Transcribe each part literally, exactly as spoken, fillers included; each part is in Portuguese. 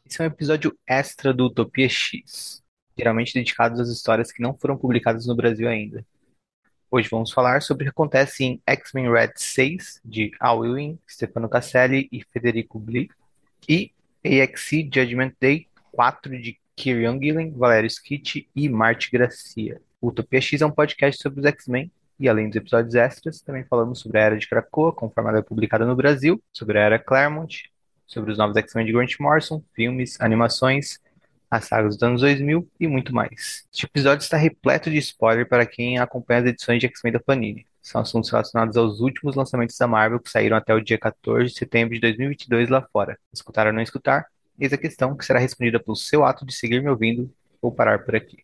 Esse é um episódio extra do Utopia X, geralmente dedicado às histórias que não foram publicadas no Brasil ainda. Hoje vamos falar sobre o que acontece em X-Men Red seis, de Al Ewing, Stefano Caselli e Federico Bli, e A X C Judgment Day quatro, de Kieran Gillen, Valério Schiti e Marty Gracia. O Utopia X é um podcast sobre os X-Men, e além dos episódios extras, também falamos sobre a Era de Krakoa, conforme ela é publicada no Brasil, sobre a Era Claremont, sobre os novos X-Men de Grant Morrison, filmes, animações, as sagas dos anos dois mil e muito mais. Este episódio está repleto de spoiler para quem acompanha as edições de X-Men da Panini. São assuntos relacionados aos últimos lançamentos da Marvel que saíram até o dia quatorze de setembro de dois mil e vinte e dois lá fora. Escutar ou não escutar? Eis a questão que será respondida pelo seu ato de seguir me ouvindo ou parar por aqui.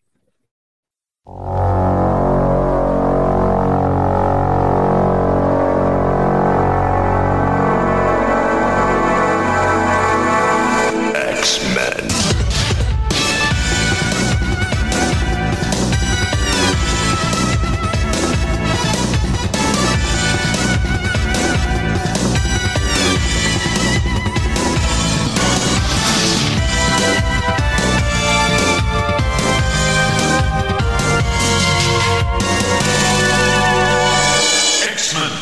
X-Men. X-Men.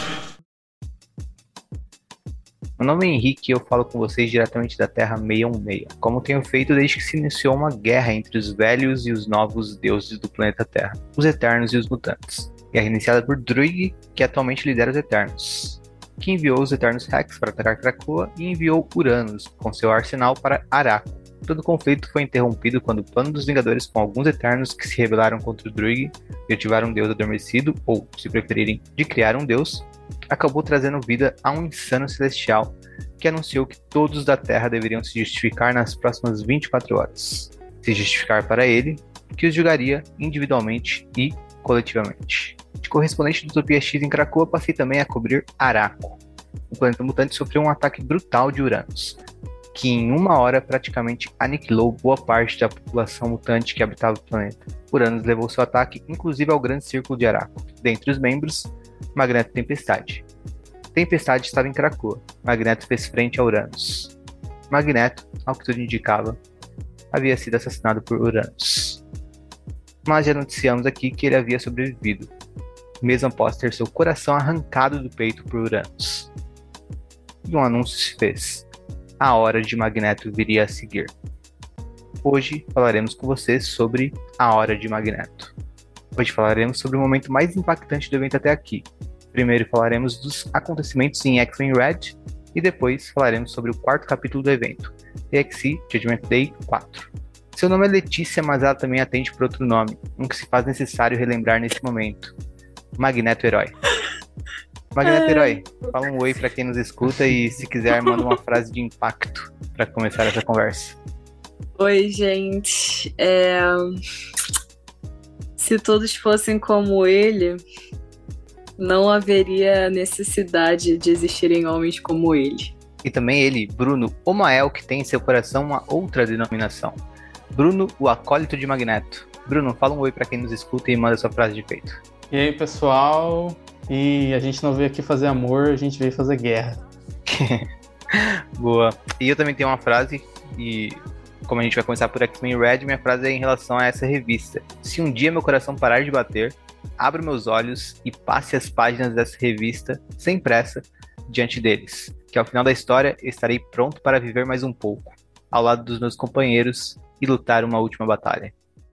Meu nome é Henrique e eu falo com vocês diretamente da Terra seiscentos e dezesseis, como tenho feito desde que se iniciou uma guerra entre os velhos e os novos deuses do planeta Terra, os Eternos e os Mutantes. Guerra iniciada por Druig, que atualmente lidera os Eternos, que enviou os Eternos Rex para atacar Krakoa e enviou Uranus com seu arsenal para Araco. Todo o conflito foi interrompido quando o plano dos Vingadores com alguns Eternos que se rebelaram contra o Druig e ativar um deus adormecido, ou, se preferirem, de criar um deus, acabou trazendo vida a um insano celestial que anunciou que todos da Terra deveriam se justificar nas próximas vinte e quatro horas. Se justificar para ele, que os julgaria individualmente e coletivamente. De correspondente do Utopia X em Krakoa, passei também a cobrir Araco. O planeta mutante sofreu um ataque brutal de Uranus, que em uma hora praticamente aniquilou boa parte da população mutante que habitava o planeta. Uranus levou seu ataque inclusive ao grande círculo de Araco. Dentre os membros, Magneto e Tempestade. Tempestade estava em Krakoa. Magneto fez frente a Uranus. Magneto, ao que tudo indicava, havia sido assassinado por Uranus. Mas já noticiamos aqui que ele havia sobrevivido, mesmo após ter seu coração arrancado do peito por Uranus. E um anúncio se fez. A hora de Magneto viria a seguir. Hoje falaremos com vocês sobre a hora de Magneto. Hoje falaremos sobre o momento mais impactante do evento até aqui. Primeiro falaremos dos acontecimentos em X-Men Red e depois falaremos sobre o quarto capítulo do evento, A X C Judgment Day quatro. Seu nome é Letícia, mas ela também atende por outro nome, um que se faz necessário relembrar nesse momento. Magneto Herói. Magneto Herói, fala um oi pra quem nos escuta e, se quiser, manda uma frase de impacto para começar essa conversa. Oi, gente. É... Se todos fossem como ele, não haveria necessidade de existirem homens como ele. E também ele, Bruno Omael, que tem em seu coração uma outra denominação. Bruno, o acólito de Magneto. Bruno, fala um oi pra quem nos escuta e manda sua frase de peito. E aí, pessoal? E a gente não veio aqui fazer amor, a gente veio fazer guerra. Boa. E eu também tenho uma frase, e como a gente vai começar por X-Men Red, minha frase é em relação a essa revista. Se um dia meu coração parar de bater, abra meus olhos e passe as páginas dessa revista, sem pressa, diante deles, que ao final da história estarei pronto para viver mais um pouco, ao lado dos meus companheiros e lutar uma última batalha.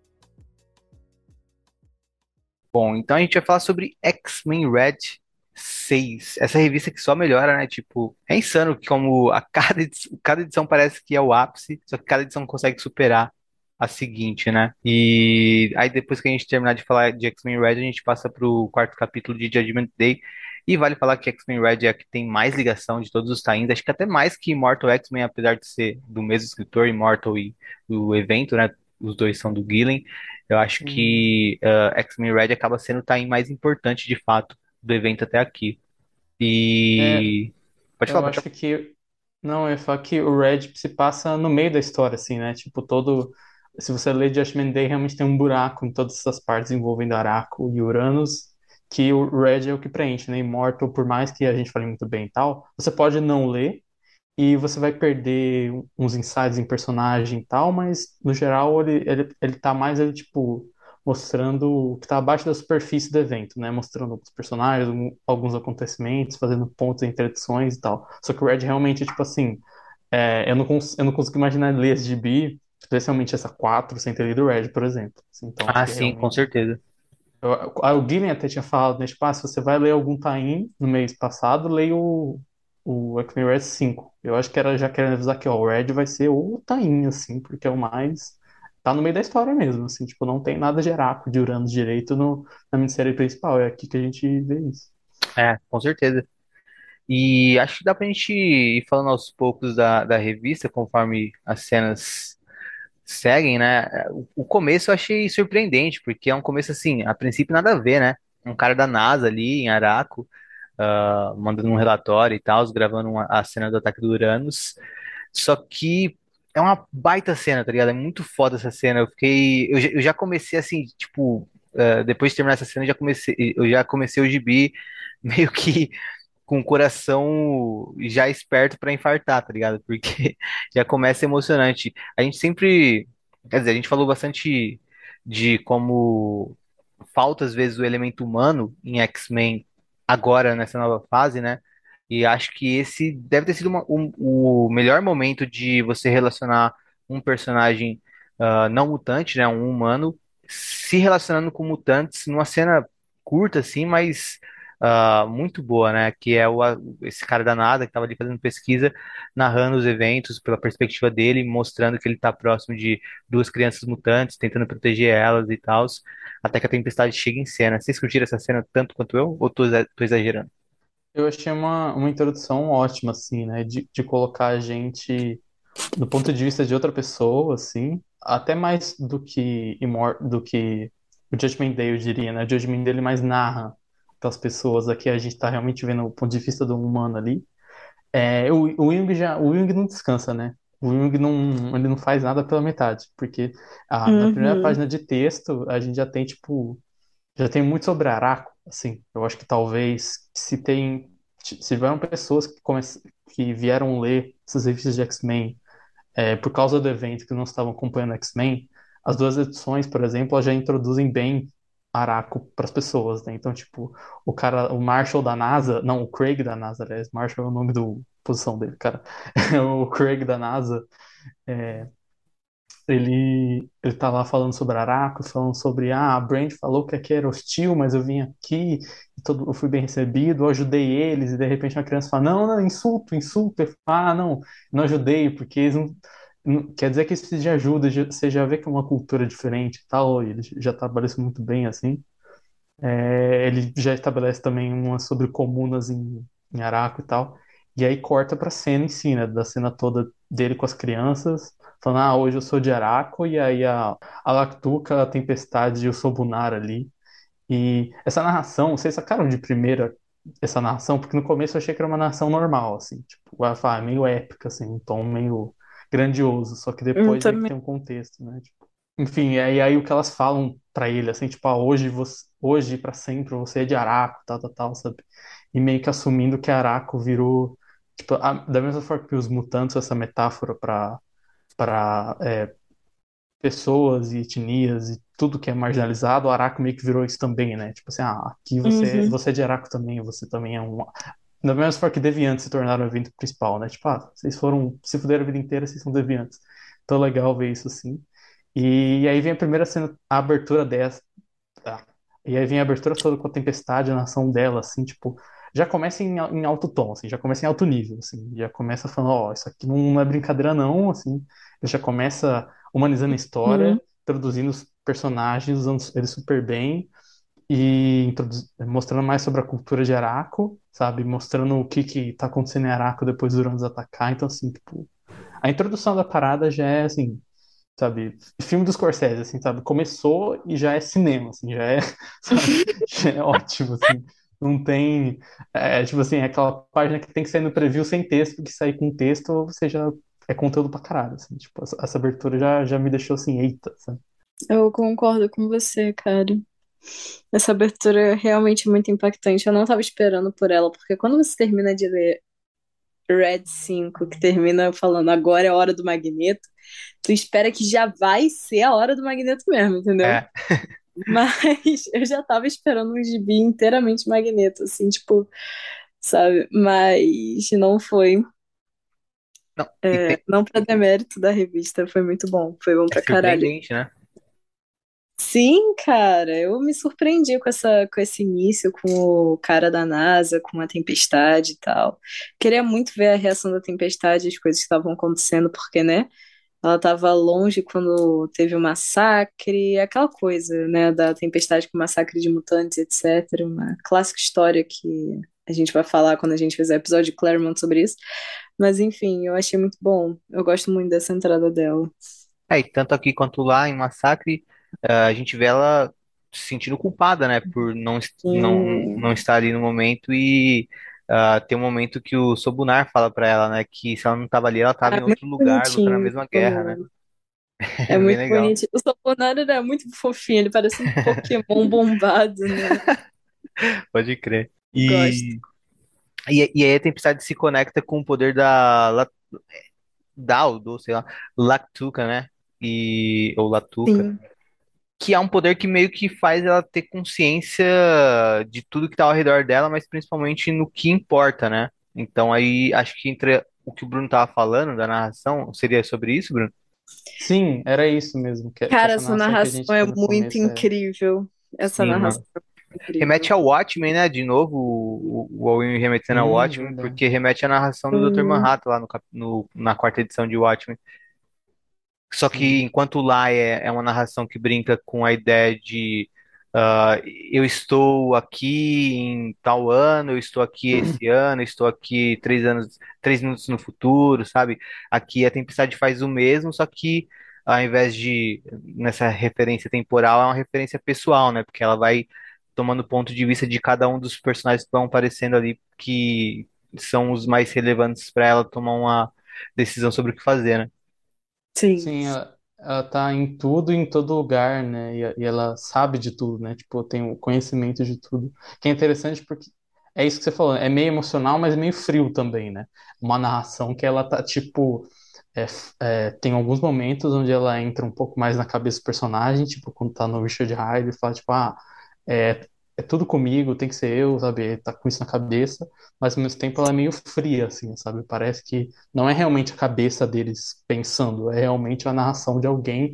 Bom, então a gente vai falar sobre X-Men Red seis, essa revista que só melhora, né? Tipo, é insano que como a cada edição, cada edição parece que é o ápice, só que cada edição consegue superar a seguinte, né? E aí depois que a gente terminar de falar de X-Men Red, a gente passa pro quarto capítulo de Judgment Day. E vale falar que X-Men Red é a que tem mais ligação de todos os tie-ins, acho que até mais que Immortal X-Men, apesar de ser do mesmo escritor, Immortal e o evento, né? Os dois são do Gillen. Eu acho Hum. que uh, X-Men Red acaba sendo o tie-in mais importante, de fato, do evento até aqui. É, E... Pode eu falar, pode acho que. Não, eu ia falar que o Red se passa no meio da história, assim, né? Tipo, todo. Se você ler Judgment Day, realmente tem um buraco em todas essas partes envolvendo Araco e Uranus, que o Red é o que preenche, né? Immortal, por mais que a gente fale muito bem e tal, você pode não ler, e você vai perder uns insights em personagem e tal, mas no geral ele, ele, ele tá mais ele, tipo, mostrando o que tá abaixo da superfície do evento, né? Mostrando os personagens, um- alguns acontecimentos, fazendo pontos entre edições e tal. Só que o Red realmente, tipo assim, é, eu não, cons eu não consigo imaginar ler esse gibi, especialmente essa quatro sem ter lido o Red, por exemplo. Assim, então acho Ah, que sim, com realmente. certeza. Eu, o Gillian até tinha falado, né? Tipo, ah, se você vai ler algum tain no mês passado, leia o, o X-Men Red cinco. Eu acho que era já querendo avisar que ó, o Red vai ser o tain, assim, porque é o mais. Tá no meio da história mesmo, assim, tipo, não tem nada de Heraco, de Uranus direito no, na minissérie principal. É aqui que a gente vê isso. É, com certeza. E acho que dá pra gente ir falando aos poucos da, da revista, conforme as cenas seguem, né? O, o começo eu achei surpreendente, porque é um começo assim, a princípio nada a ver, né? Um cara da NASA ali em Araco, ah, mandando um relatório e tal, gravando uma- a cena do ataque do Uranus. Só que é uma baita cena, tá ligado? É muito foda essa cena. Eu fiquei. Eu, já- eu já comecei assim, tipo, ah, depois de terminar essa cena, eu já comecei, eu já comecei o gibi meio que com o coração já esperto pra infartar, tá ligado? Porque já começa emocionante. A gente sempre, quer dizer, a gente falou bastante de como falta às vezes o elemento humano em X-Men agora nessa nova fase, né? E acho que esse deve ter sido uma- um- o melhor momento de você relacionar um personagem ah, não mutante, né, um humano, se relacionando com mutantes numa cena curta assim, mas ah, muito boa, né? Que é o, a- esse cara da NASA que estava ali fazendo pesquisa, narrando os eventos pela perspectiva dele, mostrando que ele está próximo de duas crianças mutantes, tentando proteger elas e tal, até que a tempestade chega em cena. Vocês curtiram essa cena tanto quanto eu? Ou tô, exa- tô exagerando? Eu achei uma, uma introdução ótima, assim, né? De, de colocar a gente do ponto de vista de outra pessoa, assim, até mais do que Imor do que o Judgment Day, eu diria, né? O Judgment Day ele mais narra aquelas pessoas, aqui a gente tá realmente vendo o ponto de vista do humano ali. É, o, o Jung já, o Jung não descansa, né? O Jung não, ele não faz nada pela metade, porque ah, na primeira Uhum. página de texto a gente já tem, tipo, já tem muito sobre Araco, assim. Eu acho que talvez se tem, se tiveram pessoas que, come, que vieram ler essas revistas de X-Men é, por causa do evento que não estavam acompanhando X-Men, as duas edições, por exemplo, elas já introduzem bem Araco para as pessoas, né? Então, tipo, o cara, o Marshall da NASA, não, o Craig da NASA, aliás, Marshall é o nome do posição dele, cara. O Craig da NASA, é, ele, ele tá lá falando sobre Araco, falando sobre, ah, a Brand falou que aqui era hostil, mas eu vim aqui, e todo, eu fui bem recebido, eu ajudei eles, e de repente uma criança fala, não, não, insulto, insulto, ele fala, ah, não, não ajudei, porque eles não, não- quer dizer que eles precisam de ajuda, já- você já vê que é uma cultura diferente e tal, e ele já trabalha isso muito bem, assim. É, ele já estabelece também uma sobre comunas em, em Araco e tal. E aí corta pra cena em si, né? Da cena toda dele com as crianças, falando, ah, hoje eu sou de Araco, e aí a, a Lactuca, a Tempestade e o Sobunar ali. E essa narração, vocês sacaram de primeira essa narração? Porque no começo eu achei que era uma narração normal, assim, tipo, vai falar, meio épica, assim, um tom meio grandioso, só que Eu depois meio que também. tem um contexto, né? Enfim, e aí, aí o que elas falam pra ele, assim, tipo, ah, hoje, você, hoje para sempre você é de Araco, tal, tal, tal, sabe? E meio que assumindo que Araco virou, tipo, a- da mesma forma que os mutantes, essa metáfora para para pessoas e etnias e tudo que é marginalizado, o Araco meio que virou isso também, né? Tipo assim, ah, aqui você, Uhum. você é de Araco também, você também é um. Da mesma forma que deviantes se tornaram o evento principal, né? Tipo, ah, vocês foram, se fuderam a vida inteira, vocês são deviantes. Então, legal ver isso assim. E aí vem a primeira cena, a abertura dessa. Tá? E aí vem a abertura toda com a tempestade, a nação dela, assim, tipo, já começa em, em alto tom, assim, já começa em alto nível, assim, já começa falando, ó, isso aqui não é brincadeira não, assim, já começa humanizando a Uhum. história, introduzindo os personagens, usando eles super bem, e introduz- mostrando mais sobre a cultura de Araco, sabe, mostrando o que que tá acontecendo em Araco depois dos Uranos atacar, então, assim, tipo, a introdução da parada já é, assim, sabe? Filme dos Scorsese, assim, sabe? Começou e já é cinema, assim, já é, sabe? Já é ótimo, assim. Não tem, é, tipo assim, é aquela página que tem que sair no preview sem texto, que sair com texto, você já é conteúdo pra caralho, assim. Tipo, essa, essa abertura já, já me deixou assim, eita, sabe? Eu concordo com você, cara. Essa abertura é realmente muito impactante. Eu não tava esperando por ela, porque quando você termina de ler Red cinco que termina falando agora é a hora do Magneto, tu espera que já vai ser a hora do Magneto mesmo, entendeu? É, Mas eu já tava esperando um gibi inteiramente Magneto, assim, tipo, sabe? Mas não foi. não, e tem, Não pra demérito da revista, foi muito bom. Foi bom é pra caralho. surpreendente, né? Sim, cara, eu me surpreendi com essa, com esse início, com o cara da NASA, com a tempestade e tal. Queria muito ver a reação da tempestade, as coisas que estavam acontecendo, porque, né? Ela estava longe quando teve o massacre, aquela coisa, né, da tempestade com o massacre de mutantes, etcétera. Uma clássica história que a gente vai falar quando a gente fizer episódio de Claremont sobre isso. Mas enfim, eu achei muito bom. Eu gosto muito dessa entrada dela. É, e tanto aqui quanto lá em Massacre, eh, a gente vê ela se sentindo culpada, né, por não, est- não, Sim. não estar ali no momento e ah, tem um momento que o Sobunar fala pra ela, né, que se ela não tava ali, ela tava Ah, em muito outro lugar, lutando a bonitinho. mesma guerra, né? Mano. É É bem muito legal. bonitinho. O Soponari era muito fofinho, ele parece um Pokémon bombado, né? Pode crer. Gosto. E, e, e aí a Tempestade se conecta com o poder da La- Daldo, sei lá, Lactuca, né? E, ou Latuca. Sim. Que é um poder que meio que faz ela ter consciência de tudo que tá ao redor dela, mas principalmente no que importa, né? Então aí acho que entre o que o Bruno tava falando da narração, seria sobre isso, Bruno? Sim, era isso mesmo, que, que Cara, essa essa narração que a narração gente é tem no muito começo é. incrível. Essa Sim, narração mano. é muito Remete incrível. ao Watchmen, né? De novo, o, o Owen remetendo ao Hum, Watchmen, verdade. porque remete à narração do doutor Hum, Manhattan lá no, cap- no- na quarta edição de Watchmen. Só que Sim. enquanto lá é, é uma narração que brinca com a ideia de ah, eu estou aqui em tal ano, eu estou aqui esse ano, eu estou aqui três anos, três minutos no futuro, sabe? Aqui a Tempestade faz o mesmo, só que ao invés de nessa referência temporal, é uma referência pessoal, né? Porque ela vai tomando ponto de vista de cada um dos personagens que vão aparecendo ali, que são os mais relevantes para ela tomar uma decisão sobre o que fazer, né? sim. Sim, ela, ela tá em tudo e em todo lugar, né? E, e ela sabe de tudo, né? Tipo, tem o conhecimento de tudo. Que é interessante porque é isso que você falou, é meio emocional, mas meio frio também, né? Uma narração que ela tá, tipo, é, f- é, tem alguns momentos onde ela entra um pouco mais na cabeça do personagem, tipo, quando tá no Richard Hyde, e fala, tipo, ah, é, é tudo comigo, tem que ser eu, sabe? Ele tá com isso na cabeça, mas ao mesmo tempo ela é meio fria, assim, sabe? Parece que não é realmente a cabeça deles pensando, é realmente a narração de alguém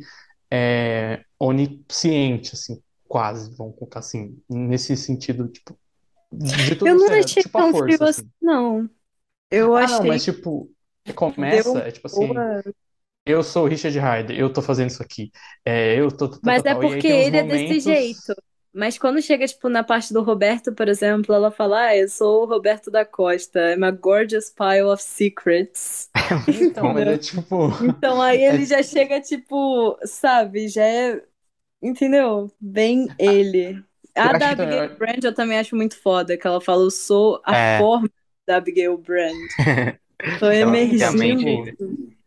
é, onisciente, assim, quase, vamos colocar assim, nesse sentido, tipo, de Eu tudo não ser, achei tipo a tão frio força, assim, assim. não. Eu Ah, não, achei mas que tipo, deu começa, é tipo assim, boa. eu sou o Richard Hyde, eu tô fazendo isso aqui, é, eu tô, tô, Mas tô, é tô, e aí porque tem uns ele é desse jeito. momentos. Mas quando chega, tipo, na parte do Roberto, por exemplo, ela fala, ah, eu sou o Roberto da Costa. I'm a gorgeous pile of secrets. Muito Então, bom. mas é Entendeu? tipo, Então aí ele é, já chega, tipo, sabe, já é, entendeu? Bem ele. Eu A acho da que então, Abigail eu- Brand eu também acho muito foda, que ela fala, eu sou a é, forma da Abigail Brand. Tô ela é, tem a então, mente emergindo. ainda. tipo,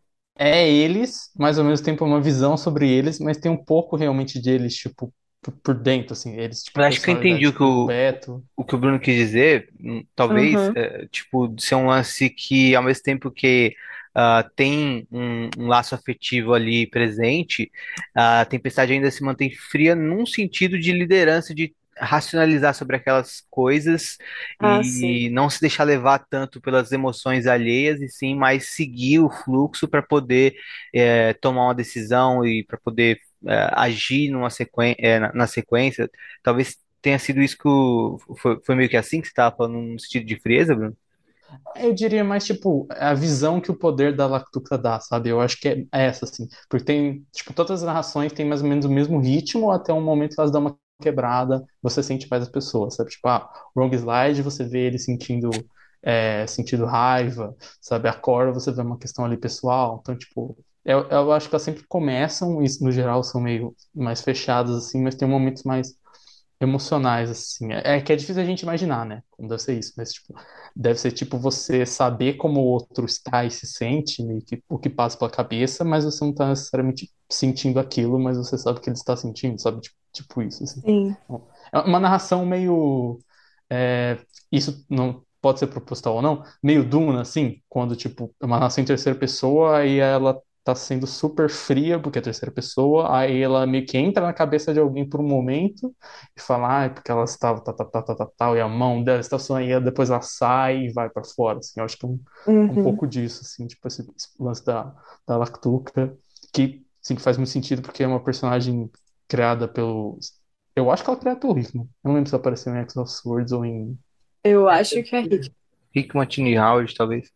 é eles, mas ao mesmo tempo é uma visão sobre eles, mas tem um pouco realmente deles, tipo, por por dentro, assim, eles, tipo, Eu acho que eu entendi personalidade, o que tipo, o o, Beto. o que o Bruno quis dizer. Hum, Talvez, Aham. é, tipo, ser um lance que, ao mesmo tempo que ah, tem um, um laço afetivo ali presente, a Tempestade ainda se mantém fria num sentido de liderança, de racionalizar sobre aquelas coisas Ah, sim. e não se deixar levar tanto pelas emoções alheias, e sim mais seguir o fluxo para poder é, tomar uma decisão e para poder é, agir numa sequência, na, na sequência. Talvez tenha sido isso que o, foi, foi meio que assim que você estava falando, num sentido de frieza, Bruno? Eu diria mais, tipo, a visão que o poder da Lactuca dá, sabe? Eu acho que é essa, assim. Porque tem, tipo, todas as narrações têm mais ou menos o mesmo ritmo até um momento que elas dão uma quebrada, você sente mais as pessoas, sabe? Tipo, ah, Wrong Slide, você vê ele sentindo, é, sentindo raiva, sabe? A Cora, você vê uma questão ali pessoal. Então, tipo, eu, eu acho que elas sempre começam, e no geral são meio mais fechadas, assim, mas tem momentos mais emocionais, assim. É, é que é difícil a gente imaginar, né? Como deve ser isso, mas, tipo, deve ser tipo você saber como o outro está e se sente, meio que o que passa pela cabeça, mas você não está necessariamente sentindo aquilo, mas você sabe que ele está sentindo, sabe? Tipo, tipo isso, assim. Sim. Então, é uma narração meio. é, isso não pode ser proposital ou não, meio Duna, assim, quando, tipo, é uma narração em terceira pessoa e ela tá sendo super fria, porque é terceira pessoa, aí ela meio que entra na cabeça de alguém por um momento e fala, ah, é porque ela estava, tal, tal, tal, tal, tal, tal, e a mão dela está sonhando, e depois ela sai e vai pra fora, assim, eu acho que é um, um Uhum. pouco disso, assim, tipo, esse, esse lance da, da Lactuca, que, sim, que faz muito sentido, porque é uma personagem criada pelo... Eu acho que ela é criada pelo Hickman. Eu não lembro se ela apareceu em X of Swords ou em... Eu acho que é Rick. Hickman e Howard, talvez.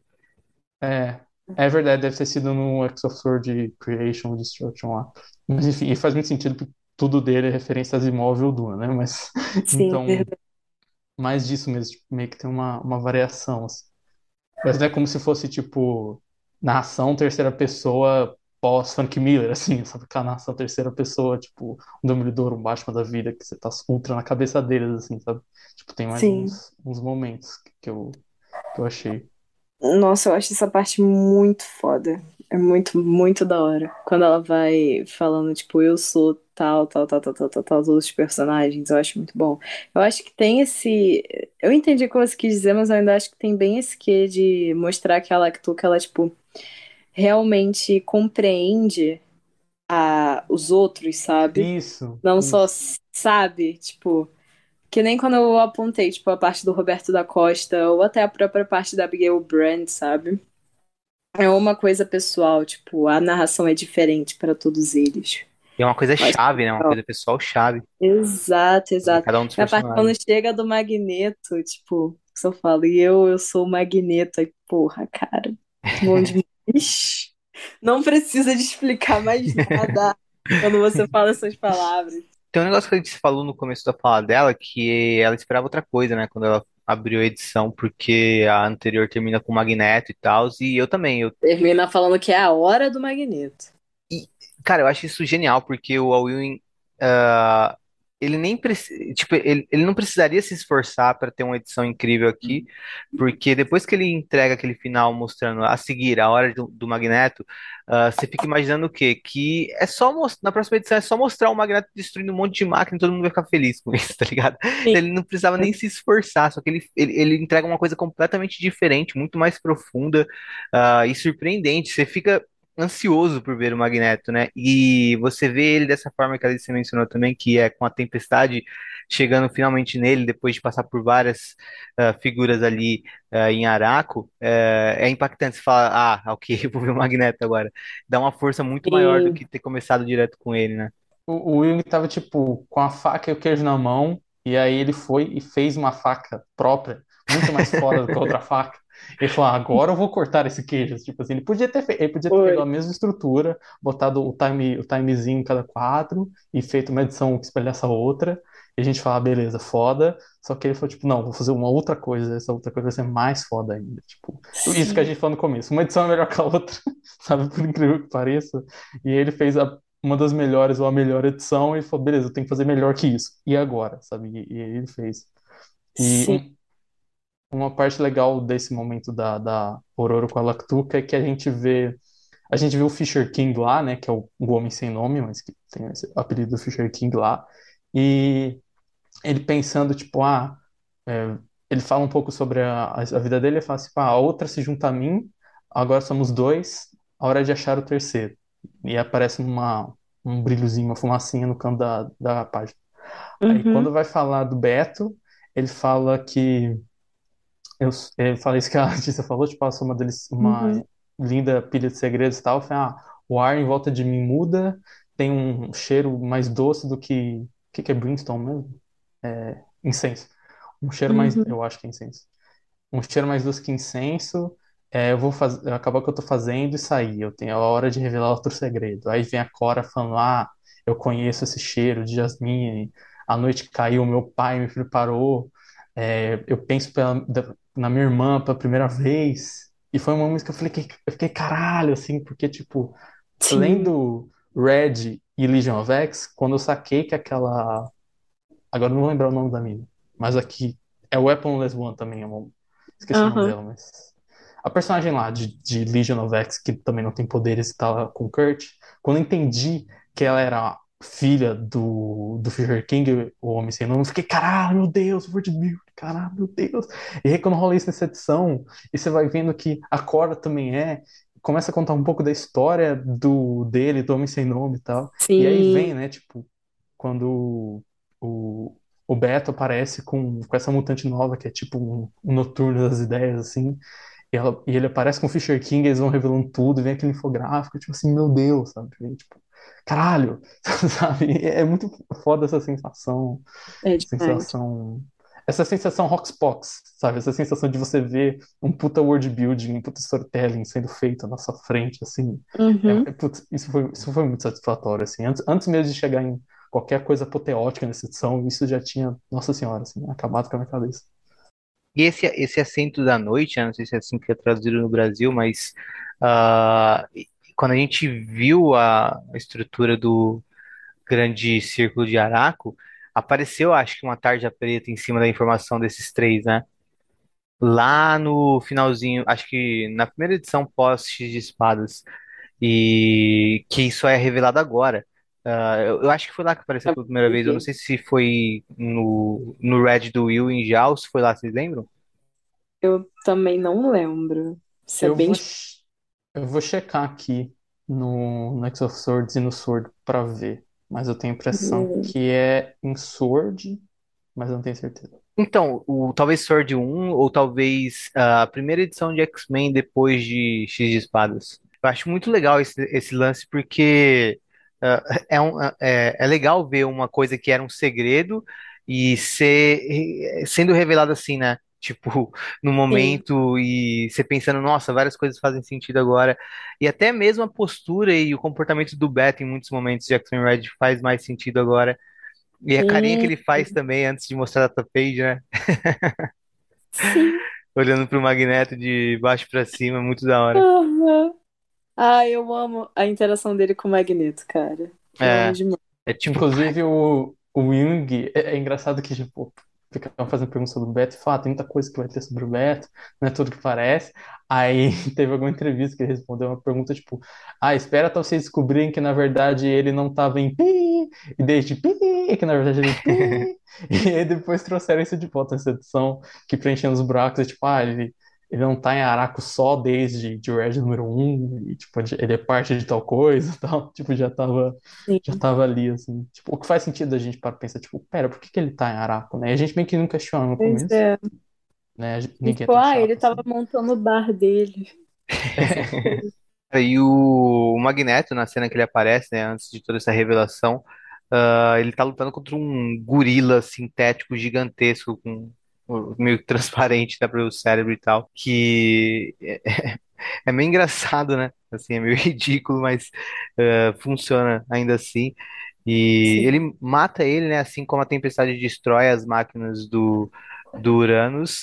É, é verdade, deve ter sido no X of Sword Creation, Destruction lá. Mas enfim, e faz muito sentido porque tudo dele é referência a Asimov ou Duna, né? Mas, Sim, então, verdade. mais disso mesmo, tipo, meio que tem uma, uma variação, assim. Mas não é como se fosse, tipo, narração terceira pessoa pós-Frank Miller, assim, sabe? Aquela narração terceira pessoa, tipo, um Demolidor, um Batman da vida, que você tá ultra na cabeça deles, assim, sabe? Tipo, tem mais Sim. uns, uns momentos que eu, que eu achei. Nossa, eu acho essa parte muito foda. É muito, muito da hora. Quando ela vai falando, tipo, eu sou tal, tal, tal, tal, tal, tal, tal, todos os personagens, eu acho muito bom. Eu acho que tem esse. Eu entendi o que você quis dizer, mas eu ainda acho que tem bem esse quê de mostrar que a Lactuca, ela, tipo, realmente compreende a... os outros, sabe? Isso, Não só isso. sabe, tipo. Que nem quando eu apontei, tipo, a parte do Roberto da Costa, ou até a própria parte da Abigail Brand, sabe? É uma coisa pessoal, tipo, a narração é diferente para todos eles. E é uma coisa Eu acho chave, né? Uma legal. coisa pessoal chave Exato, de exato. cada um dos E a parte quando personagens. chega do Magneto, tipo, só falo, e eu, eu sou o Magneto. Aí, porra, cara, bom demais. Não precisa de explicar mais nada quando você fala essas palavras. Tem um negócio que a gente falou no começo da fala dela, que ela esperava outra coisa, né? Quando ela abriu a edição, porque a anterior termina com Magneto e tal, e eu também. Eu, Termina falando que é a hora do Magneto. e, cara, eu acho isso genial, porque o Al Ewing, ah, ele nem preci- tipo, ele, ele não precisaria se esforçar para ter uma edição incrível aqui, porque depois que ele entrega aquele final mostrando a seguir a hora do, do Magneto, ah, você fica imaginando o quê? Que é só mos- na próxima edição é só mostrar o Magneto destruindo um monte de máquina e todo mundo vai ficar feliz com isso, tá ligado? Sim. Ele não precisava nem se esforçar, só que ele, ele, ele entrega uma coisa completamente diferente, muito mais profunda, ah, e surpreendente. Você fica ansioso por ver o Magneto, né? E você vê ele dessa forma que a Alice mencionou também, que é com a tempestade chegando finalmente nele, depois de passar por várias ah, figuras ali ah, em Araco, é, é impactante. Você fala, ah, ok, eu vou ver o Magneto agora. Dá uma força muito maior do Sim. que ter começado direto com ele, né? O, o Will tava, tipo, com a faca e o queijo na mão, e aí ele foi e fez uma faca própria, muito mais foda do que a outra faca. Ele falou, ah, agora eu vou cortar esse queijo. Tipo assim, ele podia ter, fe... ele podia ter pegado Foi. a mesma estrutura, botado o time, o timezinho em cada quadro e feito uma edição que espelhasse a outra. E a gente fala, beleza, foda. Só que ele falou, tipo, não, vou fazer uma outra coisa, essa outra coisa vai ser mais foda ainda. Tipo, isso que a Sim. gente falou no começo, uma edição é melhor que a outra, sabe? Por incrível que pareça. E ele fez a uma das melhores ou a melhor edição e falou, beleza, eu tenho que fazer melhor que isso. E agora, sabe? E, e aí ele fez. E Sim. um- uma parte legal desse momento da, da Ororo com a Lactuca é que a gente vê a gente vê o Fisher King lá, né, que é o, o homem sem nome, mas que tem esse apelido do Fisher King lá, e ele pensando, tipo, ah, é, ele fala um pouco sobre a, a vida dele, ele fala assim, pá, a outra se junta a mim, agora somos dois, a hora é de achar o terceiro. E aparece uma, um brilhozinho, uma fumacinha no canto da, da página. Aí quando Uhum. vai falar do Beto, ele fala que. Eu, ele fala isso que a Letícia falou, tipo, passou uma, delici- uma Uhum. linda pilha de segredos e tal. Eu falei, ah, o ar em volta de mim muda, tem um cheiro mais doce do que. O que, que é brimstone mesmo? É, incenso. Um cheiro mais. Uhum. Eu acho que é incenso. Um cheiro mais doce que incenso. É, eu vou fazer, acabar o que eu tô fazendo e sair. Eu tenho a hora de revelar outro segredo. Aí vem a Cora falando: Ah, eu conheço esse cheiro de jasmim. A noite caiu, meu pai me preparou. É, eu penso pela- da- na minha irmã pela primeira vez. E foi uma música que eu falei que eu fiquei caralho, assim, porque, tipo, além Sim. do Red e Legion of X, quando eu saquei que aquela. Agora eu não vou lembrar o nome da mina, mas aqui é Weaponless One também, é uma esqueci o nome Aham. dela, mas. A personagem lá de, de Legion of X, que também não tem poderes e tá lá com o Kurt, quando eu entendi que ela era filha do, do Fisher King, o Homem Sem Nome, eu fiquei, caralho, meu Deus, Word Build, caralho, meu Deus. E aí quando rola isso nessa edição, e você vai vendo que a Cora também é, começa a contar um pouco da história do dele, do Homem Sem Nome e tal. E aí vem, Sim, né, tipo, quando o, o Beto aparece com, com essa mutante nova, que é tipo um, um noturno das ideias, assim, e, ela- e ele aparece com o Fisher King, eles vão revelando tudo, vem aquele infográfico, tipo assim, meu Deus, sabe? E, tipo, caralho, sabe? É muito foda essa sensação, é demais. sensação, essa sensação Roxbox, sabe? Essa sensação de você ver um puta world building, um puta storytelling sendo feito na sua frente, assim. É, Uhum. é, putz, isso foi, isso foi muito satisfatório, assim. Antes, antes mesmo de chegar em qualquer coisa apoteótica nessa edição, isso já tinha, nossa senhora, assim, acabado com a minha cabeça. E esse, esse Acento da Noite, eu não sei se é assim que é traduzido no Brasil, mas ah, quando a gente viu a estrutura do grande círculo de Araco, apareceu, acho que uma tarja preta em cima da informação desses três, né? Lá no finalzinho, acho que na primeira edição pós-X de Espadas, e que isso é revelado agora. Ah, eu, eu acho que foi lá que apareceu É pela primeira vez. Eu não doideira. sei se ou no, no Red do Will em Jal, se foi lá, vocês lembram? Eu também não lembro. Isso é Eu bem. vou, ch- eu vou checar aqui no, no X of Swords e no Sword pra ver, mas eu tenho a impressão Hum. que é em Sword, mas eu não tenho certeza. Então, o, talvez Sword um ou talvez ah, a primeira edição de X-Men depois de X de Espadas. Eu acho muito legal esse, esse lance porque ah, é, um, é, é legal ver uma coisa que era um segredo e ser, sendo revelado assim, né? Tipo, no Sim, momento e você pensando, nossa, várias coisas fazem sentido agora. E até mesmo a postura e o comportamento do Beto em muitos momentos de X-Men Red faz mais sentido agora. E a carinha que sim, ele faz também antes de mostrar a data page, né? sim. Olhando pro Magneto de baixo pra cima, muito da hora. Aham. Ah, eu amo a interação dele com o Magneto, cara. Eu amo É, demais. é tipo, Inclusive, o, o Jung, é, é engraçado que, tipo, ficam fazendo perguntas sobre o Beto e fala, ah, tem muita coisa que vai ter sobre o Beto, não é tudo que parece. Aí teve alguma entrevista que ele respondeu uma pergunta, tipo, ah, espera até vocês descobrirem que, na verdade, ele não tava em pi, e desde pi, que na verdade ele pi. E aí depois trouxeram isso de volta nessa edição, que preenchendo os buracos, é tipo, ah, ele, ele não tá em Araco só desde de Red número um, e, tipo, ele é parte de tal coisa e tal, tipo, já tava já Sim. tava ali, assim. Tipo, o que faz sentido a gente para pensar, tipo, pera, por que que ele tá em Araco, né? E a gente meio que não questiona no Pois começo, é. né? A gente- E, Ninguém é tipo, tão ah, chato ele tava assim. montando o bar dele. Essa coisa. e o, o Magneto, na cena que ele aparece, né, antes de toda essa revelação, ah, ele tá lutando contra um gorila sintético gigantesco, com meio que transparente, dá para o cérebro e tal, que é, é meio engraçado, né? Assim, é meio ridículo, mas ah, funciona ainda assim. E Sim. ele mata ele, né? Assim como a tempestade destrói as máquinas do, do Uranus.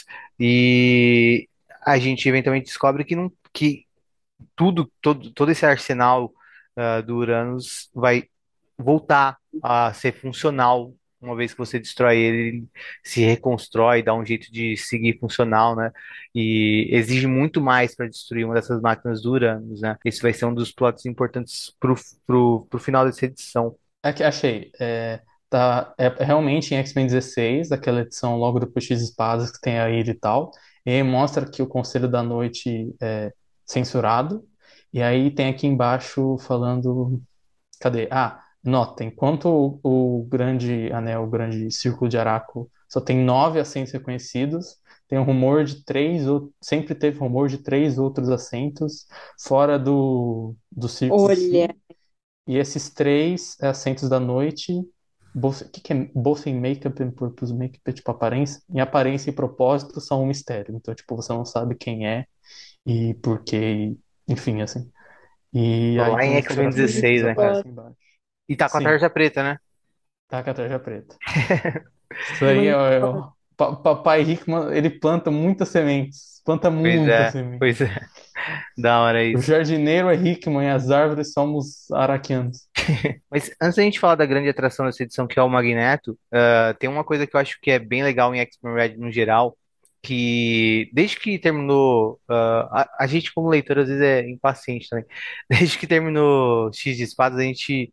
E a gente eventualmente descobre que, não, que tudo, todo, todo esse arsenal ah, do Uranus vai voltar a ser funcional. Uma vez que você destrói ele, ele se reconstrói, dá um jeito de seguir funcional, né? E exige muito mais para destruir uma dessas máquinas do Uranus, né? Esse vai ser um dos plots importantes pro, pro, pro final dessa edição. É que achei. É, tá, é é realmente em X-Men dezesseis, daquela edição logo depois de X-Espadas, que tem a Ira e tal. E aí mostra que o Conselho da Noite é censurado. E aí tem aqui embaixo falando. Cadê? Ah, nota, enquanto o, o grande anel, o grande círculo de Araco só tem nove assentos reconhecidos, tem um rumor de três, ou sempre teve rumor de três outros assentos fora do, do círculo em Olha, si, e esses três assentos da noite, both, o que, que é both in makeup and purpose makeup, é tipo aparência, em aparência e propósito são um mistério, então tipo, você não sabe quem é e por quê, enfim, assim. E aí Lá tem em uma X-Men infografia que dezesseis, né? desaparece embaixo. E tá com a Sim. tarja preta, né? Tá com a tarja preta. Isso aí é, muito. é o pa- Papai Hickman, ele planta muitas sementes. Planta Pois muitas é, sementes. pois é. Da hora O isso. jardineiro é Hickman e as árvores somos araquianos. Mas antes da gente falar da grande atração dessa edição, que é o Magneto, ah, tem uma coisa que eu acho que é bem legal em X-Men Red no geral, que desde que terminou, ah, a, a gente como leitor às vezes é impaciente também. Desde que terminou X de Espadas, a gente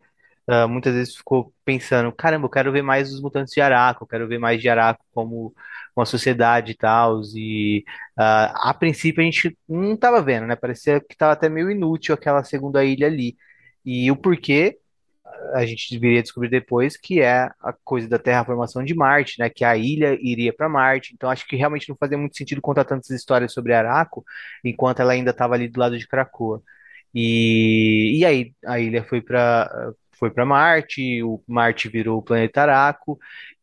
ah, muitas vezes ficou pensando, caramba, eu quero ver mais os mutantes de Araco, eu quero ver mais de Araco como uma sociedade e tal, e ah, a princípio a gente não estava vendo, né? Parecia que estava até meio inútil aquela segunda ilha ali. E o porquê a gente deveria descobrir depois, que é a coisa da terraformação de Marte, né? Que a ilha iria para Marte. Então acho que realmente não fazia muito sentido contar tantas histórias sobre Araco enquanto ela ainda estava ali do lado de Krakoa. E, e aí a ilha foi para foi para Marte, o Marte virou o planeta Araco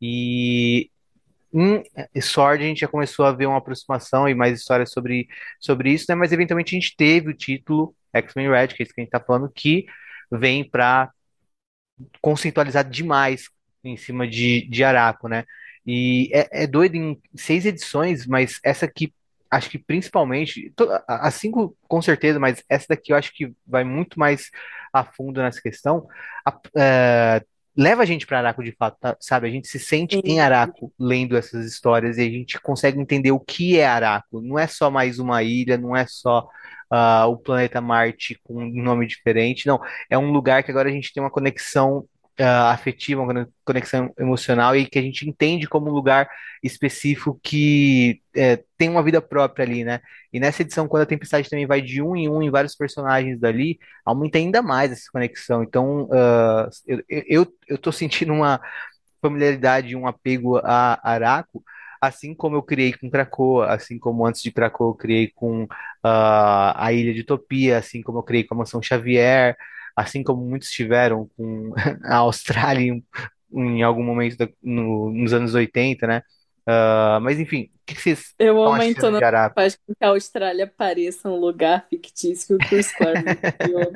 e em Sword a gente já começou a ver uma aproximação e mais histórias sobre, sobre isso, né? Mas eventualmente a gente teve o título X-Men Red, que é isso que a gente tá falando, que vem para conceitualizar demais em cima de, de Araco, né? E é, é doido em seis edições, mas essa aqui, acho que principalmente, to- a a cinco com certeza, mas essa daqui eu acho que vai muito mais a fundo nessa questão. A- é, leva a gente para Araco de fato, tá? Sabe? A gente se sente em Sim. Araco lendo essas histórias e a gente consegue entender o que é Araco. Não é só mais uma ilha, não é só ah, o planeta Marte com um nome diferente, não. É um lugar que agora a gente tem uma conexão ah, afetiva, uma conexão emocional e que a gente entende como um lugar específico que é, tem uma vida própria ali, né? E nessa edição, quando a Tempestade também vai de um em um em vários personagens dali, aumenta ainda mais essa conexão. Então, ah, eu, eu, eu tô sentindo uma familiaridade, um apego a Araco, assim como eu criei com Krakoa, assim como antes de Krakoa eu criei com ah, a Ilha de Utopia, assim como eu criei com a Mansão Xavier, assim como muitos tiveram com a Austrália em, em algum momento da- no- nos anos oitenta, né? Ah, mas enfim, o que que vocês Eu estão amo a achando de entonação que Araco? faz com que a Austrália pareça um lugar fictício que o Chris Claremont criou.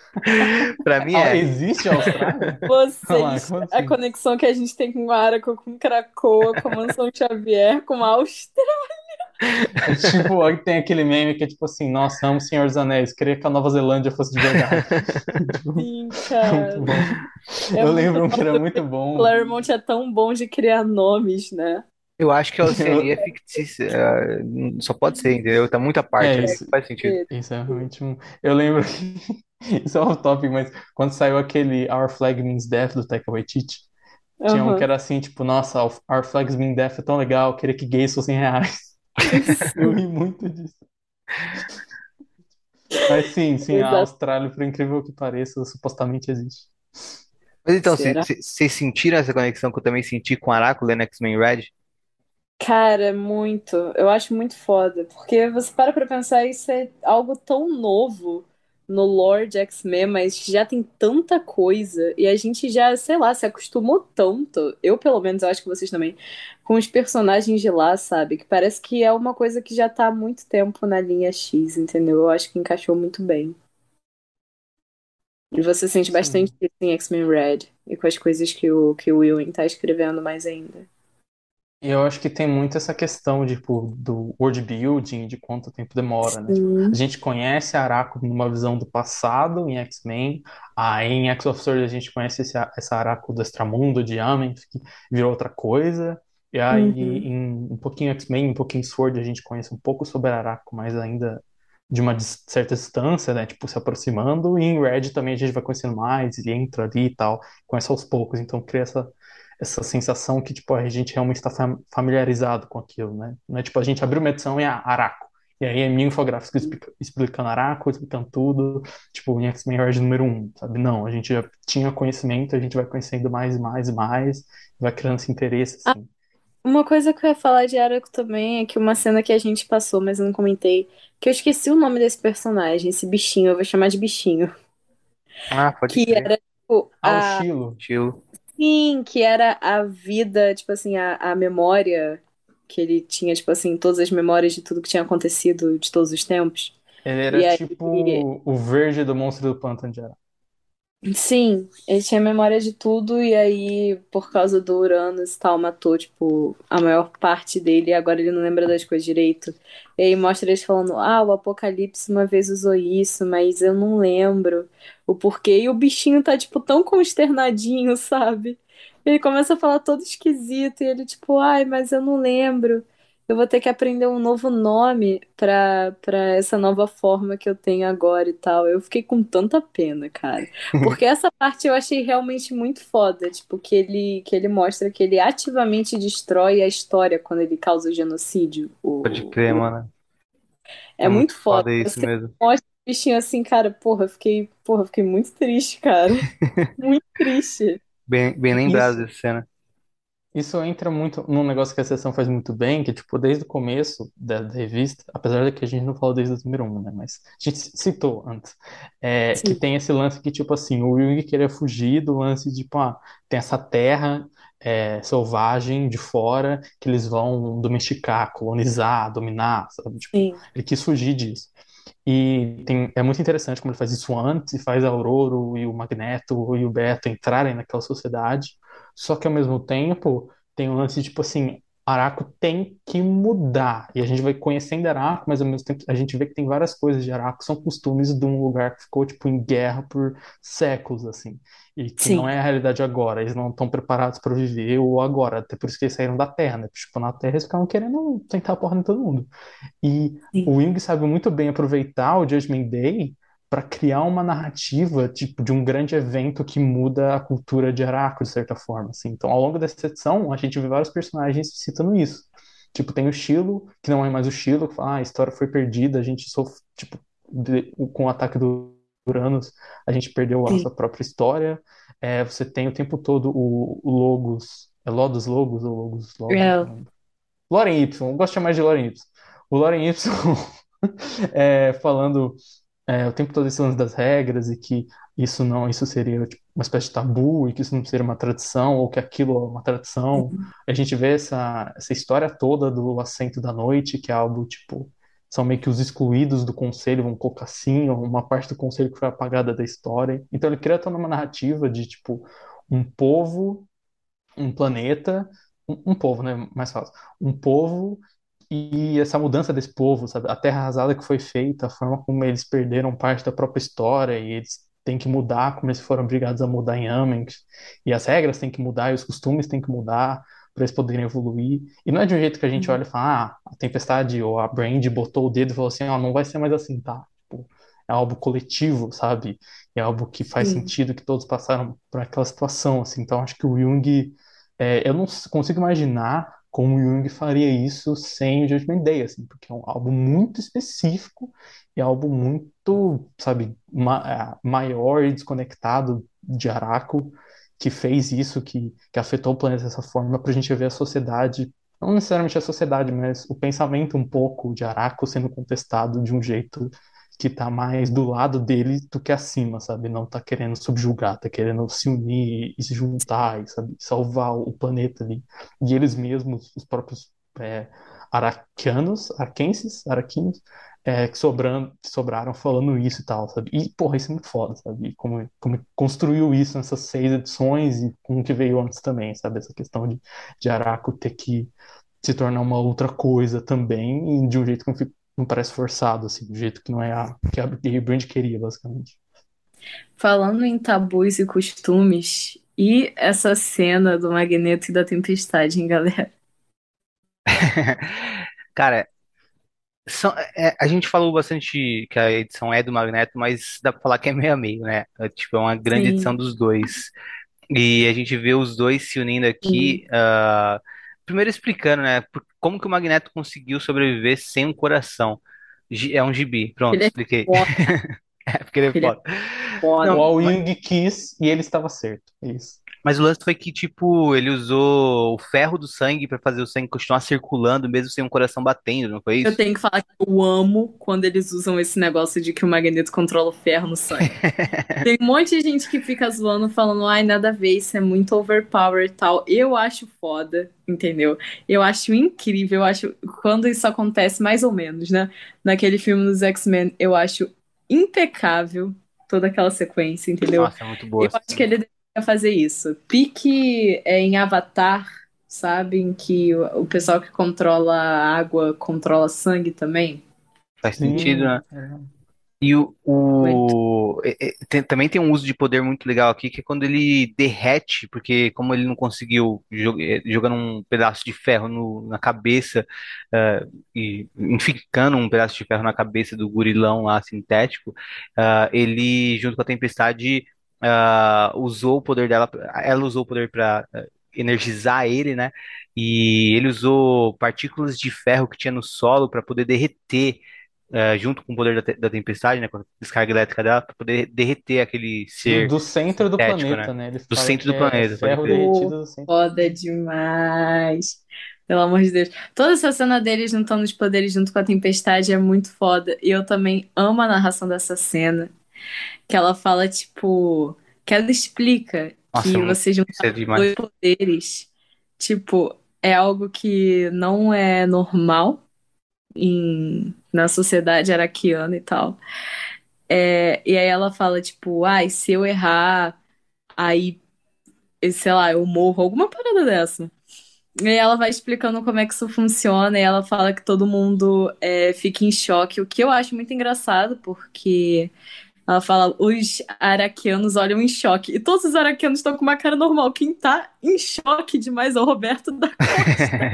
Para mim Ah, é. existe a Austrália? Olha lá, Vocês, como a assim? conexão que a gente tem com Araco, com Krakoa, com a Mansão Xavier, com a Austrália. É tipo, aí tem aquele meme que é tipo assim, nossa, amo Senhor dos Anéis, queria que a Nova Zelândia fosse de verdade. Tipo, Sim, é muito cara. bom. É Eu muito lembro um que era nossa, muito bom. Claremont é tão bom de criar nomes, né? Eu acho que a Oceania é Eu- fictícia, ah, só pode ser, entendeu? Tá muita parte É, ali, isso, faz sentido. isso é realmente um. Eu lembro que. Isso é off-topic, mas quando saiu aquele Our Flag Means Death do Taika Waititi, tinha um que Aham. era assim, tipo, nossa, Our Flags Mean Death é tão legal, queria que gays fossem reais. Eu ri muito disso. Mas sim, sim, a Exato. Austrália, por incrível que pareça, supostamente existe. Mas então, Será? vocês sentiram essa conexão que eu também senti com Araco, lendo X-Men Red? Cara, muito. Eu acho muito foda. Porque você para pra pensar, isso é algo tão novo no lore de X-Men, mas já tem tanta coisa. E a gente já, sei lá, se acostumou tanto. Eu, pelo menos, eu acho que vocês também. Com os personagens de lá, sabe? Que parece que é uma coisa que já tá há muito tempo na linha X, entendeu? Eu acho que encaixou muito bem. E você sente bastante Sim. isso em X-Men Red. E com as coisas que o, que o Ewing tá escrevendo mais ainda. E eu acho que tem muito essa questão, tipo, do world building, de quanto tempo demora, né? Tipo, a Sim. gente conhece a Araco numa visão do passado em X-Men, aí em X of Swords a gente conhece esse, essa Araco do Extramundo, de Amenth, que virou outra coisa, e aí Uhum. em um pouquinho X-Men, um pouquinho Sword a gente conhece um pouco sobre a Araco, mas ainda de uma dis- certa distância, né? Tipo, se aproximando, e em Red também a gente vai conhecendo mais, e entra ali e tal, conhece aos poucos, então cria essa essa sensação que, tipo, a gente realmente está familiarizado com aquilo, né? Não é tipo, a gente abriu uma edição e é Araco. E aí é mil infográficos explica- explicando Araco, explicando tudo, tipo, em X-Men Red número um, sabe? Não, a gente já tinha conhecimento, a gente vai conhecendo mais e mais e mais, vai criando esse interesse, assim. Uma coisa que eu ia falar de Araco também é que uma cena que a gente passou, mas eu não comentei, que eu esqueci o nome desse personagem, esse bichinho, eu vou chamar de bichinho, Ah, pode que crer. era, tipo, Ah, o a... Shiloh. Tio. Sim, que era a vida, tipo assim, a, a memória que ele tinha, tipo assim, todas as memórias de tudo que tinha acontecido de todos os tempos. Ele era E aí, tipo o verde do monstro do pântano de Araco. sim, ele tinha memória de tudo e aí, por causa do Uranus e tal, matou, tipo, a maior parte dele e agora ele não lembra das coisas direito. E aí mostra eles falando, ah, o Apocalipse uma vez usou isso, mas eu não lembro o porquê. E o bichinho tá, tipo, tão consternadinho, sabe? Ele começa a falar todo esquisito e ele, tipo, ai, mas eu não lembro. Eu vou ter que aprender um novo nome pra, pra essa nova forma que eu tenho agora e tal. Eu fiquei com tanta pena, cara. Porque essa parte eu achei realmente muito foda. Tipo, que ele, que ele mostra que ele ativamente destrói a história quando ele causa o genocídio. Pode O, crer, o- mano. É É muito muito foda. foda isso Você mesmo. mostra o bichinho assim, cara, porra, eu fiquei, porra, eu fiquei muito triste, cara. Muito triste. Bem, bem lembrado Isso, dessa cena. isso entra muito num negócio que a sessão faz muito bem, que, tipo, desde o começo da, da revista, apesar de que a gente não falou desde o número um, né? Mas a gente citou antes, é, que Sim, tem esse lance que, tipo assim, o Jung queria fugir do lance de, tipo, ah, tem essa terra é, selvagem de fora que eles vão domesticar, colonizar, dominar, sabe? Tipo, sim, ele quis fugir disso. E tem, é muito interessante como ele faz isso antes e faz a Aurora e o Magneto e o Beto entrarem naquela sociedade. Só que ao mesmo tempo tem um lance de, tipo assim, Araco tem que mudar. E a gente vai conhecendo Araco, mas ao mesmo tempo a gente vê que tem várias coisas de Araco que são costumes de um lugar que ficou, tipo, em guerra por séculos, assim. E que não sim, é a realidade agora. Eles não estão preparados para viver o agora. Até por isso que eles saíram da Terra, né? Tipo, na Terra eles ficavam querendo tentar a porra em todo mundo. E sim, o Wing sabe muito bem aproveitar o Judgment Day para criar uma narrativa tipo de um grande evento que muda a cultura de Araco de certa forma, assim. Então, ao longo dessa edição, a gente vê vários personagens citando isso. Tipo, tem o Shiloh, que não é mais o Shiloh, que fala, ah, a história foi perdida, a gente sofre, tipo, de- com o ataque do Uranus, a gente perdeu a sim. nossa própria história. É, você tem o tempo todo o, o Logos, é Lodus Logos ou Logos Logos? É, Não lembro. Loren Y, eu gosto de chamar de Loren Y. O Loren Y é, falando é, o tempo todo esse lance das regras e que isso não, isso seria tipo, uma espécie de tabu e que isso não seria uma tradição ou que aquilo é uma tradição. A gente vê essa, essa história toda do Assento da Noite, que é algo tipo são meio que os excluídos do conselho, vamos colocar assim, ou uma parte do conselho que foi apagada da história. Então ele cria toda uma narrativa de tipo um povo, um planeta, um, um povo, né, mais fácil, um povo e essa mudança desse povo, sabe? A terra arrasada que foi feita, a forma como eles perderam parte da própria história e eles têm que mudar, como eles foram obrigados a mudar em Amens. E as regras têm que mudar e os costumes têm que mudar para eles poderem evoluir. E não é de um jeito que a gente olha e fala, ah, a Tempestade ou a Brand botou o dedo e falou assim, ó, não vai ser mais assim, tá? Tipo, é algo coletivo, sabe? É algo que faz sim. sentido que todos passaram por aquela situação, assim. Então acho que o Jung, é, eu não consigo imaginar como o Jung faria isso sem o Judgment Day, assim, porque é um álbum muito específico e é um álbum muito, sabe, ma é, maior e desconectado de Araco, que fez isso, que, que afetou o planeta dessa forma, para a gente ver a sociedade, não necessariamente a sociedade, mas o pensamento um pouco de Araco sendo contestado de um jeito que tá mais do lado dele do que acima, sabe? Não tá querendo subjugar, tá querendo se unir e se juntar, e, sabe? Salvar o planeta ali. E eles mesmos, os próprios é, araquianos, arquenses, araquinos, é, que, sobrando, que sobraram falando isso e tal, sabe? E, porra, isso é muito foda, sabe? E como, como construiu isso nessas seis edições e com o que veio antes também, sabe? Essa questão de, de Araco ter que se tornar uma outra coisa também, e de um jeito que não, fica, não parece forçado, assim, do jeito que não é a que a Brand queria, basicamente. Falando em tabus e costumes, e essa cena do Magneto e da Tempestade, hein, galera? Cara, são- é, a gente falou bastante que a edição é do Magneto, mas dá pra falar que é meio a meio, né? É, tipo, é uma grande edição Sim, dos dois. E a gente vê os dois se unindo sim. aqui, ah, primeiro explicando, né, por- como que o Magneto conseguiu sobreviver sem um coração. Gi- É um gibi, pronto, Ele é expliquei. foda, É porque ele é ele é foda. foda. O Não, All ma- Jung quis e ele estava certo. É isso. mas o lance foi que, tipo, ele usou o ferro do sangue pra fazer o sangue continuar circulando, mesmo sem um coração batendo, não foi Eu isso? tenho que falar que eu amo quando eles usam esse negócio de que o Magneto controla o ferro no sangue. Tem um monte de gente que fica zoando, falando, ai, nada a ver, isso é muito overpower e tal. Eu acho foda, entendeu? Eu acho incrível, eu acho, quando isso acontece, mais ou menos, né? Naquele filme dos X-Men, eu acho impecável toda aquela sequência, entendeu? Nossa, é muito boa Eu essa acho que cena. ele deveria fazer isso. Pique é, em Avatar, sabe? Em que o, o pessoal que controla a água controla sangue também. Faz sentido, Sim, né? é. E o, Oi. o- é- é, tem- também tem um uso de poder muito legal aqui, que é quando ele derrete, porque como ele não conseguiu jo- é, jogando um pedaço de ferro no- na cabeça, ah, e enficando um pedaço de ferro na cabeça do gurilão lá sintético, ah, ele, junto com a tempestade, ah, usou o poder dela, ela usou o poder para energizar ele, né? E ele usou partículas de ferro que tinha no solo para poder derreter é, junto com o poder da, te- da tempestade, né, com a descarga elétrica dela, para poder derreter aquele Do, ser do centro do sintético, né, planeta, né? Ele do fala centro que do é, é planeta, pode ferro crer. Pô, derretido do centro. foda demais. Pelo amor de Deus. Toda essa cena deles juntando os poderes junto com a tempestade é muito foda. E eu também amo a narração dessa cena. Que ela fala, tipo, que ela explica Nossa, é que muito, você isso é juntar dois demais. poderes, tipo, é algo que não é normal em, na sociedade araquiana e tal. É, e aí ela fala, tipo, ai, se eu errar, aí, sei lá, eu morro, alguma parada dessa. E aí ela vai explicando como é que isso funciona, e ela fala que todo mundo é, fica em choque, o que eu acho muito engraçado, porque ela fala, os araquianos olham em choque. E todos os araquianos estão com uma cara normal. Quem tá em choque demais é o Roberto da Costa.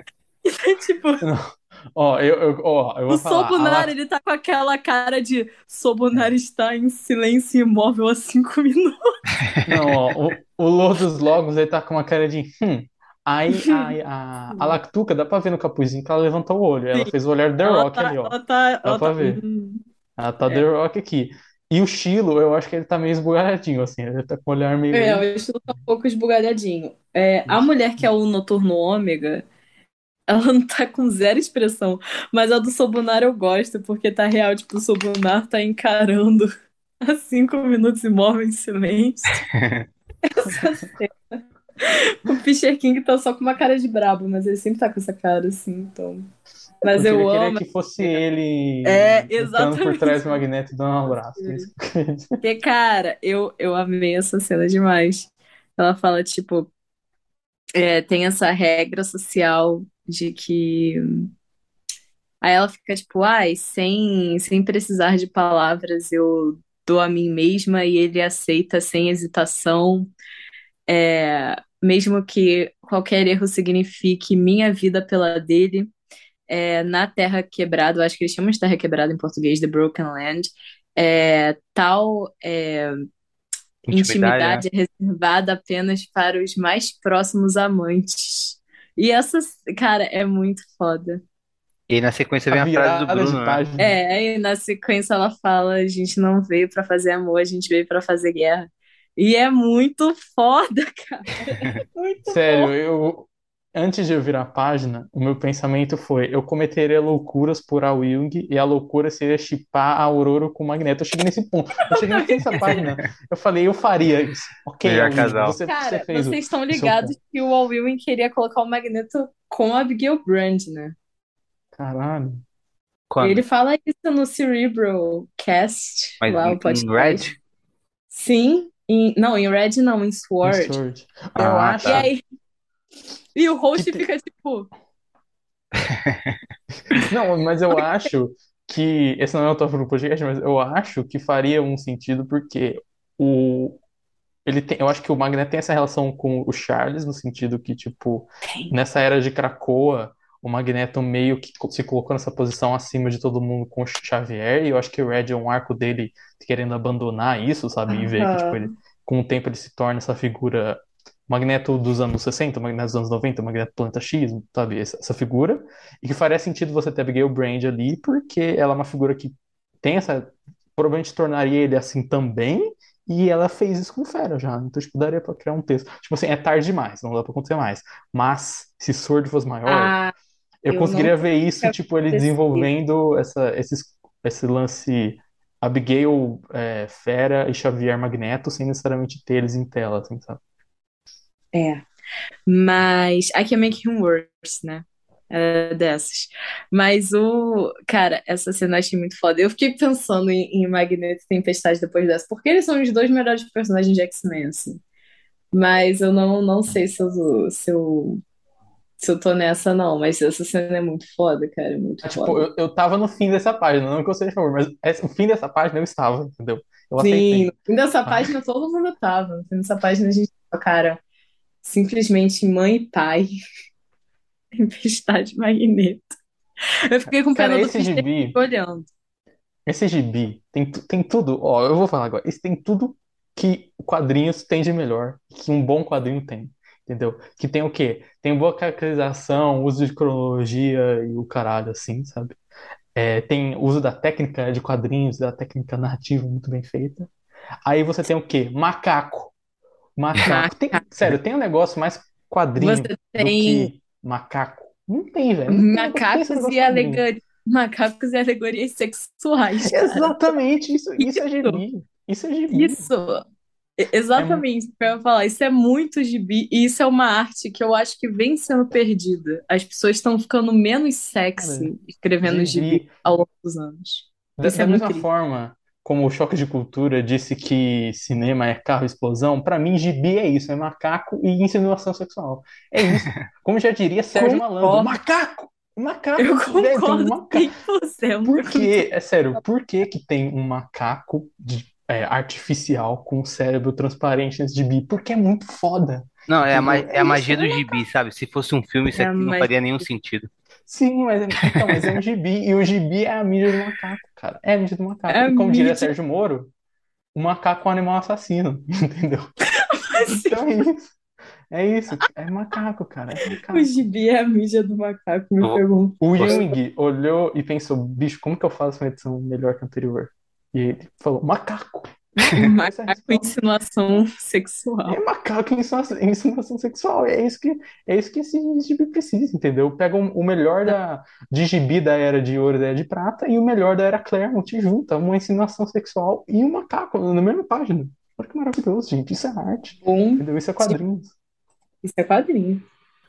E, tipo, Não. Ó, eu, eu, ó, eu o vou falar. A Sobunar, Lac... ele tá com aquela cara de Sobunar está em silêncio imóvel há cinco minutos. Não, ó, o, o Lord dos Logos, ele tá com uma cara de. Hum. Aí a, a, a Lactuca, dá pra ver no capuzinho que ela levantou o olho. Ela Sim, fez o olhar The ela Rock tá, ali, ó. ela tá, Dá ela pra tá. ver. Hum, Ela tá The é. Rock aqui. E o Chilo, eu acho que ele tá meio esbugalhadinho, assim. Ele tá com o olhar É, o meio. estilo tá um pouco esbugalhadinho. É, a Ixi. mulher que é o Noturno Ômega, ela não tá com zero expressão. Mas a do Sobunar eu gosto, porque tá real. Tipo, o Sobunar tá encarando há cinco minutos imóvel em silêncio. Essa cena. O Fischer King tá só com uma cara de brabo, mas ele sempre tá com essa cara assim, então. Mas Porque ele eu queria amo. que fosse ele É, entrando por trás exatamente. do Magneto e dando um abraço. É isso que eu queria dizer. Porque, cara, eu, eu amei essa cena demais. Ela fala, tipo, é, tem essa regra social de que. Aí ela fica tipo, ai, sem, sem precisar de palavras, eu dou a mim mesma e ele aceita sem hesitação, é, mesmo que qualquer erro signifique minha vida pela dele. É, na Terra Quebrada, eu acho que eles chamam de Terra Quebrada em português, The Broken Land, é, tal é, Intimidade, né? intimidade é reservada apenas para os mais próximos amantes. E essa, cara, é muito foda. E na sequência A vem a frase do virada de Bruno, né? página. É, aí na sequência ela fala: a gente não veio pra fazer amor, a gente veio pra fazer guerra. E é muito foda, cara. É muito bom. Sério, eu. Antes de eu virar a página, o meu pensamento foi: eu cometeria loucuras por a Wilg e a loucura seria chipar a Aurora com o Magneto. Eu cheguei nesse ponto. Eu cheguei no fim dessa página. Eu falei: eu faria isso. Ok, a Melhor Wilg, casal. você, você Cara, fez o, vocês estão o seu ligados ponto. que o Al Ewing queria colocar o Magneto com a Abigail Brand, né? Caralho. Quando? Ele fala isso no Cerebral Cast, Mas lá em o em Red? podcast. Sim, em- não, em Red não, em Em Sword. Sword. Eu Ah, E tá. acho aí, e o que. host te- fica tipo, Não, mas eu acho que. Esse não é o tópico do podcast, mas eu acho que faria um sentido porque o. Ele tem, eu acho que o Magneto tem essa relação com o Charles, no sentido que, tipo, nessa era de Krakoa, o Magneto meio que se colocou nessa posição acima de todo mundo com o Xavier, e eu acho que o Red é um arco dele querendo abandonar isso, sabe? E ver que, tipo, ele, aham, com o tempo ele se torna essa figura Magneto dos anos sessenta, Magneto dos anos noventa, Magneto Planeta X, sabe? Essa, essa figura. E que faria sentido você ter a Abigail Brand ali, porque ela é uma figura que tem essa. Provavelmente tornaria ele assim também. E ela fez isso com Fera já. Então, tipo, daria pra criar um texto. Tipo assim, é tarde demais, não dá pra acontecer mais. Mas, se Sword fosse maior, ah, eu eu não conseguiria sei ver o isso, que tipo, ele acontecer. desenvolvendo essa, esses, esse lance Abigail, é, Fera e Xavier Magneto, sem necessariamente ter eles em tela, assim, sabe? É, mas I Can Make Him Worse, né? É dessas. Mas o. Cara, essa cena eu achei muito foda. Eu fiquei pensando em, em Magneto e Tempestade depois dessa, porque eles são os dois melhores personagens de X-Men, assim. Mas eu não, não sei se eu, se eu, se eu tô nessa, não, mas essa cena é muito foda, cara, é muito Ah, tipo, foda. eu, eu tava no fim dessa página, não que eu seja a favor, mas esse- o fim dessa página eu estava, entendeu? Eu Sim, no aceitei. fim dessa Ah, página todo mundo tava. No fim dessa página a gente tava, cara, simplesmente mãe e pai, tempestade Magneto. Eu fiquei com cara, pena do esse Christian gibi, olhando. esse gibi tem, tu- tem tudo, ó, eu vou falar agora, isso tem tudo que quadrinhos tem de melhor, que um bom quadrinho tem, entendeu? Que tem o quê? Tem boa caracterização, uso de cronologia e o caralho, assim, sabe? É, tem uso da técnica de quadrinhos, da técnica narrativa muito bem feita. Aí você tem o quê? Macaco. Macaco. Tem, Macaco. sério, tem um negócio mais quadrinho Você do tem que macaco? Não tem, velho. Não tem negócio, não tem esse macacos negócio e quadrinho. alegorias, macacos e alegorias sexuais, cara. Exatamente, isso, isso é Isso, gibi. Isso é gibi. isso. E- É, mu- Exatamente o que eu ia falar. Isso é muito gibi e isso é uma arte que eu acho que vem sendo perdida. As pessoas estão ficando menos cara, sexy escrevendo gibi gibi. ao longo dos anos. Da, Isso é da muito mesma triste. forma como o Choque de Cultura disse que cinema é carro e explosão, pra mim, gibi é isso, é macaco e insinuação sexual. É isso. Como já diria Sérgio Malandro, Concordo, macaco! eu Macaco, velho, tem um concordo macaco. cem por cento Por com tudo. que, é sério, por que que tem um macaco de- é, artificial com um cérebro transparente nesse gibi? Porque é muito foda, Não, é a, ma- entendeu? é É a isso, magia é do uma... gibi, sabe? Se fosse um filme, isso É, aqui não mas faria nenhum sentido. Sim, mas é- então, mas é um gibi, e o gibi é a mídia do macaco, cara. É a mídia do é macaco. a E como diria mídia. Sérgio Moro, o macaco é um animal assassino, entendeu? Então é isso. É isso, é macaco, cara, é O macaco. gibi é a mídia do macaco, Eu me vou- pergunto. O vou- Jung olhou e pensou, bicho, como que eu faço uma edição melhor que a anterior? E ele falou, macaco. Macaco, essa é a Macaco e resposta. insinuação É sexual. macaco em insinuação, em insinuação sexual. É isso que, é isso que esse gibi precisa, entendeu? Pega o, o melhor da, de gibi da Era de Ouro e da Era de Prata e o melhor da Era Claremont e junta uma insinuação sexual e um macaco na mesma página. Olha que maravilhoso, gente. Isso é arte, Bom, entendeu? Isso é tipo, quadrinhos. isso é quadrinho.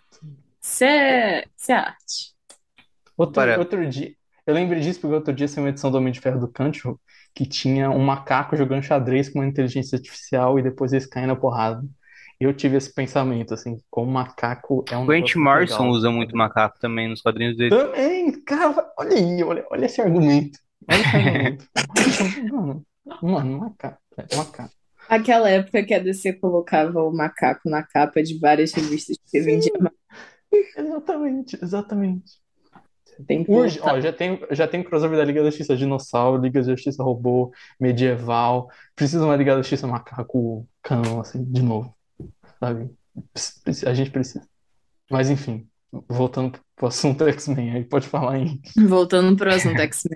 Isso é, isso é arte. Outro, Agora, outro dia, eu lembro disso porque outro dia saiu uma edição do Homem de Ferro do Cândido que tinha um macaco jogando xadrez com uma inteligência artificial e depois eles caem na porrada. Eu tive esse pensamento, assim, como macaco é um Grant negócio muito Morrison legal. usa muito macaco também nos quadrinhos dele. Também, cara, olha aí, olha, olha esse argumento. Olha esse argumento. Mano, mano, macaco, velho, macaco. Aquela época que a D C colocava o macaco na capa de várias revistas que vendia Sim, mais, exatamente, exatamente. tem que Urge, voltar. ó, já tem, já tem crossover da Liga da Justiça Dinossauro, Liga da Justiça Robô, Medieval. Precisa uma Liga da Justiça Macaco canon, assim, de novo, sabe? Preci- A gente precisa. Mas enfim, voltando pro assunto X-Men, aí pode falar em. Voltando pro assunto X-Men.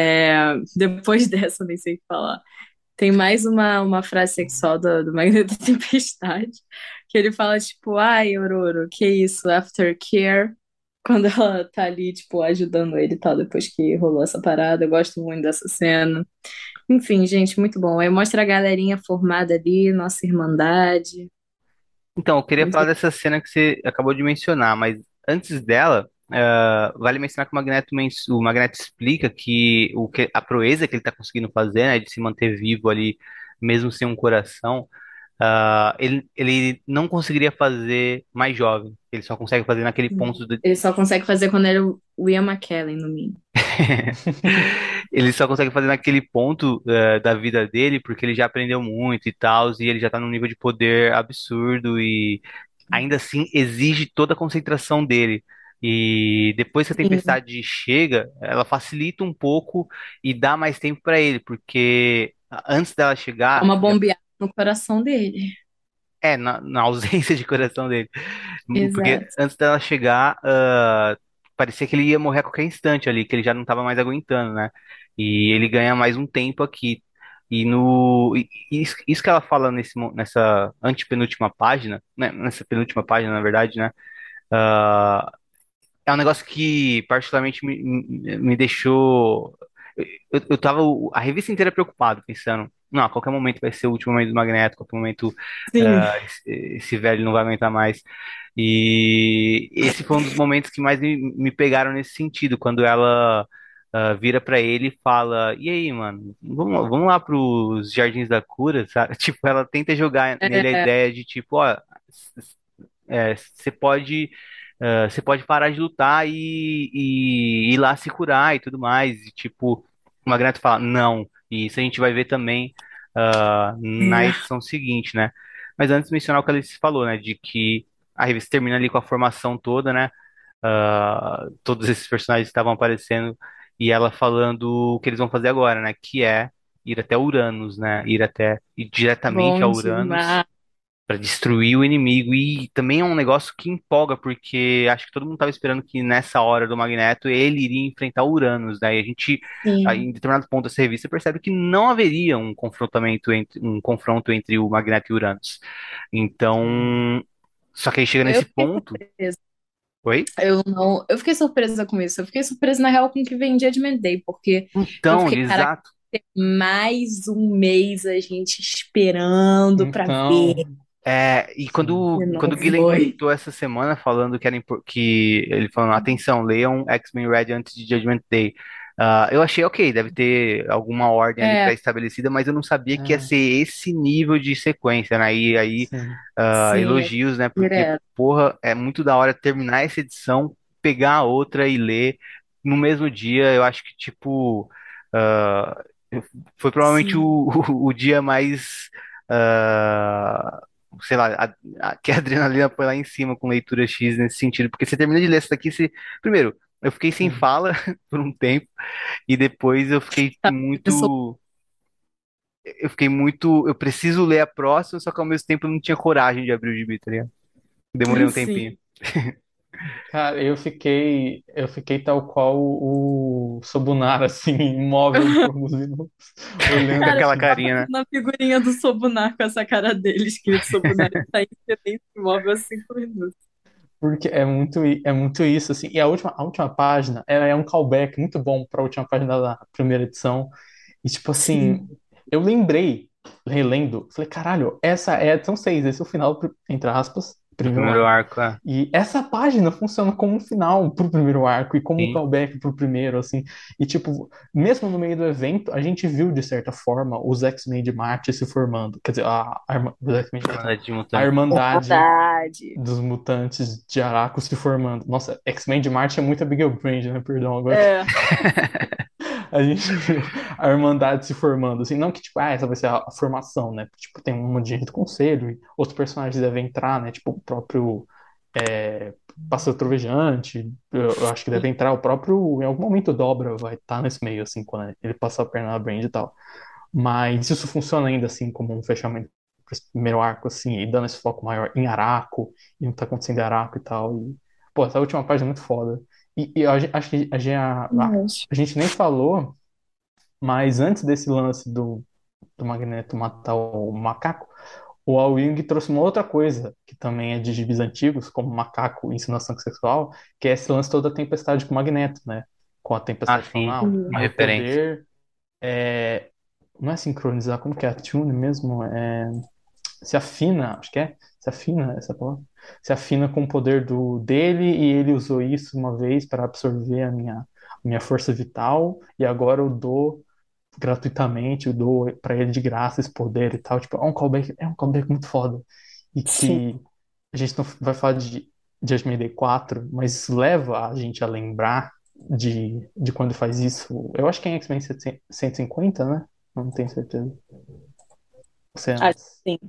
É, depois dessa, eu nem sei o que falar. Tem mais uma, uma frase sexual do, do Magneto da Tempestade, que ele fala, tipo, ai, Aurora, que isso, aftercare, quando ela tá ali, tipo, ajudando ele e tal, depois que rolou essa parada. Eu gosto muito dessa cena. Enfim, gente, muito bom. Aí mostra a galerinha formada ali, nossa irmandade. Então, eu queria falar Muito dessa cena que você acabou de mencionar, mas antes dela, ah, vale mencionar que o Magneto, men- o Magneto explica que, o que a proeza que ele está conseguindo fazer, né, de se manter vivo ali, mesmo sem um coração, ah, ele, ele não conseguiria fazer mais jovem. Ele só consegue fazer naquele ponto do, Ele só consegue fazer quando ele é o Ian McKellen, no mínimo. ele só consegue fazer naquele ponto eh, da vida dele porque ele já aprendeu muito e tal, e ele já tá num nível de poder absurdo e ainda assim exige toda a concentração dele. E depois que a Sim. tempestade chega, ela facilita um pouco e dá mais tempo para ele, porque antes dela Dá chegar, uma já- bombeada no coração dele. é, na, na ausência de coração dele, porque Exato. antes dela chegar, ah, parecia que ele ia morrer a qualquer instante ali, que ele já não estava mais aguentando, né? E ele ganha mais um tempo aqui. E no e isso, isso que ela fala nesse, mo- nessa antepenúltima página, né? Nessa penúltima página, na verdade, né? Ah, é um negócio que particularmente me, me me deixou. Eu, eu tava a revista inteira preocupado, pensando, não, a qualquer momento vai ser o último momento do Magneto, a qualquer momento Sim. ah, esse, esse velho não vai aguentar mais. E esse foi um dos momentos que mais me, me pegaram nesse sentido, quando ela ah, vira pra ele e fala: E aí, mano, vamos, vamos lá pros Jardins da Cura, sabe? Tipo, ela tenta jogar nele a É, ideia de tipo, ó, é, você pode uh, você pode parar de lutar e, e ir lá se curar e tudo mais. E, tipo, o Magneto fala, não. E isso a gente vai ver também uh, na É. edição seguinte, né? Mas antes de mencionar o que a Alice falou, né? De que a revista termina ali com a formação toda, né? Uh, todos esses personagens estavam aparecendo e ela falando o que eles vão fazer agora, né? Que é ir até Uranus, né? Ir até ir diretamente a Bom Uranus demais. para destruir o inimigo. E também é um negócio que empolga, porque acho que todo mundo estava esperando que nessa hora do Magneto ele iria enfrentar Uranus, né? E a gente, aí, Sim. em determinado ponto dessa revista, percebe que não haveria um confrontamento entre um confronto entre o Magneto e Uranus. Sim. Então, só que aí chega Eu nesse fiquei ponto. surpresa. Oi? Eu não, eu fiquei surpresa com isso. Eu fiquei surpresa, na real, com o que vem Judgment Day, porque eu Então, fiquei, caraca, exato. mais um mês a gente esperando pra ver. Então, É, e sim. quando, E não quando o Guilherme foi. tweetou essa semana falando que era impor- que ele falando, atenção, leiam X-Men Red antes de Judgment Day. Ah, eu achei ok, deve ter alguma ordem ali É, pré-estabelecida, mas eu não sabia que ia É, ser esse nível de sequência, né? E aí, sim. ah, sim, é elogios, né? Porque, direto. porra, é muito da hora terminar essa edição, pegar a outra e ler no mesmo dia. Eu acho que, tipo, ah, foi provavelmente Sim, o, o, o dia mais. ah, sei lá, a, a, que a adrenalina foi lá em cima com leitura X nesse sentido, porque você termina de ler isso daqui, você, primeiro, eu fiquei sem Sim. fala por um tempo, e depois eu fiquei tá. Eu sou- muito, eu fiquei muito, eu preciso ler a próxima, só que ao mesmo tempo eu não tinha coragem de abrir o gibi, tá ligado? Demorei um tempinho. Sim, Cara, eu fiquei, eu fiquei tal qual o Sobunara, assim, imóvel por alguns minutos, Com olhando cara, eu aquela assim. tava carinha, né? na figurinha do Sobunar com essa cara dele, escrito Sobunar, e tá em silêncio imóvel há cinco minutos. Porque é muito, i- é muito isso, assim. E a última, a última página é, é um callback muito bom para a última página da primeira edição. E, tipo assim, Sim, eu lembrei, relendo, falei, caralho, essa é a edição seis, esse é o final, pro- entre aspas, Do primeiro primeiro arco. arco, é. E essa página funciona como um final pro primeiro arco e como um Sim, callback pro primeiro, assim. E, tipo, mesmo no meio do evento, a gente viu, de certa forma, os X-Men de Marte se formando. Quer dizer, a, a, Irma- os X-Men de Marte, não. Irmandade de A Mutantes. Irmandade verdade. dos mutantes de Araco se formando. Nossa, X-Men de Marte é muito Big Brand, né? Perdão, agora que É, a gente viu a Irmandade se formando, assim, não que, tipo, ah, essa vai ser a, a formação, né? Tipo, tem um monte de gente do conselho e outros personagens devem entrar, né? Tipo, o próprio é, Pássaro Trovejante, eu, eu acho que deve entrar o próprio, em algum momento o Dobra vai estar nesse meio, assim, quando ele passar a perna na Brand e tal. Mas isso funciona ainda, assim, como um fechamento para esse primeiro arco, assim, e dando esse foco maior em Araco, e no que tá acontecendo em Araco e tal. E, pô, essa última página é muito foda. E, e eu acho acho que a gente, a, mas, a gente nem falou, mas antes desse lance do, do Magneto matar o macaco, o Al Ewing trouxe uma outra coisa, que também é de gibis antigos, como macaco e insinuação sexual, que é esse lance toda da tempestade com o Magneto, né? Com a Ah, tempestade falando, sim, ah, o uma sim, meu referência. poder é. Não é sincronizar, como que é? Tune mesmo? É, se afina, acho que é. Se afina essa palavra. Se afina com o poder do dele e ele usou isso uma vez para absorver a minha, a minha força vital e agora eu dou gratuitamente, eu dou para ele de graça esse poder e tal. Tipo, é um callback, é um callback muito foda. E sim. que a gente não vai falar de Judgment Day quatro, mas isso leva a gente a lembrar de, de quando faz isso. Eu acho que é em X-Men cento e cinquenta, né? Não tenho certeza. Você é antes. Assim,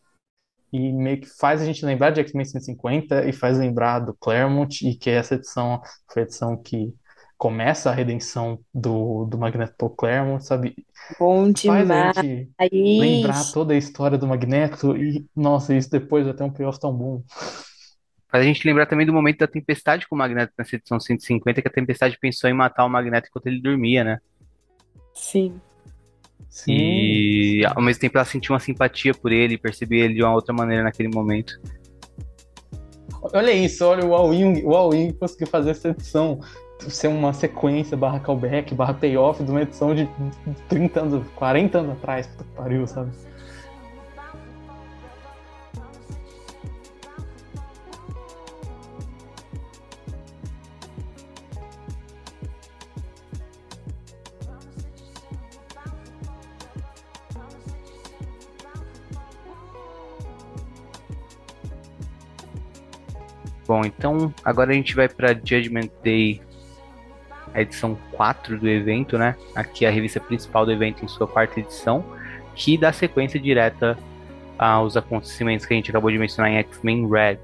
E meio que faz a gente lembrar de X-Men cento e cinquenta e faz lembrar do Claremont e que essa edição foi a edição que começa a redenção do, do Magneto por Claremont, sabe? bom Faz a demais. gente lembrar toda a história do Magneto e, nossa, isso depois vai ter um payoff tão bom. Faz a gente lembrar também do momento da tempestade com o Magneto nessa edição cento e cinquenta, que a tempestade pensou em matar o Magneto enquanto ele dormia, né? Sim. Sim, E ao sim. mesmo tempo ela sentiu uma simpatia por ele, percebia ele de uma outra maneira naquele momento. Olha isso, olha o Al Ewing, o Al Ewing conseguiu fazer essa edição ser uma sequência barra callback, barra payoff de uma edição de trinta anos, quarenta anos atrás, puta que pariu, sabe? Bom, então agora a gente vai para Judgment Day, a edição quatro do evento, né? Aqui é a revista principal do evento em sua quarta edição, que dá sequência direta aos acontecimentos que a gente acabou de mencionar em X-Men Red.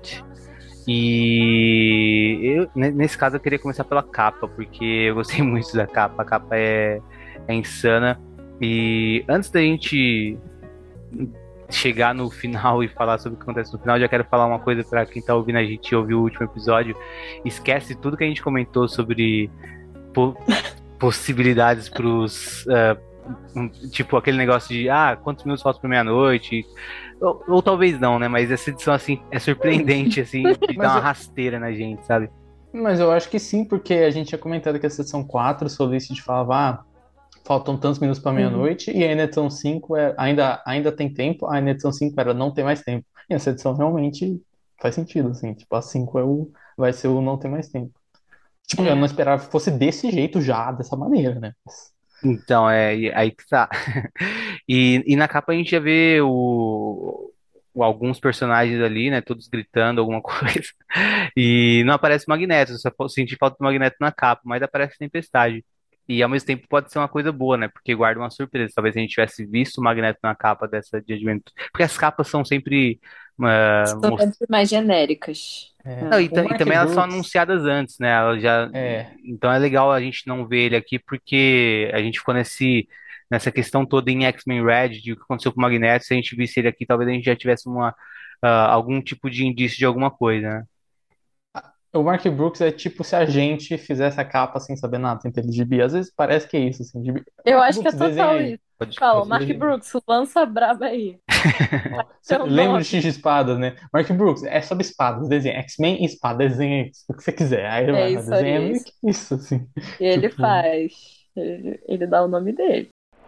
E eu, nesse caso eu queria começar pela capa, porque eu gostei muito da capa, a capa é, é insana. E antes da gente chegar no final e falar sobre o que acontece no final, já quero falar uma coisa para quem tá ouvindo a gente e ouviu o último episódio. Esquece tudo que a gente comentou sobre po- possibilidades pros uh, um, tipo aquele negócio de ah, quantos minutos faltam pra meia-noite, ou, ou talvez não, né, mas essa edição assim é surpreendente, assim, de dar uma eu... rasteira na gente, sabe? Mas eu acho que sim, porque a gente tinha comentado que essa edição quatro, o Solicit falava, ah, faltam tantos minutos para meia-noite, uhum. E aí na edição cinco é, ainda, ainda tem tempo, aí na edição cinco era não tem mais tempo. E essa edição realmente faz sentido, assim, tipo, a cinco é o, vai ser o não tem mais tempo. Tipo, é. Eu não esperava que fosse desse jeito já, dessa maneira, né? Então, é aí que tá. e, e na capa a gente já vê o, o, alguns personagens ali, né, todos gritando alguma coisa, e não aparece o Magneto, eu só senti falta do Magneto na capa, mas aparece Tempestade. E ao mesmo tempo pode ser uma coisa boa, né? Porque guarda uma surpresa. Talvez a gente tivesse visto o Magneto na capa dessa Judgment. Porque as capas são sempre. Uh, são most... sempre mais genéricas. É. Não, e, t- e também elas são anunciadas antes, né? Elas já... É. Então é legal a gente não ver ele aqui, porque a gente ficou nesse, nessa questão toda em X-Men Red, de o que aconteceu com o Magneto. Se a gente visse ele aqui, talvez a gente já tivesse uma, uh, algum tipo de indício de alguma coisa, né? O Mark Brooks é tipo se a gente fizesse a capa sem saber nada, sem ter gibi. Às vezes parece que é isso, assim. Gibi... Eu Mark acho Brooks, que é total isso. Pode Fala, Mark desenha. Brooks, lança braba aí. Lembra de X de espadas, né? Mark Brooks, é sobre espadas, desenha. X-Men e espada, desenha isso, o que você quiser. Aí ele é vai, isso, desenha é meio isso. que isso, assim. E ele tipo... faz. Ele, ele dá o nome dele.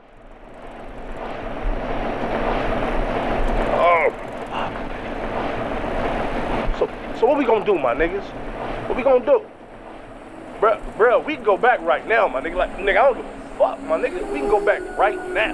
Oh. So, so what we gonna do, my niggas? What we gonna do? Bruh, bruh, we can go back right now, my nigga. Like, nigga, I don't give a fuck, my nigga. We can go back right now.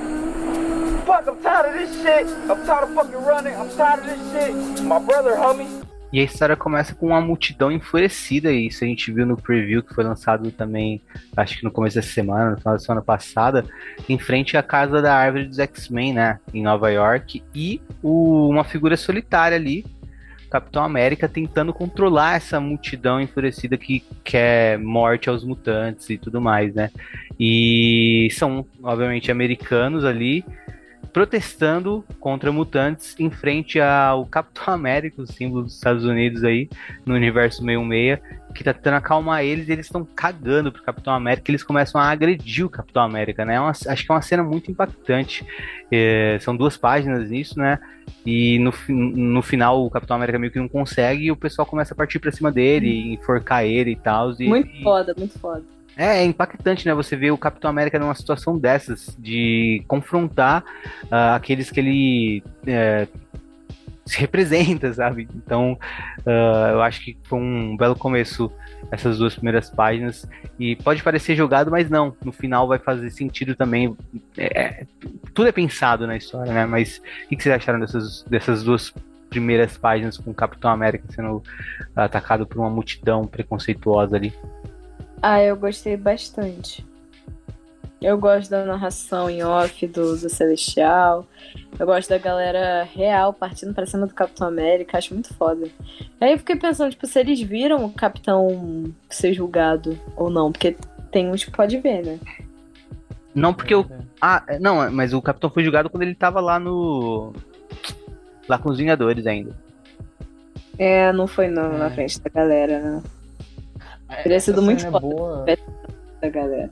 Fuck, I'm tired of this shit. I'm tired of fucking running. I'm tired of this shit. My brother, homie. E a história começa com uma multidão enfurecida, e isso a gente viu no preview que foi lançado também, acho que no começo dessa semana, no final da semana passada, em frente à casa da árvore dos X-Men, né, em Nova York, e o, uma figura solitária ali, Capitão América, tentando controlar essa multidão enfurecida que quer morte aos mutantes e tudo mais, né? E são, obviamente, americanos ali protestando contra mutantes em frente ao Capitão América, o símbolo dos Estados Unidos aí, no universo sessenta e seis, que tá tentando acalmar eles, e eles estão cagando pro Capitão América, e eles começam a agredir o Capitão América, né? Uma, acho que é uma cena muito impactante. É, são duas páginas nisso, né? E no, no final o Capitão América meio que não consegue, e o pessoal começa a partir pra cima dele, enforcar ele e tal. E, muito e... foda, muito foda. É, é impactante, né? Você vê o Capitão América numa situação dessas, de confrontar uh, aqueles que ele uh, se representa, sabe? Então, uh, eu acho que foi um belo começo essas duas primeiras páginas, e pode parecer jogado, mas não, no final vai fazer sentido também. É, tudo é pensado na história, né? Mas o que, que vocês acharam dessas, dessas duas primeiras páginas com o Capitão América sendo atacado por uma multidão preconceituosa ali? Ah, eu gostei bastante. Eu gosto da narração em off do, do Celestial. Eu gosto da galera real partindo pra cima do Capitão América. Acho muito foda. Aí eu fiquei pensando, tipo, se eles viram o Capitão ser julgado ou não. Porque tem uns que pode ver, né? Não, porque o... Ah, não, mas o Capitão foi julgado quando ele tava lá no... Lá com os Vingadores ainda. É, não foi não, é. na frente da galera, né? Teria sido muito é foda boa. Da galera.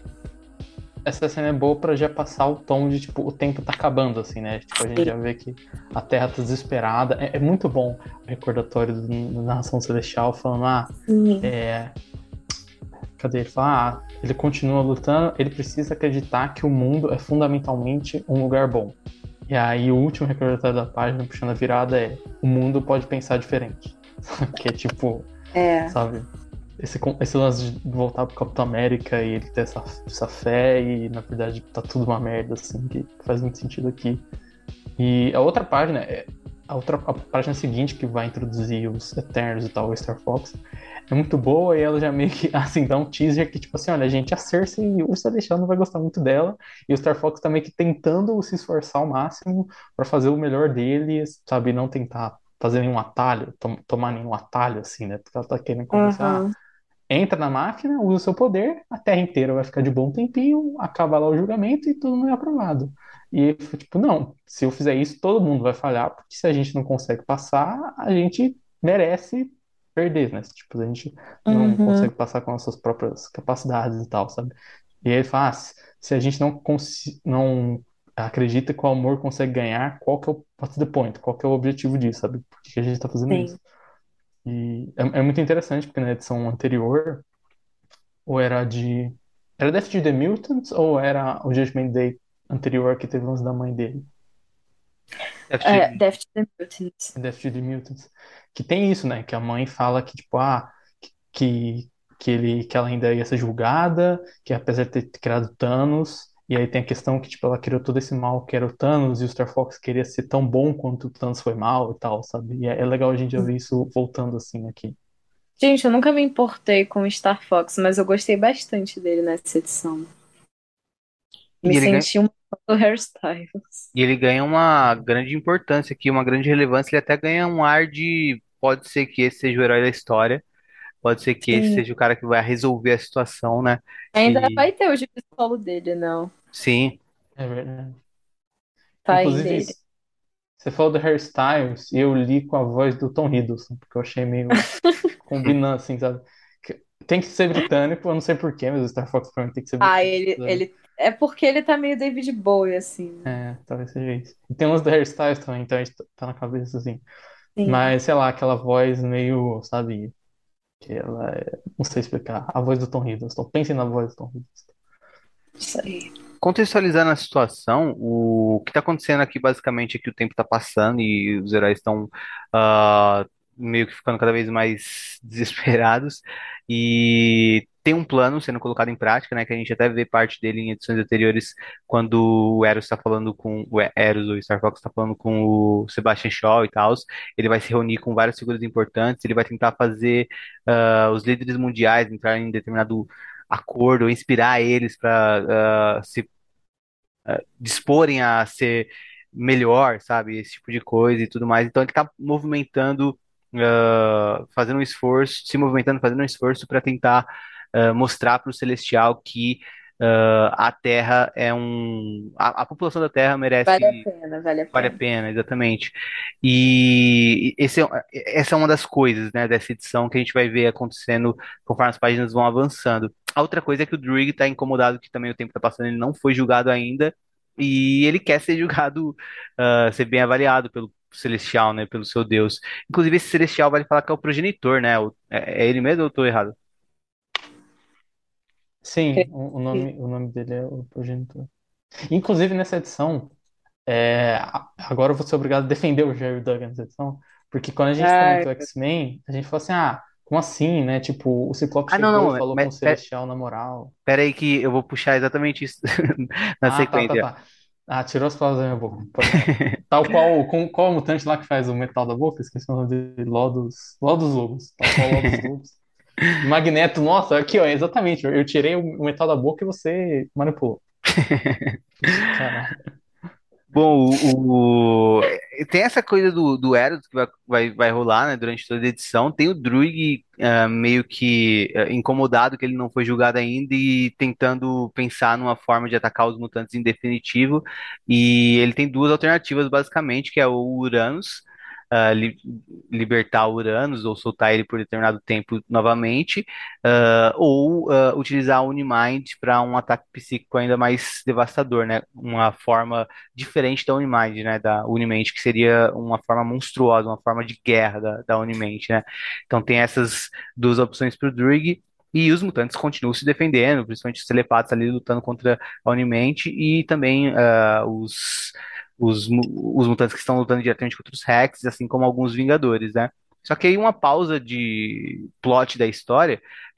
Essa cena é boa pra já passar o tom de, tipo, o tempo tá acabando, assim, né? Tipo, a gente Sim. já vê que a Terra tá desesperada. É, é muito bom o recordatório da narração celestial falando, ah, Sim. é... Cadê ele? Fala, ah, ele continua lutando, ele precisa acreditar que o mundo é fundamentalmente um lugar bom. E aí o último recordatório da página, puxando a virada, é o mundo pode pensar diferente. Que é tipo, é. sabe... Esse, esse lance de voltar pro Capitão América e ele ter essa, essa fé e, na verdade, tá tudo uma merda, assim, que faz muito sentido aqui. E a outra página, é, a outra a página seguinte que vai introduzir os Eternos e tal, o Star Fox, é muito boa e ela já meio que, assim, dá um teaser que, tipo assim, olha, gente, a Cersei e o Celestial não vai gostar muito dela, e o Star Fox tá meio que tentando se esforçar ao máximo pra fazer o melhor dele, sabe, não tentar fazer nenhum atalho, tom- tomar nenhum atalho, assim, né, porque ela tá querendo conversar, ah, Aham. entra na máquina, usa o seu poder, a Terra inteira vai ficar de bom tempinho, acaba lá o julgamento e tudo não é aprovado. E ele foi tipo, não, se eu fizer isso, todo mundo vai falhar, porque se a gente não consegue passar, a gente merece perder, né? Tipo, a gente não Uhum. consegue passar com nossas próprias capacidades e tal, sabe? E aí ele fala, ah, se se a gente não, consi- não acredita que o amor consegue ganhar, qual que é o what's the point? Qual que é o objetivo disso, sabe? Por que que a gente tá fazendo isso? Sim. E é, é muito interessante, porque na edição anterior, ou era de. Era Death of the Mutants ou era o Judgment Day anterior que teve o lance da mãe dele? É, F T V. Death to the Mutants. Death of the Mutants. Que tem isso, né? Que a mãe fala que, tipo, ah, que, que, ele, que ela ainda ia ser julgada, que apesar de ter criado Thanos. E aí tem a questão que, tipo, ela criou todo esse mal que era o Thanos e o Star Fox queria ser tão bom quanto o Thanos foi mal e tal, sabe? E é, é legal a gente já ver isso voltando assim aqui. Gente, eu nunca me importei com o Star Fox, mas eu gostei bastante dele nessa edição. Me E ele ganha, senti um fã do hairstyles. e ele ganha uma grande importância aqui, uma grande relevância. Ele até ganha um ar de. Pode ser que esse seja o herói da história, pode ser que esse Sim. seja o cara que vai resolver a situação, né? Ainda E vai ter o gibi solo dele, não. sim, É verdade. Pai Inclusive, dele. você falou do Hairstyles e eu li com a voz do Tom Hiddleston, porque eu achei meio combinando, assim, sabe? Que- Tem que ser britânico, eu não sei porquê, mas o Star Fox pra mim tem que ser Ah, britânico, ele, sabe? ele. É porque ele tá meio David Bowie, assim, né? É, talvez seja isso. E tem uns do Hairstyles também, então a gente tá tá na cabeça, assim. Sim, Mas, sei lá, aquela voz meio, sabe? Que ela é... Não sei explicar. A voz do Tom Hiddleston. Pensem na voz do Tom Hiddleston. isso aí. contextualizando a situação, o que está acontecendo aqui basicamente é que o tempo está passando e os heróis estão ah, meio que ficando cada vez mais desesperados e tem um plano sendo colocado em prática, né? Que a gente até vê parte dele em edições anteriores, quando o Eros está falando com o Eros, o Star Fox está falando com o Sebastian Shaw e tal. Ele vai se reunir com várias figuras importantes, ele vai tentar fazer ah, os líderes mundiais entrarem em determinado acordo, ou inspirar eles para se disporem a ser melhor, sabe? Esse tipo de coisa e tudo mais. Então ele está movimentando, ah, fazendo um esforço, se movimentando, fazendo um esforço para tentar ah, mostrar para o Celestial que ah, a Terra é um. A, a população da Terra Vale a merece. pena, vale a Vale a pena. pena, exatamente. E esse é, essa é uma das coisas, né, dessa edição que a gente vai ver acontecendo conforme as páginas vão avançando. A outra coisa é que o Druig está incomodado que também o tempo está passando, ele não foi julgado ainda e ele quer ser julgado, ah, ser bem avaliado pelo Celestial, né, pelo seu Deus. Inclusive esse Celestial vale falar que é o progenitor, né? O- é, é ele mesmo ou eu tô errado? Sim, o, o nome, o nome dele é o Progenitor. Inclusive, nessa edição, é, a- agora eu vou ser obrigado a defender o Jerry Duggan nessa edição, porque quando a gente Ai, comentou X-Men, a gente falou assim, ah, como assim, né? Tipo, o Ciclope Ah, não, chegou e não, falou com mas o pe- Celestial na moral. pera aí que eu vou puxar exatamente isso na Ah, tá, tá, sequência. tá. Ah, tirou as palavras da minha boca. Pode falar. Tal qual, com, qual o mutante lá que faz o metal da boca? Esqueci o nome dele. Lodus, Lodus Lobos. Tal qual Lodus Lobos. Magneto, nossa, aqui, ó, exatamente. Eu, eu tirei o, o metal da boca e você manipulou. Caralho. Bom, o, o- tem essa coisa do, do Eros que vai, vai, vai rolar, né, durante toda a edição. Tem o Druig ah, meio que ah, incomodado que ele não foi julgado ainda e tentando pensar numa forma de atacar os mutantes em definitivo. E ele tem duas alternativas, basicamente, que é o Uranus, ah, li- libertar o Uranus ou soltar ele por determinado tempo novamente, ah, ou ah, utilizar a Unimind para um ataque psíquico ainda mais devastador, né? Uma forma diferente da Unimind, né, da Unimente, que seria uma forma monstruosa, uma forma de guerra da, da Unimente, né? Então tem essas duas opções para o Druig, e os mutantes continuam se defendendo, principalmente os telepatas ali lutando contra a Unimente, e também ah, os, os, mu- os mutantes que estão lutando diretamente contra os Rex, assim como alguns Vingadores, né? Só que aí uma pausa de plot da história,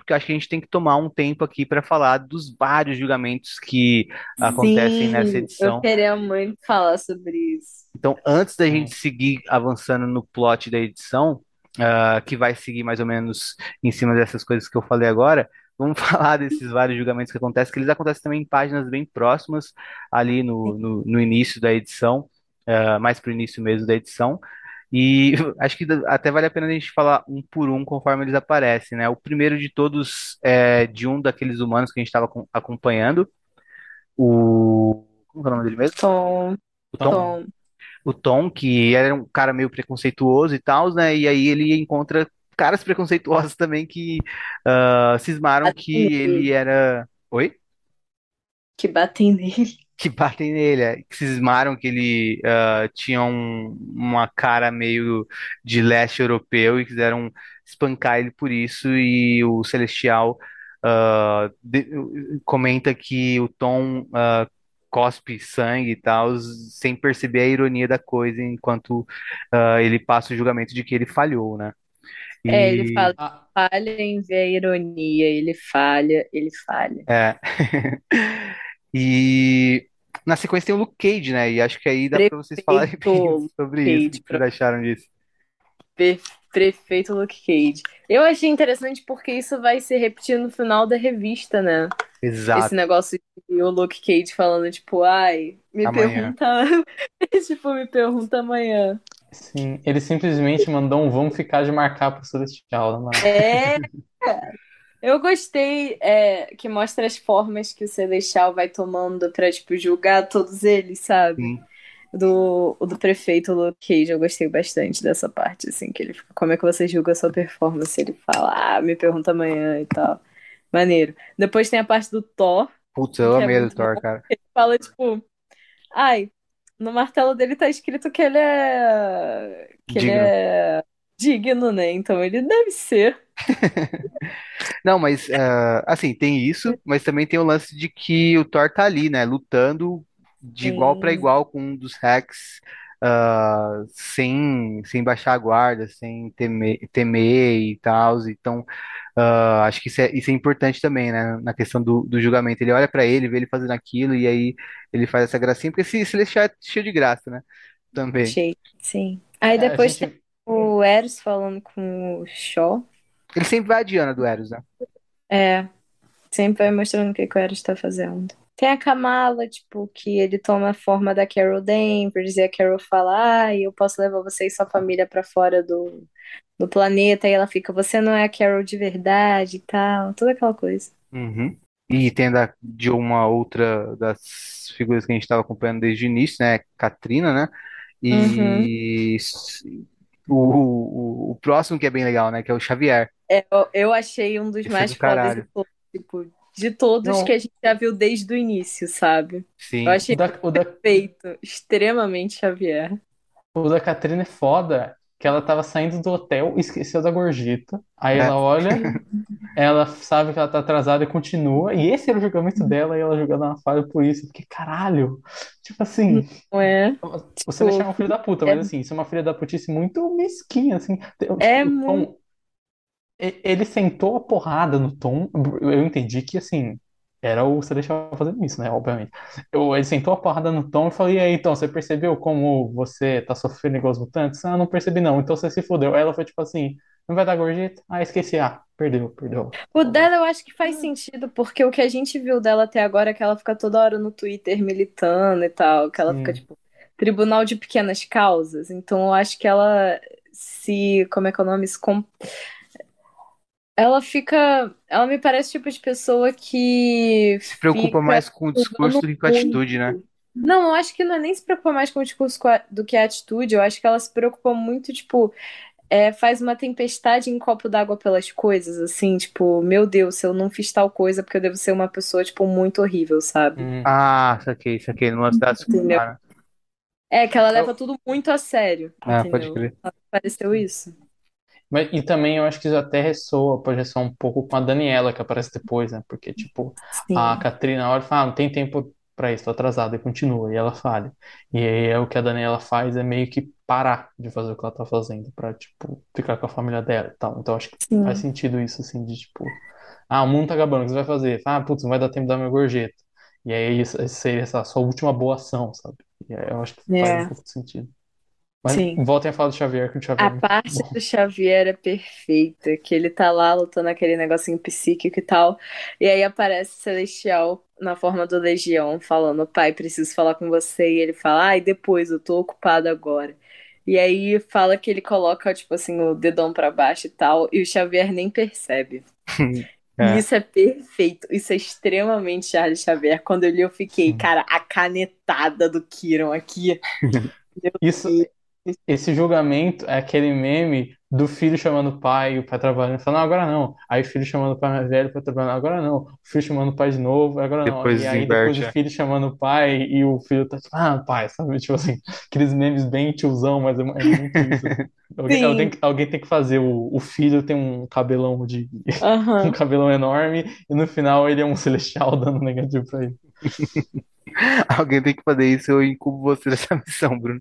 porque eu acho que a gente tem que tomar um tempo aqui para falar dos vários julgamentos que acontecem nessa Sim, eu edição. queria muito falar sobre isso. Então, antes da gente Sim. seguir avançando no plot da edição, ah, que vai seguir mais ou menos em cima dessas coisas que eu falei agora, vamos falar desses vários julgamentos que acontecem, que eles acontecem também em páginas bem próximas, ali no, no, no início da edição, ah, mais pro início mesmo da edição. E acho que até vale a pena a gente falar um por um conforme eles aparecem, né? O primeiro de todos é de um daqueles humanos que a gente estava acompanhando, o. Como é o nome dele mesmo? Tom, O Tom? Tom. Tom. O Tom, que era um cara meio preconceituoso e tal, né? E aí ele encontra caras preconceituosos também que ah, cismaram Batem que ele nele. era. Oi? Que batem nele. Que batem nele, é, que cismaram que ele ah, tinha um- uma cara meio de leste europeu e quiseram espancar ele por isso. E o Celestial ah, de- comenta que o Tom ah, cospe sangue e tal, sem perceber a ironia da coisa, enquanto ah, ele passa o julgamento de que ele falhou, né? É, ele E fala, Ah, falha em ver a ironia, ele falha, ele falha. é. E na sequência tem o Luke Cage, né? E acho que aí dá pra vocês falarem bem Prefeito sobre isso. O que Cage, vocês acharam disso? Pre- Prefeito Luke Cage. Eu achei interessante porque isso vai se repetir no final da revista, né? Esse Exato. negócio de o Luke Cage falando, tipo, ai, me Amanhã. pergunta. Tipo, me pergunta amanhã. sim, ele simplesmente mandou um vamos ficar de marcar pro Celestial, né? É, eu gostei é, que mostra as formas que o Celestial vai tomando pra, tipo, julgar todos eles, sabe? Sim. Do, o do prefeito Luke Cage, eu gostei bastante dessa parte, assim, que ele fica, como é que você julga a sua performance? Ele fala, ah, me pergunta amanhã e tal. Maneiro. Depois tem a parte do Thor, Putz, eu que é amei a do muito bom. Thor, cara. Ele fala, tipo, ai, no martelo dele tá escrito que ele é. Que ele Digno. é digno, né? Então ele deve ser. Não, mas ah, assim, tem isso, mas também tem o lance de que o Thor tá ali, né? Lutando de igual para Sim. igual com um dos hacks, ah, sem, sem baixar a guarda, sem temer, temer e tal. Então, ah, acho que isso é, isso é importante também, né? Na questão do, do julgamento. Ele olha para ele, vê ele fazendo aquilo, e aí ele faz essa gracinha, porque se, se ele deixar é cheio de graça, né? Também. Achei. Sim. Aí É, a depois tem gente. o Eros falando com o Shaw. Ele sempre vai adiando a do Eros, né? É, sempre vai mostrando o que que o Eros tá fazendo. Tem a Kamala, tipo, que ele toma a forma da Carol Danvers e a Carol fala, ah, eu posso levar você e sua família pra fora do, do planeta. E ela fica, você não é a Carol de verdade e tal. Toda aquela coisa. Uhum. E tem da, de uma outra das figuras que a gente estava acompanhando desde o início, né? Katrina, né? Uhum. E s- o, o, o próximo que é bem legal, né? Que é o Xavier. É, eu, eu achei um dos Esse é mais do fodas de caralho. todos, tipo, de todos que a Não, gente já viu desde o início, sabe? Eu Sim. o achei da, o da, feito, extremamente Xavier. o da Catrina é foda, que ela tava saindo do hotel e esqueceu da gorjeta. Aí É. ela olha, ela sabe que ela tá atrasada e continua. E esse era o julgamento dela e ela julgando uma falha por isso. Porque, caralho, tipo assim, Não é? o Celestial Tipo, é um filho da puta, é, mas assim, isso é uma filha da putice muito mesquinha, assim. Tem- é Tipo, o muito. Tom, e- ele sentou a porrada no Tom. Eu entendi que, assim, era o Celestial fazendo isso, né? Obviamente. Eu, ele sentou a porrada no Tom e falei: e aí, Tom, você percebeu como você tá sofrendo igual os mutantes? Ah, não percebi não. Então você se fudeu. Aí ela foi tipo assim: não vai dar gorjeta? Ah, esqueci. Ah, perdeu, perdeu. O Foda-se. dela eu acho que faz sentido, porque o que a gente viu dela até agora é que ela fica toda hora no Twitter militando e tal, que ela fica, Sim. tipo, tribunal de pequenas causas. Então eu acho que ela se, como é que é o nome? Se com- Ela fica. Ela me parece o tipo de pessoa que Se preocupa fica mais com o discurso julgando do que com a muito. atitude, né? Não, eu acho que não é nem se preocupar mais com o discurso co- do que a atitude. Eu acho que ela se preocupa muito, tipo, é, faz uma tempestade em copo d'água pelas coisas, assim, tipo, meu Deus, se eu não fiz tal coisa, porque eu devo ser uma pessoa, tipo, muito horrível, sabe? Hum. Ah, saquei, saquei. No lance da se Entendeu? culpar, né? É que ela leva Eu- tudo muito a sério, Ah, pode entendeu? crer. Pareceu isso. mas, e também eu acho que isso até ressoa, pode ressoar um pouco com a Daniela, que aparece depois, né? Porque, tipo, a Sim. Catrina olha e fala: ah, não tem tempo pra isso, tô atrasada, e continua, e ela falha. E aí é o que a Daniela faz é meio que parar de fazer o que ela tá fazendo, pra, tipo, ficar com a família dela e tal. Então acho que faz Sim. sentido isso, assim, de, tipo, Ah, o mundo tá acabando, o que você vai fazer? Ah, putz, não vai dar tempo de dar minha gorjeta. E aí isso, isso seria essa sua última boa ação, sabe? E aí eu acho que faz um É, pouco de sentido. Mas sim. voltem a falar do Xavier, que o Xavier A é muito parte bom. do Xavier é perfeita, que ele tá lá lutando aquele negocinho psíquico e tal, e aí aparece o Celestial na forma do Legião, falando, pai, preciso falar com você, e ele fala, ai, depois, eu tô ocupado agora. E aí fala que ele coloca, tipo assim, o dedão pra baixo e tal, e o Xavier nem percebe. E É, isso é perfeito, isso é extremamente Charles Xavier. Quando eu li, eu fiquei, Sim. cara, a canetada do Kiron aqui. Meu Isso, Deus. esse julgamento é aquele meme do filho chamando o pai, o pai trabalhando, falando, não, agora não. Aí o filho chamando o pai mais velho, o pai trabalhando, agora não. O filho chamando o pai de novo, agora não. E depois aí depois inverte. o É. filho chamando o pai e o filho tá tipo, ah, pai, sabe? Tipo assim, aqueles memes bem tiozão, mas é, é muito isso, assim. Alguém, alguém, Sim, alguém tem que fazer, o, o filho tem um cabelão de, um aham. cabelão enorme e no final ele é um celestial dando negativo pra ele. Alguém tem que fazer isso, eu incubo você dessa missão, Bruno.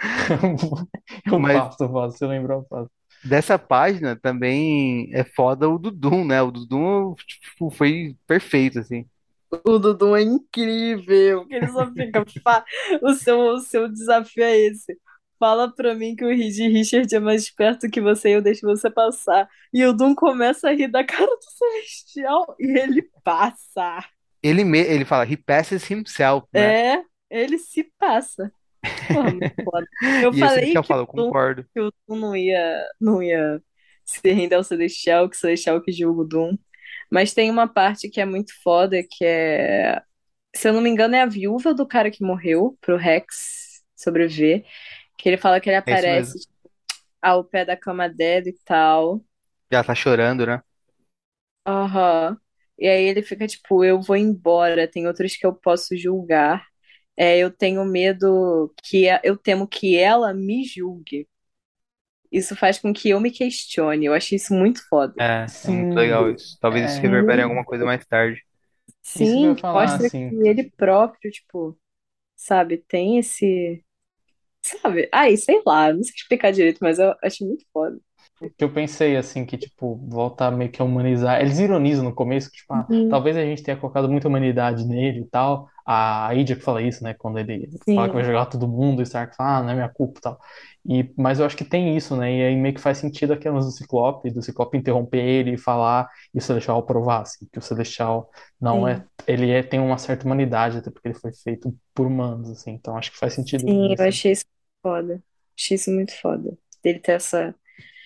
Eu Mas faço, eu faço, se eu lembrar, eu faço. dessa página também é foda o Dudum, né? O Dudum, tipo, foi perfeito, assim. O Dudu é incrível, que ele só fica. Fa... O seu, o seu desafio é esse. Fala pra mim que o Reed Richard é mais esperto que você e eu deixo você passar. E o Dum começa a rir da cara do Celestial e ele passa. Ele, me, ele fala, he passes himself, né? É, ele se passa. Porra, muito foda. Eu E esse falei Celestial que o fala, eu Dum, concordo. que o Dum não ia, não ia se render ao Celestial, que o Celestial que julga o Dum. Mas tem uma parte que é muito foda, que é, se eu não me engano, é a viúva do cara que morreu pro Rex sobreviver. Que ele fala que ele É isso mesmo. aparece tipo, ao pé da cama dela e tal. Já tá chorando, né? Aham. E aí ele fica tipo, eu vou embora, tem outros que eu posso julgar. É, eu tenho medo que a- eu temo que ela me julgue. Isso faz com que eu me questione. Eu achei isso muito foda. É, é muito legal Sim, isso. Talvez isso é, reverbere em Muito. alguma coisa mais tarde. isso que eu Sim, ia que falar, mostra que assim. ele próprio, tipo, sabe, tem esse. Sabe? Ai, sei lá, não sei explicar direito, mas eu achei muito foda. Que eu pensei assim que tipo volta meio que a humanizar. Eles ironizam no começo que tipo, ah, Uhum. talvez a gente tenha colocado muita humanidade nele e tal. A Idia que fala isso, né, quando ele fala que vai Sim, jogar todo mundo, e o Stark fala, ah, não é minha culpa e tal. E mas eu acho que tem isso, né? E aí meio que faz sentido aquelas do Ciclope, do Ciclope interromper ele e falar e o Celestial aprovar, assim, que o Celestial não é, sim. ele é, tem uma certa humanidade até porque ele foi feito por humanos, assim. Então acho que faz sentido Sim, ele eu assim. achei isso foda. Achei isso muito foda. Dele ter essa,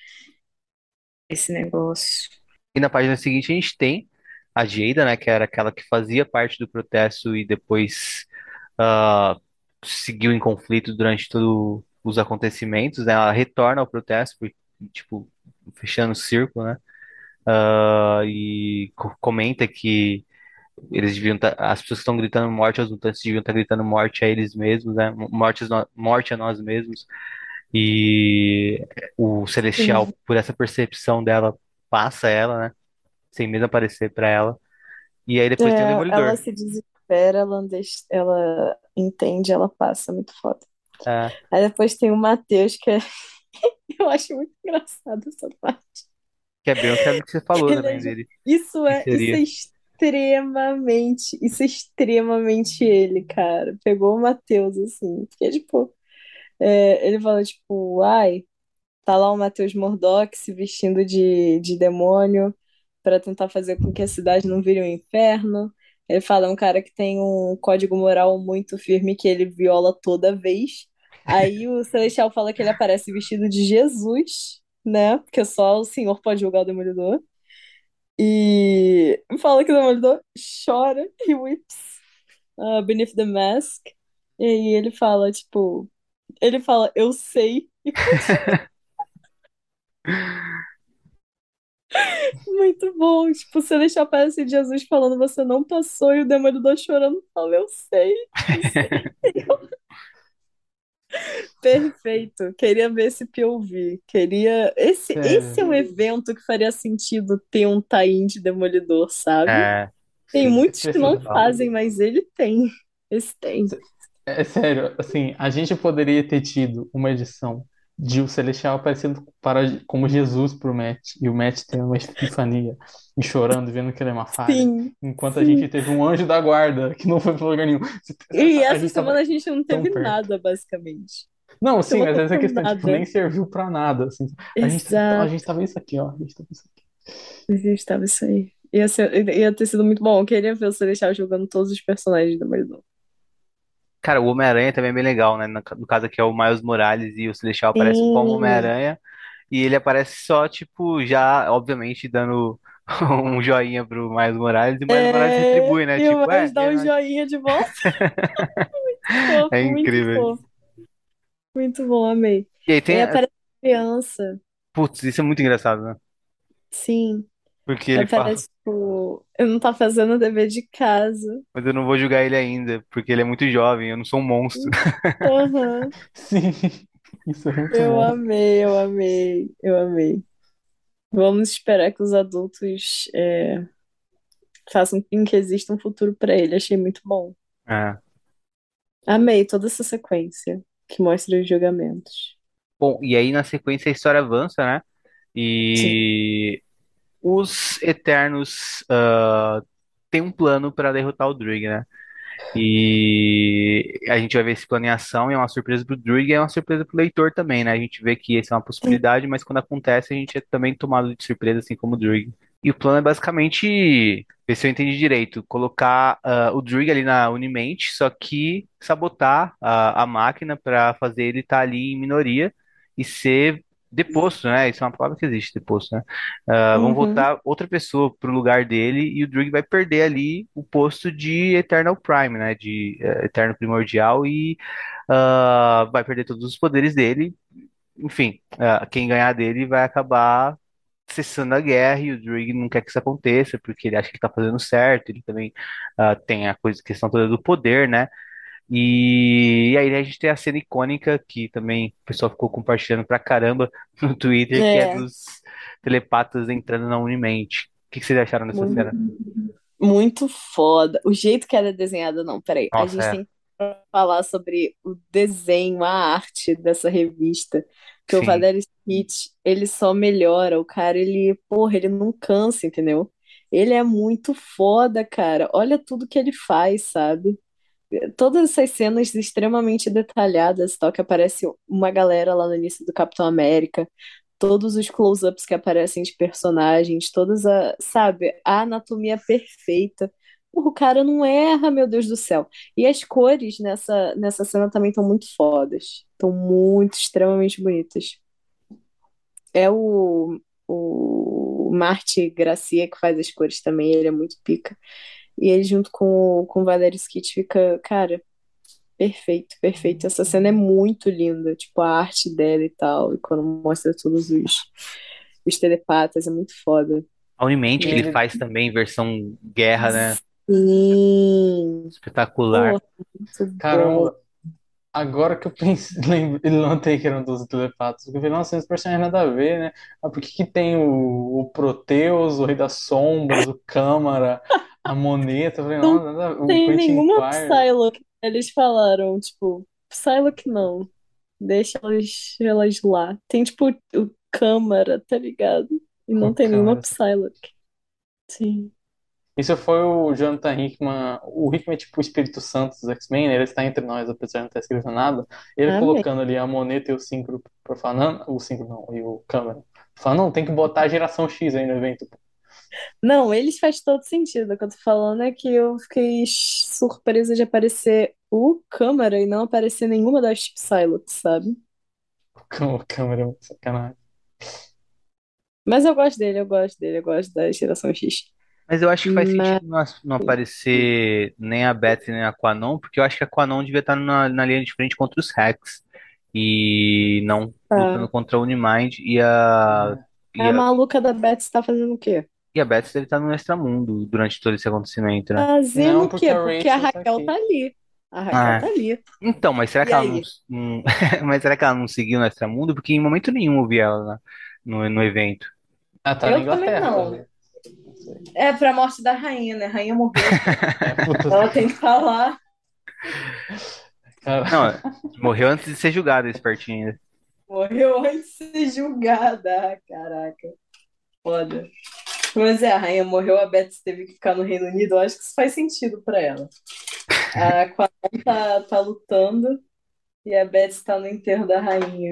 esse negócio. E na página seguinte a gente tem a Jada, né? Que era aquela que fazia parte do protesto e depois ah, seguiu em conflito durante todos os acontecimentos, né? Ela retorna ao protesto, por- tipo, fechando o círculo, né? Ah, e co- comenta que eles deviam tá, as pessoas que estão gritando morte aos mutantes deviam estar gritando morte a eles mesmos, né? Morte, morte a nós mesmos. E o Celestial, Sim. por essa percepção dela, passa ela, né? Sem mesmo aparecer pra ela. E aí depois tem o É, ela Demolidor. se desespera, ela, deixa, ela entende, ela passa, muito foda. É, Aí depois tem o Matheus, que é... eu acho muito engraçado essa parte. que é bem aquilo que você falou Ele é também ge- dele. Isso Que é, isso é seria. extremamente, isso é extremamente ele, cara. Pegou o Matheus, assim. Porque, tipo, é, ele fala, tipo, ai, tá lá o Matheus Murdock se vestindo de, de demônio pra tentar fazer com que a cidade não vire um inferno. Ele fala, é um cara que tem um código moral muito firme que ele viola toda vez. Aí o Celestial fala que ele aparece vestido de Jesus, né? Porque só o Senhor pode julgar o Demolidor. E fala que o Demolidor chora e weeps uh, beneath the mask. E aí ele fala, tipo, ele fala, eu sei, e continua muito bom. Tipo, você deixar aparecer Jesus falando, você não passou, e o Demolidor chorando, fala, eu sei, eu sei. Perfeito. Queria ver esse P O V. Queria. Esse, esse Sério. é um evento que faria sentido ter um tie-in de Demolidor, sabe? É, Tem sim, muitos que não total. fazem, mas ele tem. Esse tem. É sério, assim, a gente poderia ter tido uma edição de o Celestial aparecendo para, como Jesus pro Matt, e o Matt tendo uma epifania, e chorando, vendo que ele é uma falha. Sim, Enquanto a gente sim. teve um anjo da guarda, que não foi pra lugar nenhum. E A essa gente tava semana a gente não tão teve perto. nada, basicamente. Não, sim, Semana mas essa passada, questão, tipo, nada. nem serviu pra nada, assim. A gente, a Exato. gente tava isso aqui, ó. A gente tava isso aqui. Estava isso aí. Ia, ser, ia ter sido muito bom. Eu queria ver o Celestial jogando todos os personagens do Demolidor. Cara, o Homem-Aranha também é bem legal, né? No, no caso aqui é o Miles Morales e o Celestial aparece como Sim. Homem-Aranha e ele aparece só, tipo, já, obviamente, dando um joinha pro Miles Morales e o Miles Morales É, retribui, né? e o Tipo, é, Miles dá é um nóis. joinha de volta. Fofo, É muito incrível. fofo. Muito bom, amei. E aí E tem. aí a- aparece criança. Putz, isso é muito engraçado, né? Sim. Porque ele fala, Aparece, tipo, eu não tá fazendo o dever de casa. mas eu não vou julgar ele ainda, porque ele é muito jovem, eu não sou um monstro. Aham. Sim, isso é muito Eu bom. amei, eu amei, eu amei. Vamos esperar que os adultos é, façam com que exista um futuro pra ele. Achei muito bom. É. Amei toda essa sequência que mostra os julgamentos. Bom, e aí na sequência a história avança, né? Sim. E os Eternos ah, têm um plano para derrotar o Druig, né? E a gente vai ver esse plano em ação e é uma surpresa pro Druig e é uma surpresa pro leitor também, né? A gente vê que essa é uma possibilidade, mas quando acontece a gente é também tomado de surpresa, assim como o Druig. E o plano é basicamente, ver se eu entendi direito, colocar ah, o Druig ali na Unimente, só que sabotar a, a máquina para fazer ele estar ali em minoria e ser deposto, né? Isso é uma palavra que existe, deposto, né? Ah, vão Uhum. votar outra pessoa pro lugar dele e o Druig vai perder ali o posto de Eternal Prime, né? De eh, Eterno Primordial e ah, vai perder todos os poderes dele. Enfim, ah, quem ganhar dele vai acabar cessando a guerra e o Druig não quer que isso aconteça porque ele acha que tá fazendo certo. Ele também ah, tem a coisa, questão toda do poder, né? E, e aí a gente tem a cena icônica que também o pessoal ficou compartilhando pra caramba no Twitter, que é É, dos telepatas entrando na Unimente. O que que vocês acharam dessa muito, cena? muito foda. O jeito que ela é desenhada, não, peraí. A Nossa, gente é. tem que falar sobre o desenho, a arte dessa revista. Que o Sim. Valery Smith, ele só melhora. O cara, ele, porra, ele não cansa, entendeu? Ele é muito foda, cara. Olha tudo que ele faz, sabe? Todas essas cenas extremamente detalhadas, tal, que aparece uma galera lá no início do Capitão América, todos os close-ups que aparecem de personagens, todas a, sabe, a anatomia perfeita. O cara não erra, meu Deus do céu. E as cores nessa, nessa cena também estão muito fodas. Estão muito, extremamente bonitas. É o, o Marty Gracia que faz as cores também, ele é muito pica. E ele junto com, o- com o Valerio Skit fica, cara, perfeito, perfeito. Essa cena é muito linda, tipo, a arte dela e tal, e quando mostra todos os, os telepatas, é muito foda. A Unimente E que ele ele, faz também, versão guerra, né? sim, Espetacular. pô, muito bom. Caramba, agora que eu pensei, lembro, ele notei que eram doze telepatas. Porque eu falei, nossa, esse personagem nada a ver, né? Ah, por que que tem o, o Proteus, o Rei das Sombras, o Câmara, a Moneta? Eu falei, Não não, nada, a ver, o tem Quentin nenhuma Quire. Psylocke. Eles falaram, tipo, Psylocke não. Deixa elas, elas lá. Tem, tipo, o Câmara, tá ligado? E O não tem nenhuma Câmara. Psylocke. Sim. Isso foi o Jonathan Hickman. O Hickman é tipo o Espírito Santo dos X-Men, né? Ele está entre nós, apesar de não estar escrevendo nada. Ele Amém. colocando ali a Moneta e o Synchro pra falar, não, o Synchro não, e o Câmara. Fala, não, tem que botar a geração X aí no evento. Não, eles faz todo sentido. O que eu tô falando é que eu fiquei surpresa de aparecer o Câmara e não aparecer nenhuma das Psylocke, sabe? O Câmara é muito sacanagem. Mas eu gosto dele, eu gosto dele, eu gosto da geração X. Mas eu acho que faz Mas sentido não, não aparecer nem a Beth nem a Quanon, porque eu acho que a Quanon devia estar na, na linha de frente contra os Rex. E não lutando tá. contra a Unimind e a, e A a, maluca da Beth está fazendo o quê? e a Beth deve estar no extramundo durante todo esse acontecimento, né? Fazendo Não, o porque quê? a Porque a Rachel tá Raquel tá aqui. ali. A Raquel Ah, tá ali. então, mas será E que ela não, aí? não- mas será que ela não seguiu no extramundo? Porque em momento nenhum eu vi ela na- no, no evento. Ah, tá na Eu também Inglaterra, não. talvez. Não sei. É pra morte da rainha, né? A rainha morreu. É, puta. Ela tem que falar. Não, Cara, morreu antes de ser julgado esse pertinho ainda. Morreu antes de ser julgada. Ah, caraca. Foda. Mas é, a rainha morreu, a Betsy teve que ficar no Reino Unido. Eu acho que isso faz sentido pra ela. A Aquaman tá, tá lutando e a Betsy tá no enterro da rainha.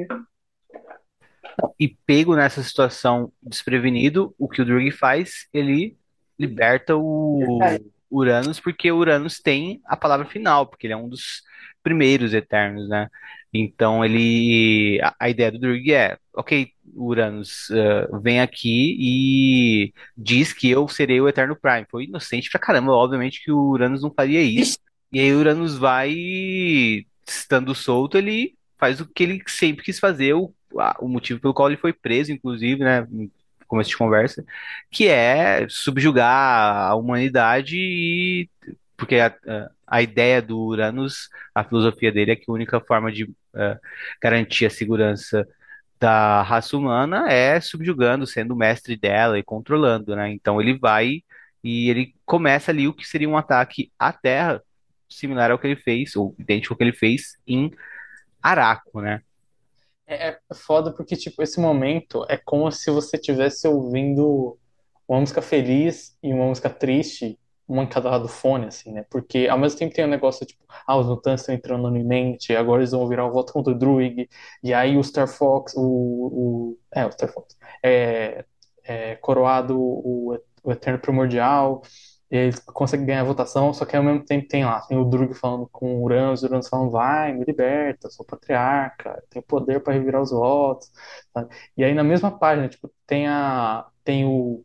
E pego nessa situação desprevenido, o que o Drug faz? Ele liberta o Uranus, porque o Uranus tem a palavra final, porque ele é um dos primeiros Eternos, né? Então ele. A, a ideia do Drug é, ok, Uranus, eh, vem aqui e diz que eu serei o Eterno Prime. Foi inocente pra caramba, obviamente que o Uranus não faria isso. E aí o Uranus vai, estando solto, ele faz o que ele sempre quis fazer, o a- o motivo pelo qual ele foi preso, inclusive, né, no começo de conversa, que é subjugar a humanidade e porque a, a, a ideia do Uranus, a filosofia dele é que a única forma de eh, garantir a segurança da raça humana é subjugando, sendo o mestre dela e controlando, né? Então ele vai e ele começa ali o que seria um ataque à Terra, similar ao que ele fez, ou idêntico ao que ele fez em Araco, né? É, é foda porque, tipo, esse momento é como se você estivesse ouvindo uma música feliz e uma música triste, uma em cada lado do fone, assim, né? Porque ao mesmo tempo tem um negócio, tipo, ah, os mutantes estão entrando no Imente, agora eles vão virar o voto contra o Druig, e aí o Star Fox, o, o é, o Star Fox, é, é coroado o, o Eterno Primordial, eles conseguem ganhar a votação, só que ao mesmo tempo tem lá, tem o Druig falando com o Uranus, o Uranus falando, vai, me liberta, sou patriarca, tenho poder para revirar os votos, sabe? E aí na mesma página, tipo, tem a tem o,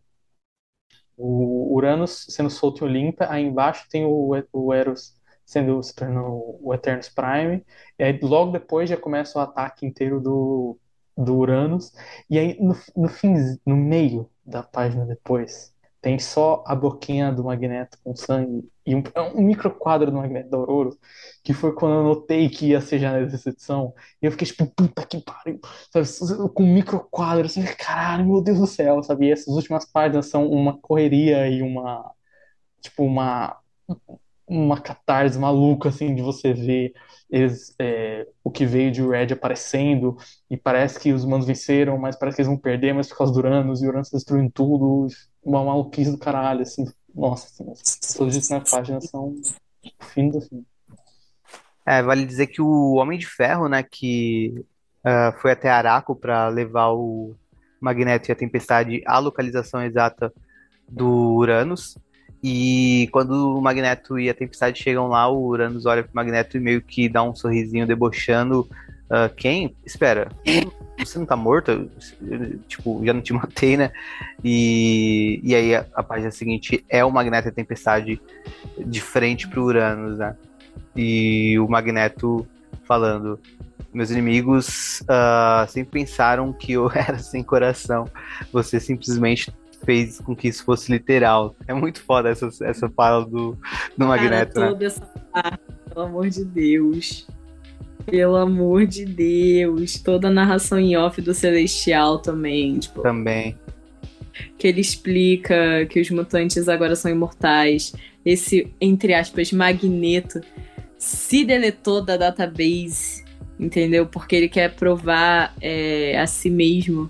o Uranus sendo solto em Olimpa, aí embaixo tem o, o Eros sendo se tornando o Eternus Prime, e aí logo depois já começa o ataque inteiro do, do Uranus, e aí no, no fim, no meio da página depois, tem só a boquinha do Magneto com sangue e um, um micro quadro do Magneto da Aurora, que foi quando eu notei que ia ser já nessa edição, e eu fiquei tipo, puta que pariu, sabe, com um micro quadro, assim, caralho, meu Deus do céu, sabe? E essas últimas páginas são uma correria e uma, tipo, uma uma catarse maluca, assim, de você ver eles, é, o que veio de Red aparecendo, e parece que os humanos venceram, mas parece que eles vão perder, mas por causa do Uranus, e o Uranus destruindo tudo, uma maluquice do caralho, assim, nossa, assim, as coisas na página são o fim do fim. É, vale dizer que o Homem de Ferro, né, que ah, foi até Araco para levar o Magneto e a Tempestade à localização exata do Uranus. E quando o Magneto e a Tempestade chegam lá, o Uranus olha pro Magneto e meio que dá um sorrisinho debochando. Ah, quem? Espera, você não tá morto? Eu, tipo, já não te matei, né? E, e aí a, a página seguinte é o Magneto e a Tempestade de frente pro Uranus, né? E o Magneto falando: meus inimigos uh, sempre pensaram que eu era sem coração. Você simplesmente fez com que isso fosse literal. É muito foda essa, essa fala do, do Magneto, Cara, né? toda essa parte, pelo amor de Deus. Pelo amor de Deus. Toda a narração em off do Celestial também. Tipo, Também. que ele explica que os mutantes agora são imortais. Esse, entre aspas, Magneto se deletou da database, entendeu? Porque ele quer provar é, a si mesmo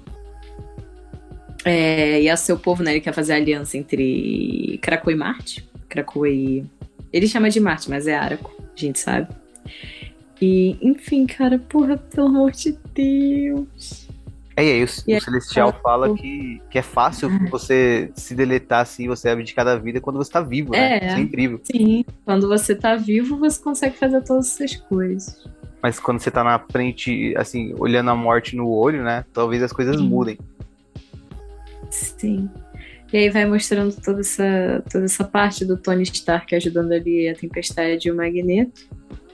é, e a seu povo, né? Ele quer fazer a aliança entre Krakoa e Marte. Krakoa e... Ele chama de Marte, mas é Araco, a gente sabe. E, enfim, cara, porra, pelo amor de Deus. É, e aí o, E o aí, Celestial cara, fala que, que é fácil você se deletar assim, você abdicar da vida quando você tá vivo, né? É. Isso é incrível. Sim, quando você tá vivo, você consegue fazer todas essas coisas. Mas quando você tá na frente, assim, olhando a morte no olho, né? Talvez as coisas Sim. mudem. Sim. E aí vai mostrando toda essa, toda essa parte do Tony Stark ajudando ali a Tempestade e o Magneto.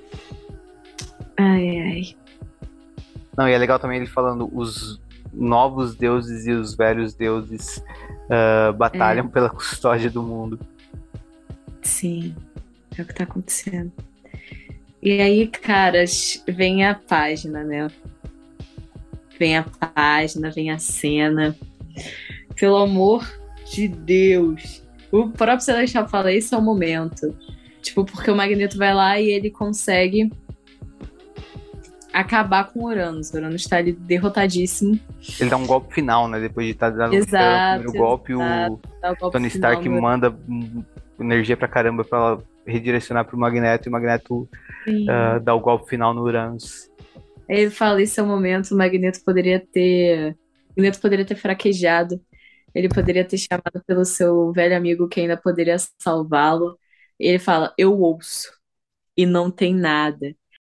Ai, ai. Não, e é legal também ele falando os novos deuses e os velhos deuses uh, batalham é. pela custódia do mundo. Sim, é o que tá acontecendo. E aí, caras, vem a página, né? Vem a página, vem a cena. Pelo amor de Deus. O próprio Celestial fala, esse é o momento. Tipo, porque o Magneto vai lá e ele consegue acabar com o Uranus. O Uranus tá ali derrotadíssimo. Ele dá um golpe final, né? Depois de estar dando Exato, o primeiro golpe, exato. o Dá o golpe Tony final Stark no- manda hum, energia pra caramba pra ela redirecionar pro Magneto e o Magneto Sim. ah, dá o golpe final no Uranus. Aí ele fala, esse é o momento, o Magneto poderia ter. O Magneto poderia ter fraquejado. Ele poderia ter chamado pelo seu velho amigo que ainda poderia salvá-lo. Ele fala, eu ouço. E não tem nada.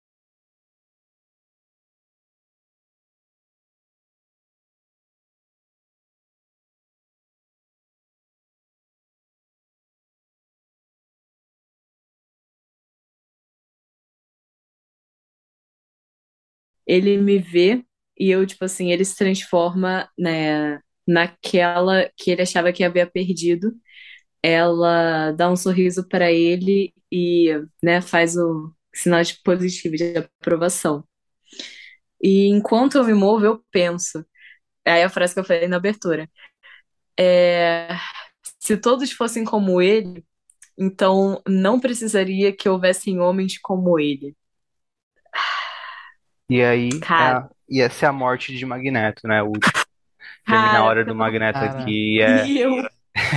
Ele me vê e eu, tipo assim, ele se transforma, né, naquela que ele achava que havia perdido. Ela dá um sorriso para ele e, né, faz o sinal de positivo, de aprovação. E enquanto eu me movo, eu penso. Aí a frase que eu falei na abertura. É, se todos fossem como ele, então não precisaria que houvessem homens como ele. E aí, é Cara, a, e essa é a morte de Magneto, né? O termina a cara, hora do pelo Magneto Cara, aqui. É Deus.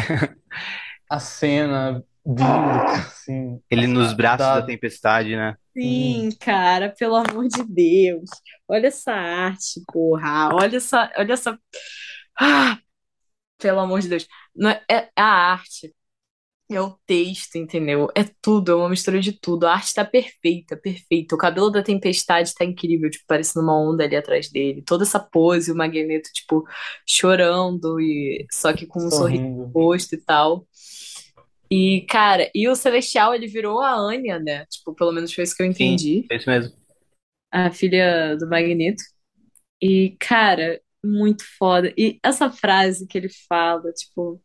a cena bíblica, assim, ele nos braços da da, tempestade, né? sim, Sim, cara, pelo amor de Deus. Olha essa arte, porra. Olha essa, olha essa. Ah, pelo amor de Deus. Não é, é a arte, é o texto, entendeu? É tudo, é uma mistura de tudo. A arte tá perfeita, perfeita. O cabelo da Tempestade tá incrível, tipo, parecendo uma onda ali atrás dele. Toda essa pose, o Magneto, tipo, chorando, e só que com um sorriso sorrindo. no rosto e tal. E, cara, e o Celestial, ele virou a Anya, né? Tipo, pelo menos foi isso que eu Sim, entendi. é isso mesmo. A filha do Magneto. E, cara, muito foda. E essa frase que ele fala, tipo,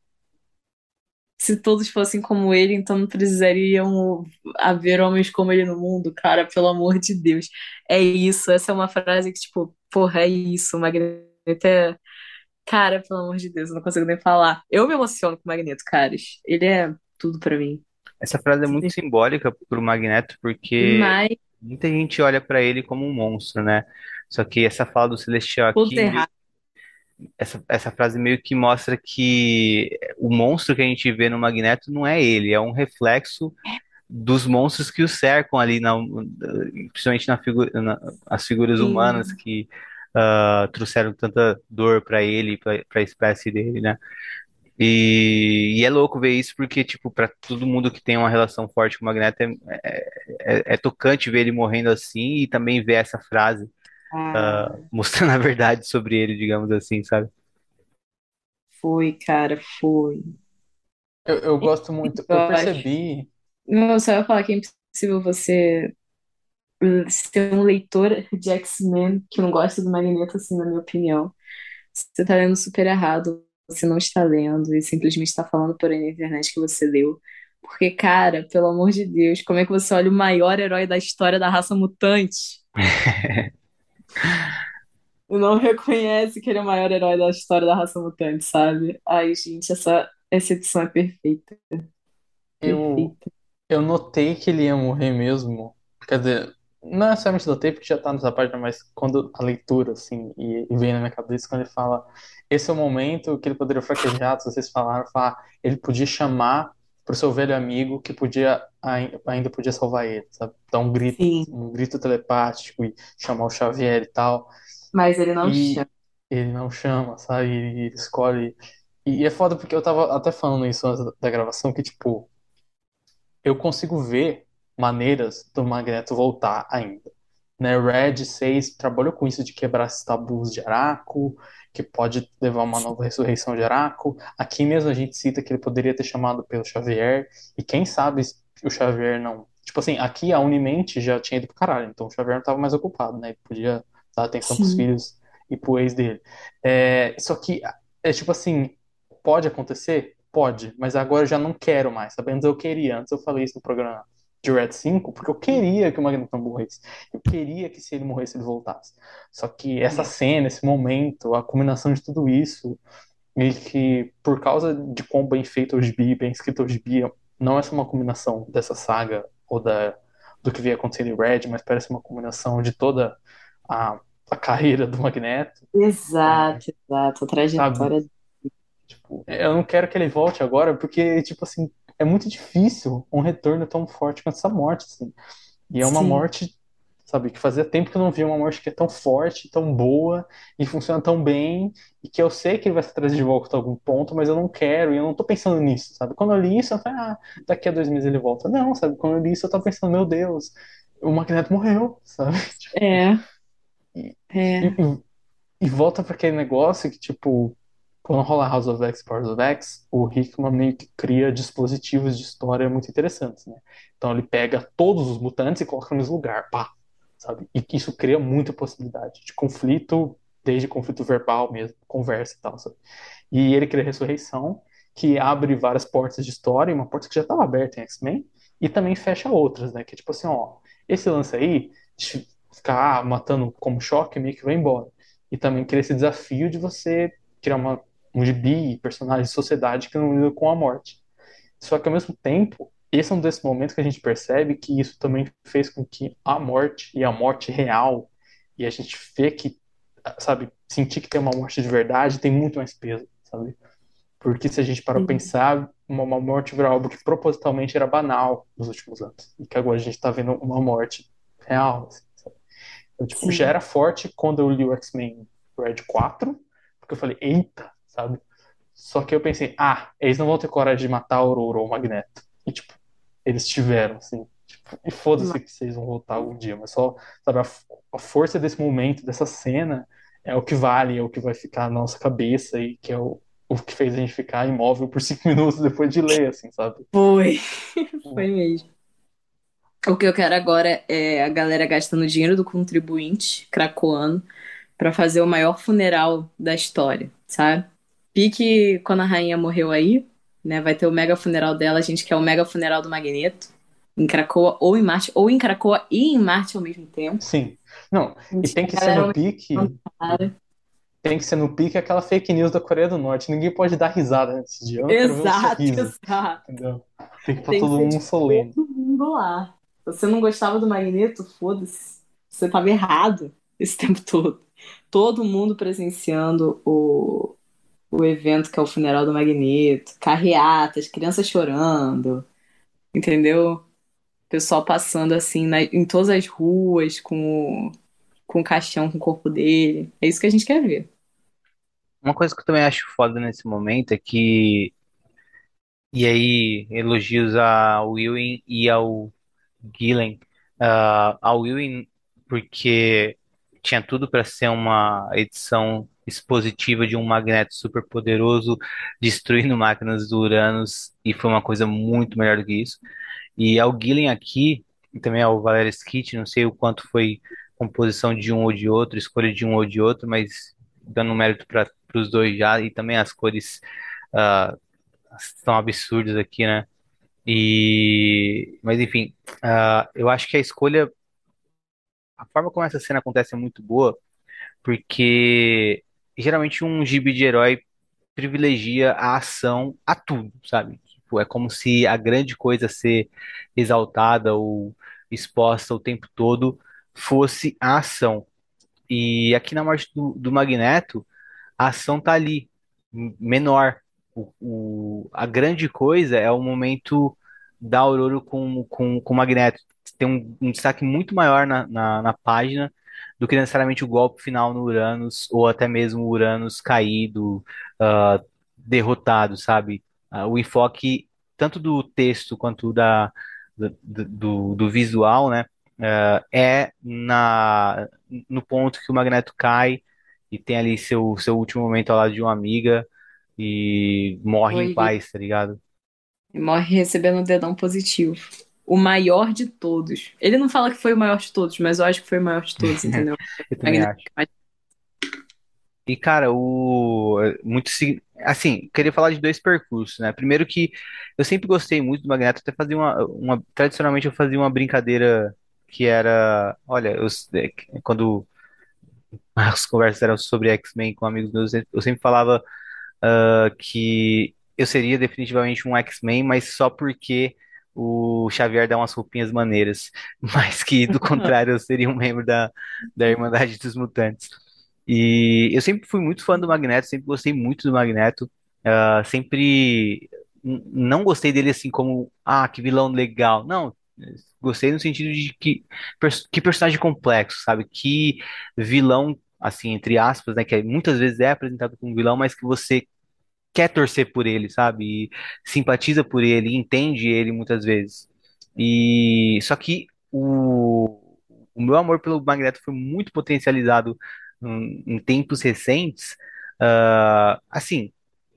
se todos fossem como ele, então não precisariam haver homens como ele no mundo, cara, pelo amor de Deus. É isso, essa é uma frase que, tipo, porra, é isso, o Magneto é. Cara, pelo amor de Deus, eu não consigo nem falar. Eu me emociono com o Magneto, caras. Ele é tudo pra mim. Essa frase é muito simbólica pro Magneto, porque Demais, muita gente olha pra ele como um monstro, né? Só que essa fala do Celestial tudo aqui, meio- errado. essa, essa frase meio que mostra que o monstro que a gente vê no Magneto não é ele, é um reflexo dos monstros que o cercam ali, na, principalmente na figu, na, as figuras humanas Sim, que ah, trouxeram tanta dor pra ele, pra para a espécie dele, né? E, e é louco ver isso porque, tipo, pra todo mundo que tem uma relação forte com o Magneto, é, é, é- é tocante ver ele morrendo assim e também ver essa frase ah, mostrando a verdade sobre ele, digamos assim, sabe? foi, cara, foi. Eu, eu gosto muito, Eu eu acho. percebi, Não, só ia falar que é impossível você uh, ser um leitor de X-Men que não gosta do Magneto, assim, na minha opinião. Você tá lendo super errado, você não está lendo e simplesmente está falando por aí na internet que você leu. Porque, cara, pelo amor de Deus, como é que você olha o maior herói da história da raça mutante e não reconhece que ele é o maior herói da história da raça mutante, sabe? Ai, gente, essa, essa edição é perfeita, eu, perfeita. eu notei que ele ia morrer mesmo. Quer dizer, não necessariamente notei porque já tá nessa página, mas quando a leitura, assim, e, e veio na minha cabeça, quando ele fala, esse é o momento que ele poderia fraquejar, se vocês falaram, falar, ele podia chamar pro seu velho amigo que podia, ai- ainda podia salvar ele, sabe? Dar um grito, Sim, um grito telepático e chamar o Xavier e tal. mas ele não chama. E ele não chama, sabe? Ele escolhe. E é foda porque eu tava até falando isso antes da gravação, que, tipo, eu consigo ver maneiras do Magneto voltar ainda. Né? Red seis trabalhou com isso de quebrar esses tabus de Araco, que pode levar a uma nova ressurreição de Araco. Aqui mesmo a gente cita que ele poderia ter chamado pelo Xavier, e quem sabe o Xavier não. Tipo assim, aqui a Unimente já tinha ido pro caralho, então o Xavier não tava mais ocupado, né? Ele podia dar atenção pros Sim, filhos e pro ex dele. É, só que, é tipo assim, pode acontecer? Pode, mas agora eu já não quero mais, sabe? Antes eu queria, antes eu falei isso no programa de Red cinco, porque eu queria que o Magneto não morresse. Eu queria que se ele morresse, ele voltasse. Só que essa cena, esse momento, a combinação de tudo isso, e que por causa de quão bem feito o gibi, bem escrito o gibi, não é só uma combinação dessa saga ou da, do que vinha acontecendo em Red, mas parece uma combinação de toda a, a carreira do Magneto, é, Exato, exato. A sabe? trajetória. Tipo, eu não quero que ele volte agora, porque, tipo assim, é muito difícil um retorno tão forte quanto essa morte, assim. E é uma Sim, morte, sabe, que fazia tempo que eu não via uma morte que é tão forte, tão boa, e funciona tão bem, e que eu sei que ele vai ser trazido de volta a algum ponto, mas eu não quero, e eu não tô pensando nisso, sabe? Quando eu li isso, eu falei, ah, daqui a dois meses ele volta. Não, sabe? Quando eu li isso, eu tava pensando, meu Deus, o Magneto morreu, sabe? é, E, e, é. e- e volta para aquele negócio que, tipo, quando rola House of X, Powers of X, o Hickman meio que cria dispositivos de história muito interessantes, né? Então ele pega todos os mutantes e coloca no mesmo lugar, pá, sabe? E que isso cria muita possibilidade de conflito, desde conflito verbal mesmo, conversa e tal, sabe? E ele cria a ressurreição, que abre várias portas de história, uma porta que já estava aberta em X-Men, e também fecha outras, né? Que é tipo assim, ó, esse lance aí, de ficar ah, matando como choque, meio que vai embora. E também cria esse desafio de você criar uma, um gibi, personagem de sociedade que não lida com a morte. Só que ao mesmo tempo, esse é um desses momentos que a gente percebe que isso também fez com que a morte e a morte real, e a gente vê que, sabe, sentir que tem uma morte de verdade tem muito mais peso, sabe? Porque se a gente para Sim, pensar, uma, uma morte virou algo que propositalmente era banal nos últimos anos. E que agora a gente está vendo uma morte real. Assim, sabe? Eu, tipo, já sim. era forte quando eu li o X-Men Red quatro, porque eu falei, eita, sabe? Só que eu pensei, ah, eles não vão ter coragem de matar a Aurora ou o Magneto. E, tipo, eles tiveram, assim. Tipo, e foda-se que vocês vão voltar algum dia, mas só, sabe, a, a força desse momento, dessa cena, é o que vale, é o que vai ficar na nossa cabeça e que é o, o que fez a gente ficar imóvel por cinco minutos depois de ler, assim, sabe? Foi, foi mesmo. O que eu quero agora é a galera gastando dinheiro do contribuinte cracoano pra fazer o maior funeral da história, sabe? Pique quando a rainha morreu aí, né? Vai ter o mega funeral dela, a gente quer o mega funeral do Magneto. Em Krakoa ou em Marte, ou em Krakoa e em Marte ao mesmo tempo. Sim. Não, A e gente tem quer que a ser galera no aumentando, pique, cara. tem que ser no pique aquela fake news da Coreia do Norte. Ninguém pode dar risada nesse dia. Eu não quero ver um Exato, sorriso, exato. entendeu? Tem que estar Tem que todo ser mundo de solene. todo mundo lá. Se você não gostava do Magneto, foda-se. Você tava errado esse tempo todo. Todo mundo presenciando o, o evento que é o funeral do Magneto, carreatas, crianças chorando, entendeu? Pessoal passando assim na- em todas as ruas com, o- com o caixão com o corpo dele. É isso que a gente quer ver. Uma coisa que eu também acho foda nesse momento é que, e aí, elogios ao Ewing e ao Gillen, uh, ao Ewing porque tinha tudo para ser uma edição expositiva de um Magneto super poderoso destruindo máquinas do Uranus e foi uma coisa muito melhor do que isso. E ao Gillen aqui, e também ao Valerio Skit, não sei o quanto foi composição de um ou de outro, escolha de um ou de outro, mas dando mérito para os dois já, e também as cores uh, são absurdas aqui, né? E, mas enfim, uh, eu acho que a escolha, a forma como essa cena acontece é muito boa, porque geralmente um gibi de herói privilegia a ação a tudo, sabe? Tipo, é como se a grande coisa a ser exaltada ou exposta o tempo todo fosse a ação. E aqui na morte do, do Magneto, a ação tá ali, m- menor. O, o- a grande coisa é o momento da Aurora com, com, com o Magneto. Tem um, um destaque muito maior na, na, na página do que necessariamente o golpe final no Uranus, ou até mesmo o Uranus caído, ah, derrotado, sabe? Ah, o enfoque tanto do texto quanto da, do, do, do visual, né? ah, é na, no ponto que o Magneto cai e tem ali seu, seu último momento ao lado de uma amiga e morre em Oi, paz, tá ligado? e morre recebendo um dedão positivo. O maior de todos. Ele não fala que foi o maior de todos, mas eu acho que foi o maior de todos, entendeu? Eu também Magneto. acho. E, cara, o muito sig- assim, queria falar de dois percursos, né? Primeiro que eu sempre gostei muito do Magneto, até fazia uma, uma tradicionalmente eu fazia uma brincadeira que era, olha, eu, é, quando as conversas eram sobre X-Men com amigos meus, eu sempre falava ah, que eu seria definitivamente um X-Men, mas só porque o Xavier dá umas roupinhas maneiras, mas que do contrário eu seria um membro da, da Irmandade dos Mutantes. E eu sempre fui muito fã do Magneto, sempre gostei muito do Magneto, ah, sempre n- não gostei dele assim como, ah, que vilão legal. Não, gostei no sentido de que, pers- que personagem complexo, sabe? Que vilão, assim, entre aspas, né? Que muitas vezes é apresentado como vilão, mas que você quer torcer por ele, sabe? E simpatiza por ele, entende ele muitas vezes. E só que o, o meu amor pelo Magneto foi muito potencializado em, em tempos recentes. Ah, assim,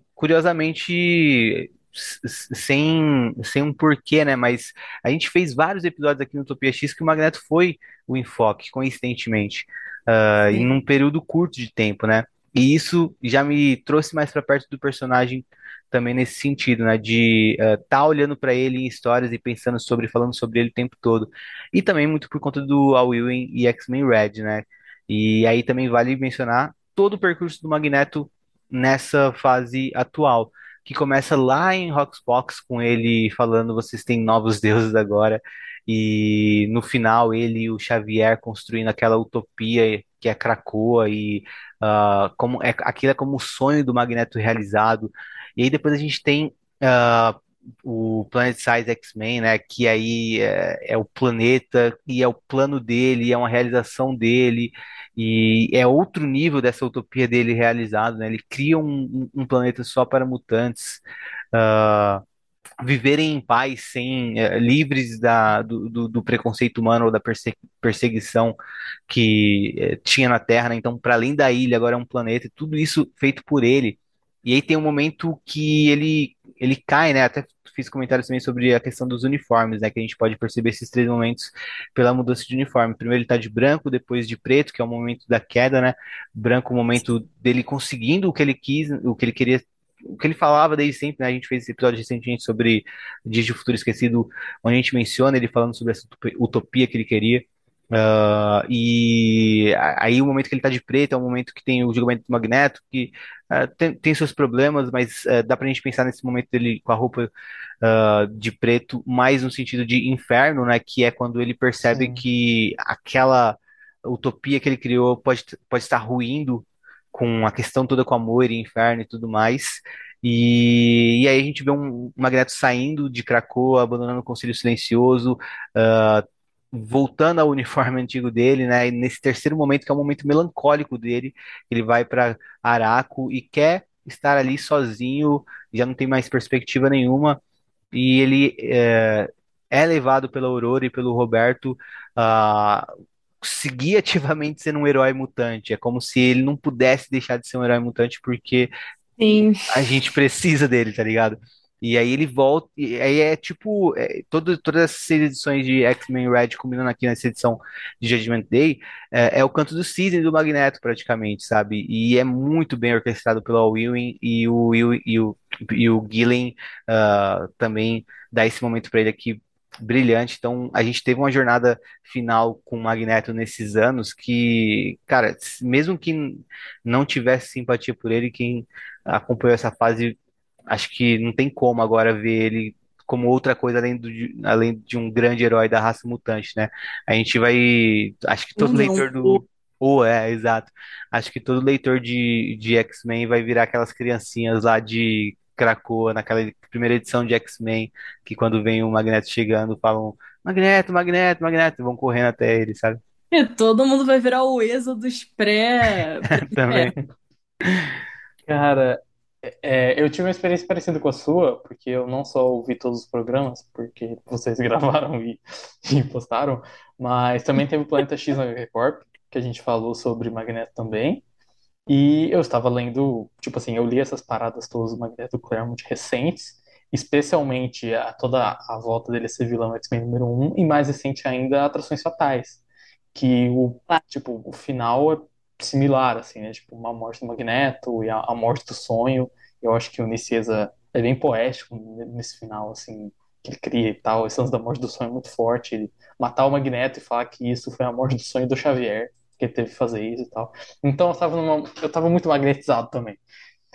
curiosamente, s- s- sem, sem um porquê, né? Mas a gente fez vários episódios aqui no Utopia X que o Magneto foi o enfoque, coincidentemente, ah, em Sim. um período curto de tempo, né? E isso já me trouxe mais para perto do personagem também nesse sentido, né? De estar tá olhando para ele em histórias e pensando sobre, falando sobre ele o tempo todo. E também muito por conta do Al Ewing e X-Men Red, né? E aí também vale mencionar todo o percurso do Magneto nessa fase atual, que começa lá em Roxbox com ele falando vocês têm novos deuses agora, e no final ele e o Xavier construindo aquela utopia que é Krakoa e ah, como é, aquilo é como o sonho do Magneto realizado. E aí depois a gente tem ah, o Planet Size X-Men, né, que aí é, é o planeta e é o plano dele, é uma realização dele. E é outro nível dessa utopia dele realizado, né? Ele cria um, um- um planeta só para mutantes, ah, viverem em paz, sem, eh, livres da, do, do- do preconceito humano ou da perse- perseguição que eh, tinha na Terra, né? Então, para além da ilha, agora é um planeta, e tudo isso feito por ele. E aí tem um momento que ele, ele cai, né? Até fiz comentários também sobre a questão dos uniformes, né? Que a gente pode perceber esses três momentos pela mudança de uniforme. Primeiro ele tá de branco, depois de preto, que é o momento da queda, né? Branco, o momento dele conseguindo o que ele quis, o que ele queria, o que ele falava desde sempre, né? A gente fez esse episódio recentemente sobre Dias de Futuro Esquecido, onde a gente menciona ele falando sobre essa utopia que ele queria. Ah, e aí o momento que ele tá de preto é o momento que tem o julgamento do Magneto, que ah, tem, tem seus problemas, mas ah, dá pra gente pensar nesse momento dele com a roupa ah, de preto, mais no sentido de inferno, né? Que é quando ele percebe Sim. que aquela utopia que ele criou pode, pode estar ruindo com a questão toda com amor e inferno e tudo mais. E, e aí a gente vê um, um Magneto saindo de Krakoa, abandonando o Conselho Silencioso, ah, voltando ao uniforme antigo dele, né? E nesse terceiro momento, que é o momento melancólico dele, ele vai para Araco e quer estar ali sozinho, já não tem mais perspectiva nenhuma, e ele é, é levado pela Aurora e pelo Roberto a seguir ativamente sendo um herói mutante. É como se ele não pudesse deixar de ser um herói mutante porque Sim. a gente precisa dele, tá ligado? E aí ele volta, e aí é tipo, é, todo, todas essas edições de X-Men Red combinando aqui nessa edição de Judgment Day, é, é o canto do cisne do Magneto, praticamente, sabe? E é muito bem orquestrado pelo Al Ewing e o, Will- e o, e o Gillen ah, também dá esse momento pra ele aqui brilhante. Então a gente teve uma jornada final com o Magneto nesses anos que, cara, mesmo que não tivesse simpatia por ele, quem acompanhou essa fase, acho que não tem como agora ver ele como outra coisa além, do, além de um grande herói da raça mutante, né? A gente vai. Acho que todo Não. leitor do. Ou é, exato. Acho que todo leitor de, de X-Men vai virar aquelas criancinhas lá de Krakoa, naquela primeira edição de X-Men, que quando vem o Magneto chegando, falam Magneto, Magneto, Magneto, e vão correndo até ele, sabe? E todo mundo vai virar o Êxodos pré, pré-inferno. Também. Cara, é, eu tive uma experiência parecida com a sua, porque eu não só ouvi todos os programas, porque vocês gravaram e, e postaram, mas também teve o Planeta X na H Q Corp, que a gente falou sobre Magneto também. E eu estava lendo, tipo assim, eu li essas paradas todas do Magneto Claremont recentes, especialmente a, toda a volta dele a ser vilão X-Men número um, e mais recente ainda, Atrações Fatais, que o, tipo, o final é similar, assim, né? Tipo, uma morte do Magneto e a, a morte do sonho. Eu acho que o Nicieza é bem poético nesse final, assim, que ele cria e tal. Esse lance da morte do sonho é muito forte. Ele matar o Magneto e falar que isso foi a morte do sonho do Xavier, que ele teve que fazer isso e tal. Então eu tava numa, eu tava muito magnetizado também.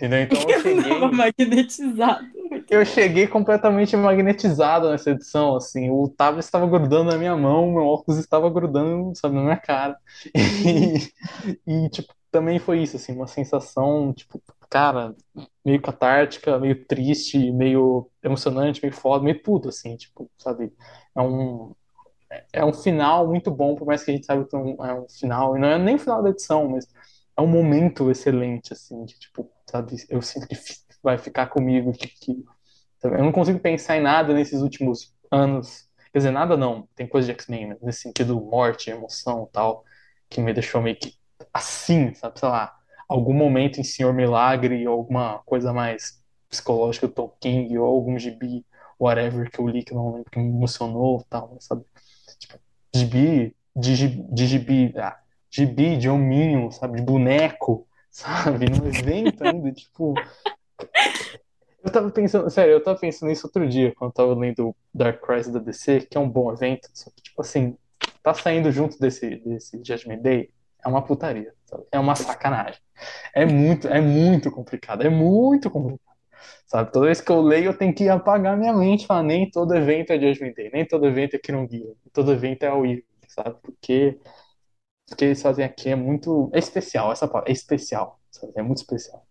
Entendeu? Então eu Eu tava cheguei, magnetizado. Muito eu bom. cheguei completamente magnetizado nessa edição, assim. O tablet estava grudando na minha mão, meu óculos estava grudando, sabe, na minha cara. E, e, tipo, também foi isso, assim, uma sensação, tipo, cara, meio catártica, meio triste, meio emocionante, meio foda, meio tudo, assim, tipo, sabe? É um, é um final muito bom, por mais que a gente saiba que é um, é um final, e não é nem o final da edição, mas é um momento excelente, assim, de, tipo, sabe? Eu sinto que fi- vai ficar comigo, que, que sabe? Eu não consigo pensar em nada nesses últimos anos. Quer dizer, nada não. Tem coisa de X-Men, mas nesse sentido, morte, emoção e tal, que me deixou meio que assim, sabe? Sei lá, algum momento em Senhor Milagre, ou alguma coisa mais psicológica do Tolkien, ou algum gibi, whatever, que eu li, que eu não lembro, que me emocionou e tal, sabe? Tipo, gibi, de, gi- de gibi, ah, gibi de hominho, sabe? De boneco, sabe? Num evento ainda, tipo. Eu tava pensando, sério, eu tava pensando nisso outro dia, quando eu tava lendo Dark Crisis da D C, que é um bom evento, só que, tipo assim, tá saindo junto desse, desse Judgment Day, é uma putaria, sabe? É uma sacanagem. É muito, é muito complicado, é muito complicado, sabe? Toda vez que eu leio, eu tenho que apagar minha mente, falar, nem todo evento é Judgment Day, nem todo evento é Kieron Gillen, todo evento é o Weird, sabe? Porque o que eles fazem aqui é muito, é especial, essa palavra, é especial, sabe? É muito especial.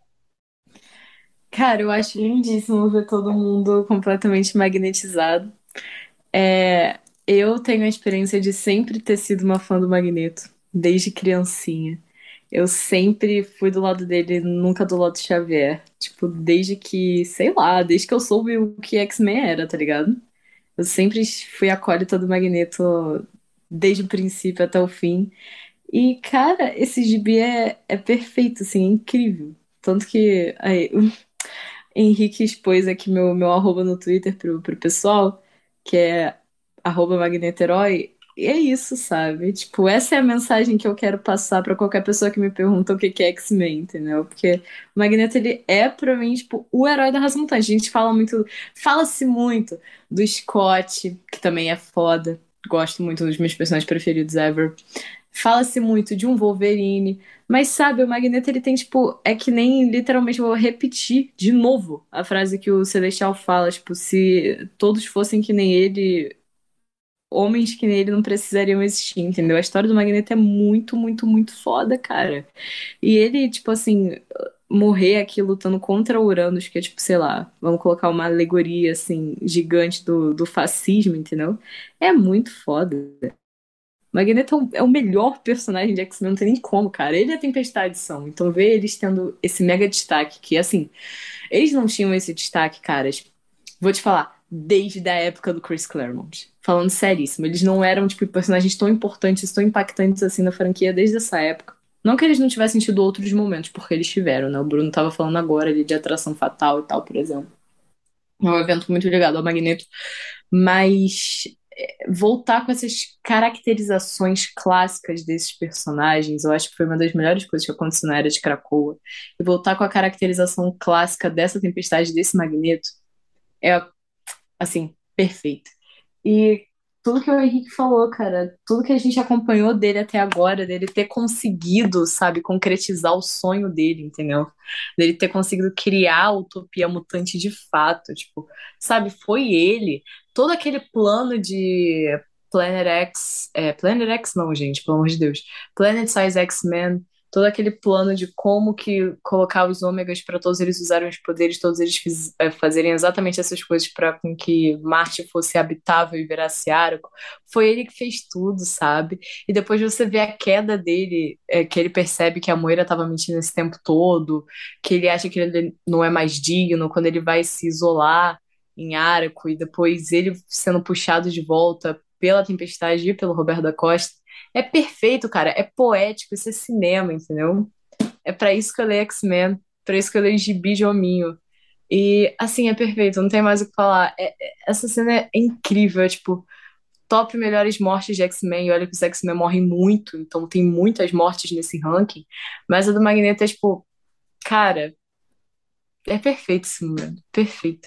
Cara, eu acho lindíssimo ver todo mundo completamente magnetizado. É, eu tenho a experiência de sempre ter sido uma fã do Magneto, desde criancinha. Eu sempre fui do lado dele, nunca do lado do Xavier. Tipo, desde que, sei lá, desde que eu soube o que X-Men era, tá ligado? Eu sempre fui acólita do Magneto desde o princípio até o fim. E, cara, esse gibi é, é perfeito, assim, é incrível. Tanto que aí, o Henrique expôs aqui meu, meu arroba no Twitter pro, pro pessoal, que é arroba magneterói. E é isso, sabe? Tipo, essa é a mensagem que eu quero passar pra qualquer pessoa que me pergunta o que que é X-Men, entendeu? Porque o Magneto, ele é, pra mim, tipo, o herói da razão mutante. A gente fala muito, fala-se muito do Scott, que também é foda. Gosto muito dos meus personagens preferidos ever. Fala-se muito de um Wolverine, mas sabe, o Magneto ele tem tipo, é que nem literalmente eu vou repetir de novo a frase que o Celestial fala, tipo, se todos fossem que nem ele, homens que nem ele não precisariam existir, entendeu? A história do Magneto é muito, muito, muito foda, cara. E ele, tipo assim, morrer aqui lutando contra Uranus, que é tipo, sei lá, vamos colocar uma alegoria assim gigante do, do fascismo, entendeu? É muito foda. Magneto é o é o melhor personagem de X-Men, não tem nem como, cara. Ele e a Tempestade são. Então, ver eles tendo esse mega destaque, que assim, eles não tinham esse destaque, caras. Vou te falar, desde a época do Chris Claremont. Falando seríssimo. Eles não eram, tipo, personagens tão importantes, tão impactantes assim na franquia desde essa época. Não que eles não tivessem tido outros momentos, porque eles tiveram, né? O Bruno tava falando agora ali de Atração Fatal e tal, por exemplo. É um evento muito ligado ao Magneto. Mas voltar com essas caracterizações clássicas desses personagens, eu acho que foi uma das melhores coisas que aconteceu na Era de Krakoa. E voltar com a caracterização clássica dessa tempestade, desse Magneto, é, assim, perfeito. E tudo que o Henrique falou, cara, tudo que a gente acompanhou dele até agora, dele ter conseguido, sabe, concretizar o sonho dele, entendeu? Dele ter conseguido criar a utopia mutante de fato, tipo, sabe, foi ele. Todo aquele plano de Planet X, é, Planet X não, gente, pelo amor de Deus. Planet Size X-Men, todo aquele plano de como que colocar os ômegas para todos eles usarem os poderes, todos eles fiz, é, fazerem exatamente essas coisas para com que Marte fosse habitável e virasse arco. Foi ele que fez tudo, sabe? E depois você vê a queda dele, é, que ele percebe que a Moira estava mentindo esse tempo todo, que ele acha que ele não é mais digno, quando ele vai se isolar em Arco e depois ele sendo puxado de volta pela Tempestade e pelo Roberto da Costa. É perfeito, cara. É poético, isso é cinema, entendeu? É pra isso que eu leio X-Men, pra isso que eu leio Gibi de Hominho. E, assim, é perfeito, não tem mais o que falar. É- é- essa cena é incrível, é tipo, top melhores mortes de X-Men. E olha que os X-Men morrem muito, então tem muitas mortes nesse ranking. Mas a do Magneto é tipo, cara, é perfeito esse momento, perfeito.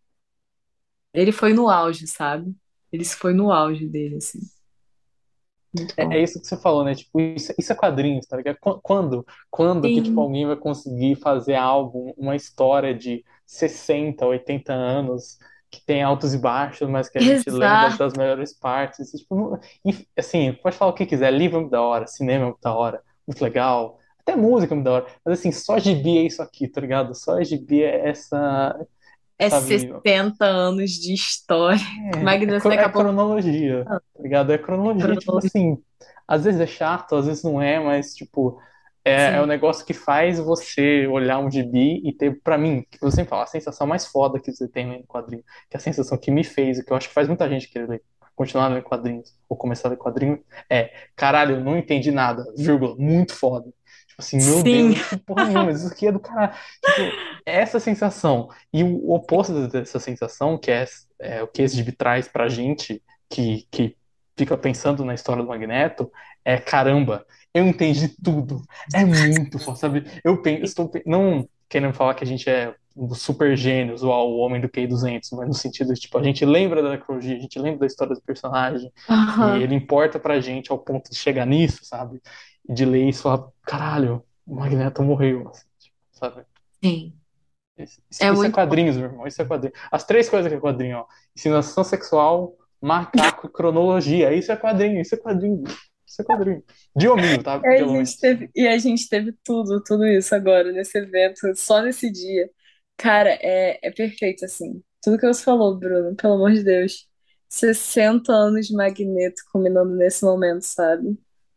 Ele foi no auge, sabe? Ele foi no auge dele, assim. Muito É, bom. é isso que você falou, né? Tipo, isso, isso é quadrinhos, tá ligado? Qu- Quando, quando que, tipo, Sim, alguém vai conseguir fazer algo, uma história de sessenta, oitenta anos, que tem altos e baixos, mas que a gente lembra das exato. melhores partes. E, tipo, não- e, assim, pode falar o que quiser, livro é muito da hora, cinema é muito da hora, muito legal, até música é muito da hora. Mas, assim, só gibi é isso aqui, tá ligado? Só gibi é essa, É sabe? sessenta anos de história. É, é, Magneto cro- daqui é a pouco. cronologia, tá ligado? É cronologia, tipo assim, às vezes é chato, às vezes não é, mas, tipo, é, é o Sim, negócio que faz você olhar um gibi e ter, pra mim, que você sempre fala, a sensação mais foda que você tem lendo quadrinho, que é a sensação que me fez, e que eu acho que faz muita gente querer ler, continuar lendo quadrinhos, ou começar a ler quadrinhos, é, caralho, eu não entendi nada, vírgula, muito foda. Tipo assim, meu Deus, sim, eu não entendi porra nenhuma, mas isso aqui é do caralho. Tipo, essa sensação. E o oposto dessa sensação, que é, é o que esse gibi traz pra gente, que, que fica pensando na história do Magneto, é caramba, eu entendi tudo. É muito foda, sabe? Eu penso, estou pe- não querendo falar que a gente é um dos super gênios ou o homem do Q duzentos, mas no sentido de, tipo, a gente lembra da necrologia, a gente lembra da história do personagem, e aham, ele importa pra gente ao ponto de chegar nisso, sabe? E de ler isso e falar, caralho, o Magneto morreu, assim, tipo, sabe? sim. Isso, isso- É isso é muito bom. quadrinhos, meu irmão. Isso é quadrinho. As três coisas que é quadrinho, ó. Insinuação sexual, macaco e cronologia. Isso é quadrinho, isso é quadrinho. Isso é quadrinho. De hominho, tá? E a Pelo gente menos. teve, e a gente teve tudo, tudo isso agora, nesse evento, só nesse dia. Cara, é, é perfeito, assim. Tudo que você falou, Bruno, pelo amor de Deus. Sessenta anos de Magneto combinando nesse momento, sabe?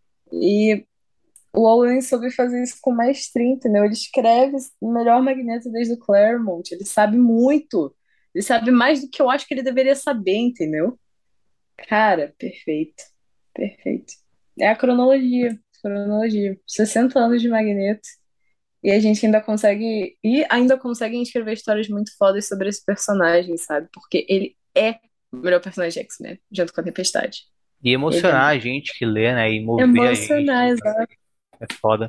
E o Owen soube fazer isso com maestria, entendeu? Ele escreve o melhor Magneto desde o Claremont. Ele sabe muito. Ele sabe mais do que eu acho que ele deveria saber, entendeu? Cara, perfeito. Perfeito. É a cronologia. Cronologia. Sessenta anos de Magneto. E a gente ainda consegue. E ainda consegue escrever histórias muito fodas sobre esse personagem, sabe? Porque ele é o melhor personagem de X-Men, junto com a Tempestade. E Ele é emocionar a gente que lê, né? E mover a emocional, gente. exato. É foda.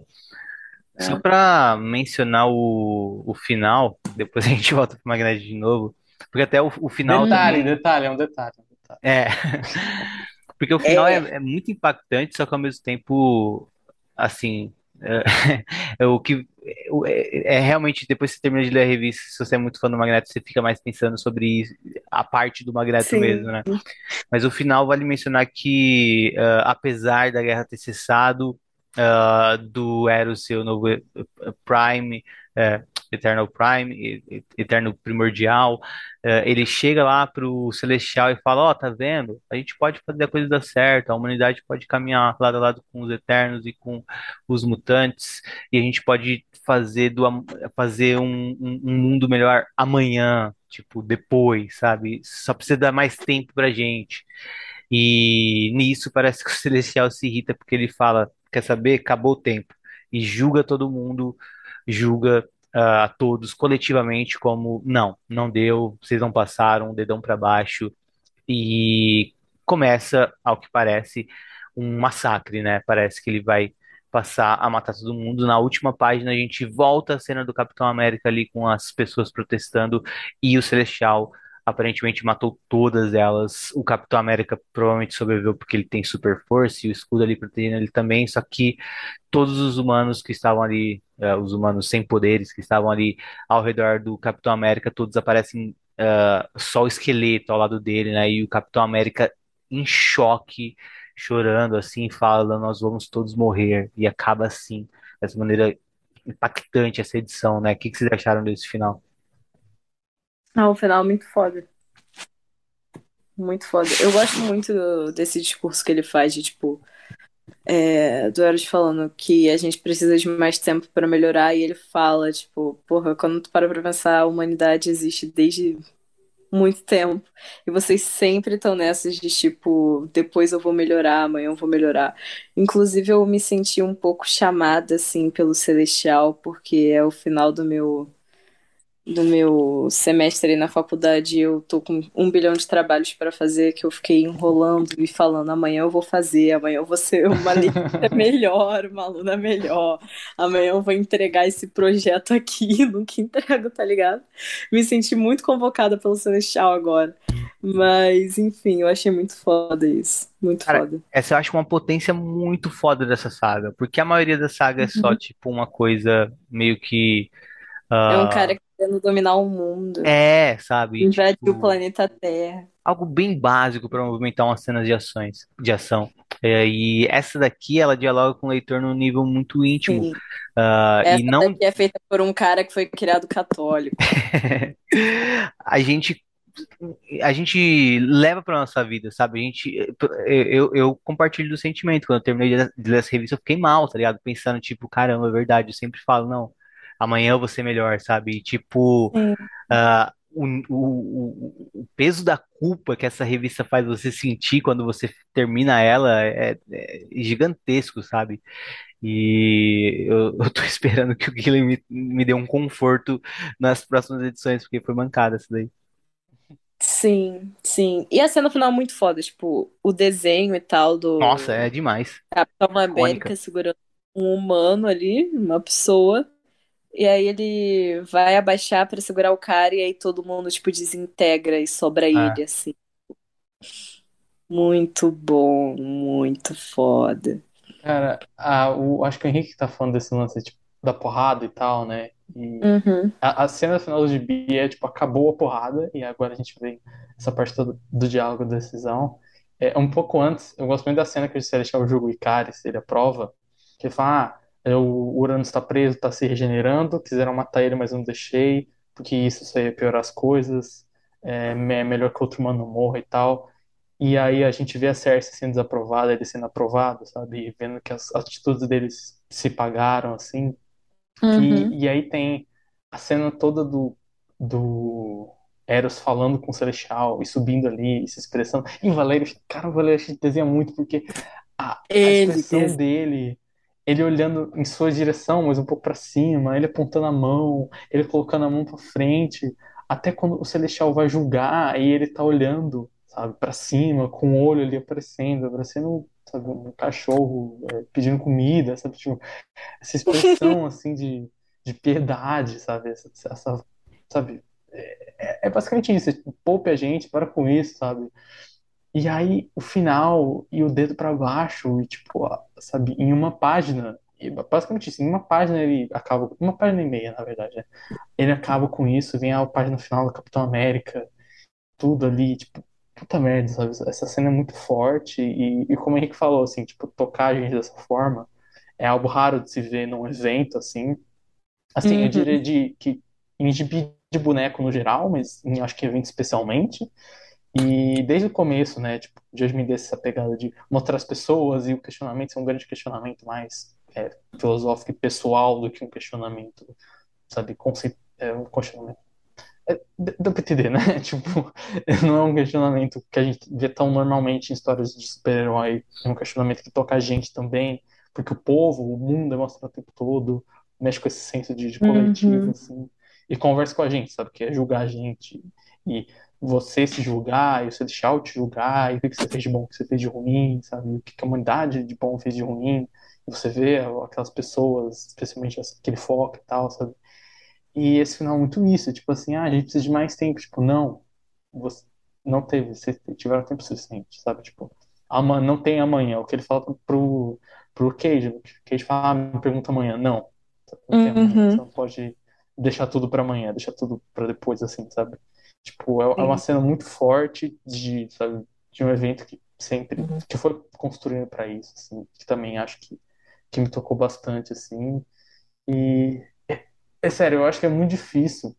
Só pra mencionar o, o final, depois a gente volta pro Magneto de novo. Porque até o, o final Detalhe, também. detalhe, é um detalhe. É um detalhe. É. Porque o final é, É, é muito impactante, só que ao mesmo tempo, assim. É, é o que. É, é realmente, depois que você termina de ler a revista, se você é muito fã do Magneto, você fica mais pensando sobre isso, a parte do Magneto mesmo, sim. né? Mas o final vale mencionar que, ah, apesar da guerra ter cessado, ah, do Eros ser o novo eh, eh, Prime, eh, Eternal Prime, e- e- Eterno Primordial, eh, ele chega lá pro Celestial e fala: Ó, tá vendo? A gente pode fazer a coisa dar certo, a humanidade pode caminhar lado a lado com os Eternos e com os mutantes, e a gente pode fazer, do, am- fazer um, um um mundo melhor amanhã. Tipo, depois, sabe? Só precisa dar mais tempo pra gente. E nisso parece que o Celestial se irrita porque ele fala: quer saber? Acabou o tempo. E julga todo mundo, julga ah, a todos coletivamente como: não, não deu, vocês não passaram, dedão pra baixo. E começa, ao que parece, um massacre, né? Parece que ele vai passar a matar todo mundo. Na última página, a gente volta à cena do Capitão América ali com as pessoas protestando e o Celestial aparentemente matou todas elas. O Capitão América provavelmente sobreviveu porque ele tem super força e o escudo ali protegendo ele também. Só que todos os humanos que estavam ali, eh, os humanos sem poderes que estavam ali ao redor do Capitão América, todos aparecem, eh, só o esqueleto ao lado dele, né? E o Capitão América em choque, chorando assim, fala: nós vamos todos morrer. E acaba assim, dessa maneira impactante essa edição, né? O que que vocês acharam desse final? Ah, o final é muito foda. Muito foda. Eu gosto muito do- desse discurso que ele faz de, tipo, é, do Eros falando que a gente precisa de mais tempo pra melhorar, e ele fala, tipo, porra, quando tu para pra pensar, a humanidade existe desde muito tempo, e vocês sempre estão nessas de, tipo, depois eu vou melhorar, amanhã eu vou melhorar. Inclusive, eu me senti um pouco chamada, assim, pelo Celestial, porque é o final do meu do meu semestre aí na faculdade, eu tô com um bilhão de trabalhos para fazer que eu fiquei enrolando e falando, amanhã eu vou fazer, amanhã eu vou ser uma líder melhor, uma aluna melhor, amanhã eu vou entregar esse projeto aqui, nunca entrego, tá ligado? Me senti muito convocada pelo Celestial agora. Mas, enfim, eu achei muito foda isso. Muito Cara, foda. essa eu acho uma potência muito foda dessa saga, porque a maioria da saga é só, Uhum. tipo, uma coisa meio que. É um ah, cara querendo dominar o mundo, é, sabe? invadir o Tipo, planeta Terra. algo bem básico para movimentar umas cenas de ações, de ação. É, e essa daqui, ela dialoga com o leitor num nível muito íntimo. Sim. Ah, e Essa não daqui é feita por um cara que foi criado católico. a gente a gente leva para nossa vida, sabe? A gente eu, eu compartilho do sentimento. Quando eu terminei de de ler essa revista, eu fiquei mal, tá ligado? Pensando, tipo, caramba, é verdade. Eu sempre falo, não, amanhã eu vou ser melhor, sabe? E, tipo, Sim. ah, o, o, o o peso da culpa que essa revista faz você sentir quando você termina ela é, é gigantesco, sabe? E eu, eu tô esperando que o Guilherme me, me dê um conforto nas próximas edições, porque foi mancada essa daí. Sim, sim. E a cena final é muito foda, tipo, o desenho e tal Nossa, é do demais. Capitão Icônica. América segurando um humano ali, uma pessoa, e aí ele vai abaixar pra segurar o cara e aí todo mundo, tipo, desintegra e sobra Ah, ele, assim. Muito bom, muito foda. Cara, a, o, acho que o Henrique tá falando desse lance, tipo, da porrada e tal, né? E Uhum. a, a cena final do gibi é, tipo, acabou a porrada e agora a gente vê essa parte do, do diálogo da decisão. É, um pouco antes, eu gosto muito da cena que o Celestial joga o Icaris, ele aprova, que ele fala, ah, é, o Uranus tá preso, tá se regenerando, quiseram matar ele, mas eu não deixei, porque isso só ia piorar as coisas, é, é melhor que outro humano morra e tal. E aí a gente vê a Cersei sendo desaprovada, ele sendo aprovado, sabe? E vendo que as atitudes deles se pagaram, assim. Uhum. E, e aí tem a cena toda do, do Eros falando com o Celestial e subindo ali, e se expressando. E o Valério, cara, o Valério desenha muito, porque a, a Ele expressão des... dele, ele olhando em sua direção, mas um pouco para cima, ele apontando a mão, ele colocando a mão para frente, até quando o Celestial vai julgar e ele tá olhando, sabe, para cima, com o olho ali aparecendo, parecendo, sabe, um cachorro é, pedindo comida, sabe, tipo, essa expressão assim de, de piedade, sabe, essa, essa- sabe, é, é basicamente isso, é, tipo, poupe a gente, para com isso, sabe. E aí, o final e o dedo pra baixo, e tipo, ah, sabe, em uma página, e basicamente isso, em uma página ele acaba, uma página e meia, na verdade, né? Ele acaba com isso, vem a página final do Capitão América, tudo ali, tipo, puta merda, sabe? Essa cena é muito forte, e, e como o Henrique falou, assim, tipo, tocar a gente dessa forma é algo raro de se ver num evento, assim. Assim, eu Uhum. diria de, que em gibi de boneco no geral, mas em, acho que evento especialmente. E desde o começo, né, tipo, Judgment desse essa pegada de mostrar as pessoas e o questionamento ser um grande questionamento mais é, filosófico e pessoal do que um questionamento, sabe, conceito, é, um questionamento. É, d- dá pra entender, né? Tipo, não é um questionamento que a gente vê tão normalmente em histórias de super-herói, é um questionamento que toca a gente também, porque o povo, o mundo é mostrado o tempo todo, mexe com esse senso de, de coletivo, Uhum. assim, e conversa com a gente, sabe? Que é julgar a gente, e você se julgar, e você deixar eu te julgar, e o que que você fez de bom, o que você fez de ruim, sabe? O que que a humanidade de bom fez de ruim, e você vê aquelas pessoas, especialmente aquele foco e tal, sabe? E esse final é muito isso, tipo assim, ah, a gente precisa de mais tempo. Tipo, não, você não teve, vocês tiveram tempo suficiente, sabe? Tipo, ama, não tem amanhã. O que ele fala pro, pro Cage, o Cage fala, ah, me pergunta amanhã. Não, não tem amanhã. Você Uhum. não pode deixar tudo pra amanhã, deixar tudo pra depois, assim, sabe? Tipo, é, é uma Sim. cena muito forte de, sabe, de um evento que sempre, que foi construído pra isso, assim, que também acho que, que me tocou bastante, assim. E é sério, eu acho que é muito difícil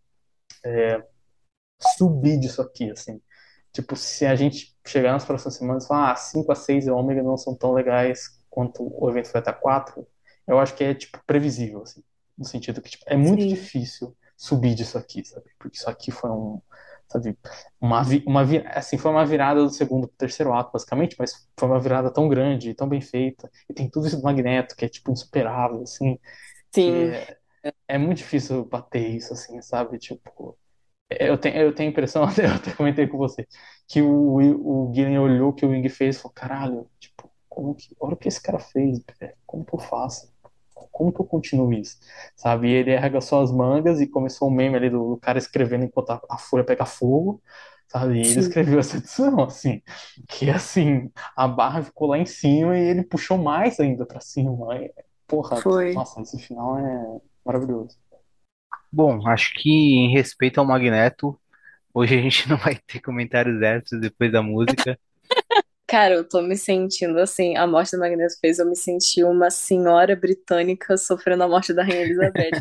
subir disso aqui, assim. Tipo, se a gente chegar nas próximas semanas e falar, ah, cinco a seis e ômega não são tão legais quanto o evento vai estar quatro, eu acho que é, tipo, previsível, assim. No sentido que, tipo, é muito Sim. difícil subir disso aqui, sabe? Porque isso aqui foi um, sabe, uma, vi- uma, vi- assim, foi uma virada do segundo pro terceiro ato, basicamente, mas foi uma virada tão grande, tão bem feita, e tem tudo isso do Magneto, que é, tipo, insuperável, assim, que Sim. é, é muito difícil bater isso, assim, sabe? Tipo, eu tenho, eu tenho a impressão, eu até comentei com você, que o, o Gillen olhou o que o Wing fez e falou, caralho, tipo, como que, olha o que esse cara fez, velho, como que eu faço? Como que eu continuo isso? Sabe? E ele arregaçou as mangas e começou um meme ali do, do cara escrevendo enquanto a, a folha pega fogo, sabe? E ele Sim, escreveu essa edição, assim, que assim, a barra ficou lá em cima e ele puxou mais ainda pra cima. E, porra, foi. nossa, esse final é maravilhoso. Bom, acho que em respeito ao Magneto, hoje a gente não vai ter comentários extras depois da música. Cara, eu tô me sentindo assim, a morte do Magneto fez eu me sentir uma senhora britânica sofrendo a morte da Rainha Elizabeth.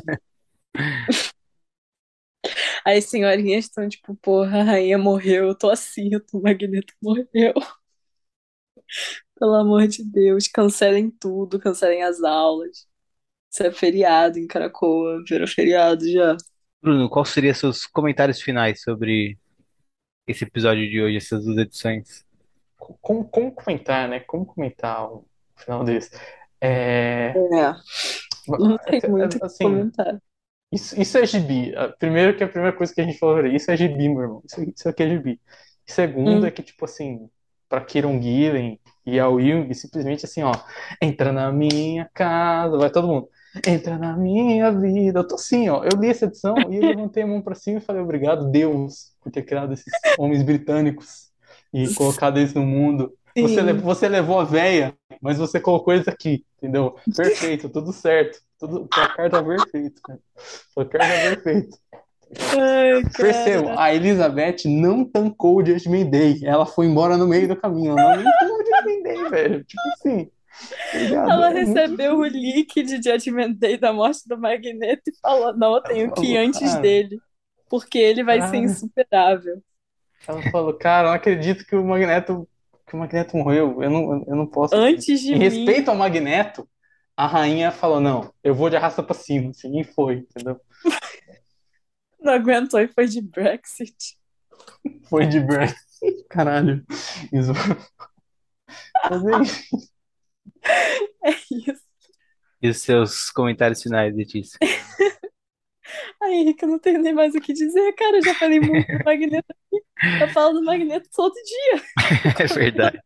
As senhorinhas estão tipo, porra, a rainha morreu, eu tô assim, o Magneto morreu. Pelo amor de Deus, cancelem tudo, cancelem as aulas. Isso é feriado em Caracoa, virou feriado já. Bruno, qual seriam seus comentários finais sobre esse episódio de hoje, essas duas edições? Como, como comentar, né? Como comentar o final desse? É, É, não tem muito o que assim, comentar. Isso, isso é gibi. Ah, primeiro que a primeira coisa que a gente falou, isso é gibi, meu irmão. Isso, isso aqui é gibi. E segundo Hum. é que, tipo assim, pra Kieron Gillen e ao Jung, simplesmente assim, ó, entra na minha casa, vai todo mundo, entra na minha vida. Eu tô assim, ó, eu li essa edição e eu levantei a mão pra cima e falei, obrigado, Deus, por ter criado esses homens britânicos e colocado eles no mundo. Você, le- Sim. você levou a véia, mas você colocou eles aqui, entendeu? Perfeito, tudo certo. Tudo, o placar tá perfeito, cara. O placar tá perfeito. Ai, Percebam, cara. a Elizabeth não tancou o Judgment Day. Ela foi embora no meio do caminho. Ela não aguentou o Judgment Day, velho. Tipo assim, tá ligado? Ela É muito recebeu o difícil. leak de Judgment Day da morte do Magneto e falou: não, eu Ela tenho que ir falou, antes cara, dele, porque ele vai ser cara. insuperável. Ela falou, cara, eu não acredito que o Magneto, que o Magneto morreu. Eu não, eu não posso acreditar. Antes de Em mim, respeito ao Magneto, a rainha falou, não, eu vou de arrasta pra cima. Assim, e foi, entendeu? não aguentou e foi de Brexit. Foi de Brexit. Caralho. Isso. Mas é isso. É isso. E os seus comentários finais, Letícia? Ai, Henrique, eu não tenho nem mais o que dizer, cara. Eu já falei muito do Magneto aqui. Eu falo do Magneto todo dia. É verdade.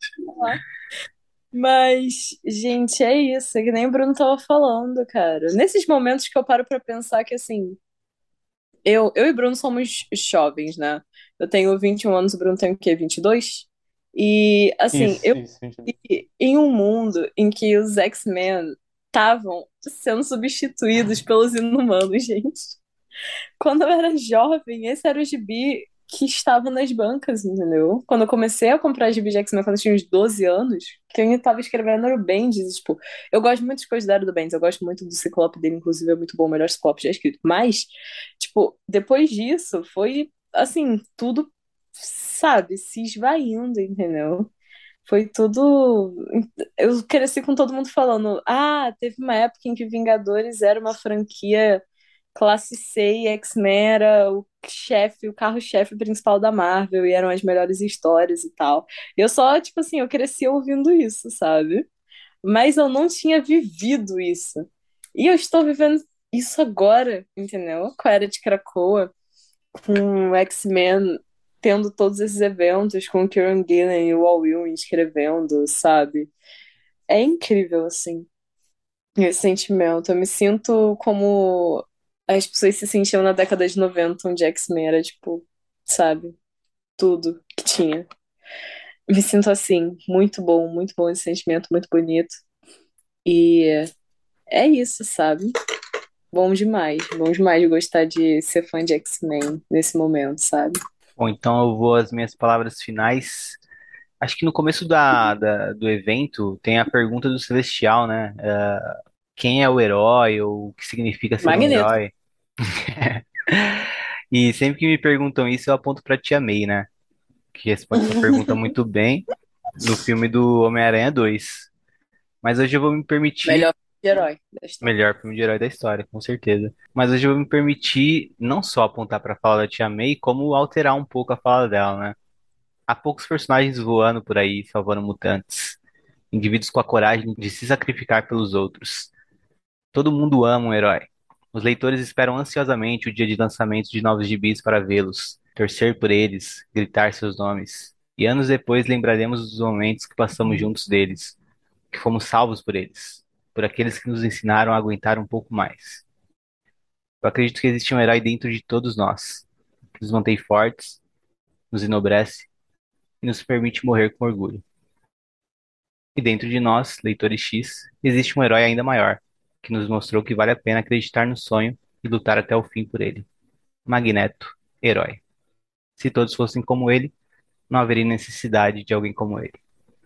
Mas, gente, é isso. É que nem o Bruno tava falando, cara. Nesses momentos que eu paro pra pensar que, assim, eu, eu e Bruno somos jovens, né? Eu tenho vinte e um anos, o Bruno tem o quê? vinte e dois? E, assim, Isso, eu isso, gente. vivi em um mundo em que os X-Men estavam sendo substituídos pelos inumanos, gente. Quando eu era jovem, esse era o gibi que estava nas bancas, entendeu? Quando eu comecei a comprar gibi de X-Men quando eu tinha uns doze anos, quem estava escrevendo era o Bendis. E, tipo, eu gosto muito das coisas da era do Bendis, eu gosto muito do Ciclope dele, inclusive é muito bom, o melhor Ciclope já escrito. Mas, tipo, depois disso, foi, assim, tudo, sabe, se esvaindo, entendeu? Foi tudo. Eu cresci com todo mundo falando: ah, teve uma época em que Vingadores era uma franquia classe C e X-Men era o chefe, o carro-chefe principal da Marvel e eram as melhores histórias e tal. Eu só, tipo assim, eu cresci ouvindo isso, sabe? Mas eu não tinha vivido isso. E eu estou vivendo isso agora, entendeu? Com a Era de Krakoa, com o X-Men tendo todos esses eventos, com o Kieran Gillen e o Al Ewing escrevendo, sabe? É incrível, assim, esse sentimento. Eu me sinto como as pessoas se sentiam na década de noventa, onde X-Men era, tipo, sabe? Tudo que tinha. Me sinto assim, muito bom, muito bom esse sentimento, muito bonito. E é isso, sabe? Bom demais, bom demais gostar de ser fã de X-Men nesse momento, sabe? Bom, então eu vou às minhas palavras finais. Acho que no começo da, da- do evento tem a pergunta do Celestial, né? É, quem é o herói ou o que significa ser um Magneto. herói? E sempre que me perguntam isso, eu aponto pra Tia May, né? Que responde essa pergunta muito bem no filme do Homem-Aranha dois. Mas hoje eu vou me permitir, Melhor de herói da história. melhor filme de herói da história, com certeza. Mas hoje eu vou me permitir não só apontar pra fala da Tia May, como alterar um pouco a fala dela, né? Há poucos personagens voando por aí, salvando mutantes. Indivíduos com a coragem de se sacrificar pelos outros. Todo mundo ama um herói. Os leitores esperam ansiosamente o dia de lançamento de novos gibis para vê-los, torcer por eles, gritar seus nomes. E anos depois lembraremos dos momentos que passamos juntos deles, que fomos salvos por eles, por aqueles que nos ensinaram a aguentar um pouco mais. Eu acredito que existe um herói dentro de todos nós, que nos mantém fortes, nos enobrece e nos permite morrer com orgulho. E dentro de nós, leitores X, existe um herói ainda maior, que nos mostrou que vale a pena acreditar no sonho e lutar até o fim por ele. Magneto, herói. Se todos fossem como ele, não haveria necessidade de alguém como ele.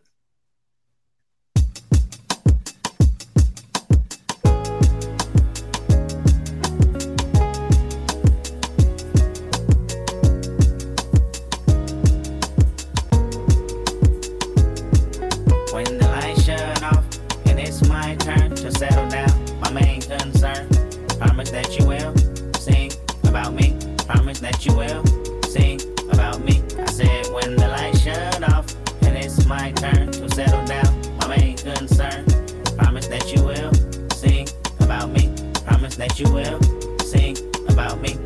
When the lights shut off and it's my turn to settle down, my main concern, promise that you will sing about me, promise that you will sing about me. I said when the lights shut off and it's my turn to settle down, my main concern, promise that you will sing about me, promise that you will sing about me.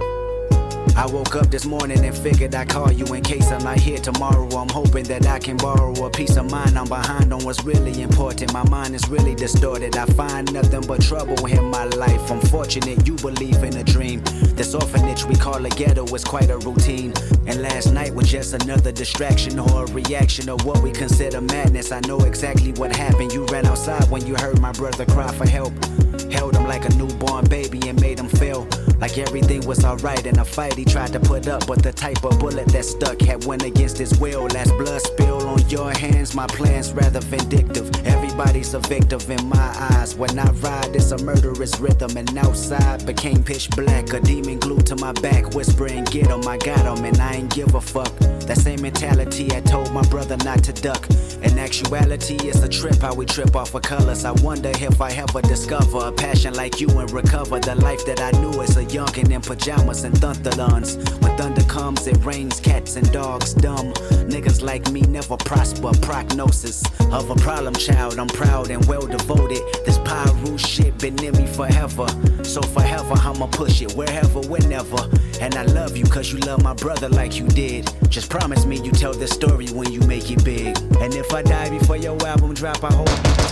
I woke up this morning and figured I'd call you in case I'm not here tomorrow. I'm hoping that I can borrow a peace of mind. I'm behind on what's really important. My mind is really distorted. I find nothing but trouble in my life. I'm fortunate you believe in a dream. This orphanage we call a ghetto is quite a routine. And last night was just another distraction or a reaction of what we consider madness. I know exactly what happened. You ran outside when you heard my brother cry for help. Held him like a newborn baby and made him feel like everything was alright in a fight he tried to put up. But the type of bullet that stuck had went against his will. Last blood spill on your hands, my plan's rather vindictive. Everybody's a victim in my eyes. When I ride, it's a murderous rhythm. And outside became pitch black. A demon glued to my back, whispering, get him, I got him, and I ain't give a fuck. That same mentality I told my brother not to duck. In actuality, it's a trip how we trip off of colors. I wonder if I ever discover a passion like you and recover the life that I knew as a youngin' in pajamas and thunderlons. When thunder comes, it rains cats and dogs dumb. Niggas like me never prosper. Prognosis of a problem child. I'm proud and well devoted. This Pyru shit been in me forever. So forever I'ma push it wherever, whenever. And I love you cause you love my brother like you did. Just promise me you tell the story when you make it big. And if I die before your album drop, I hope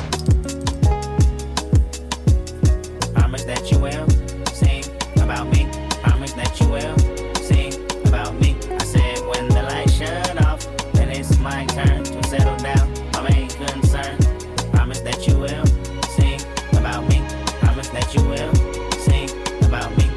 promise that you will sing about me, promise that you will sing about me. I said when the lights shut off and it's my turn to settle down, my main concern, promise that you will sing about me, promise that you will sing about me.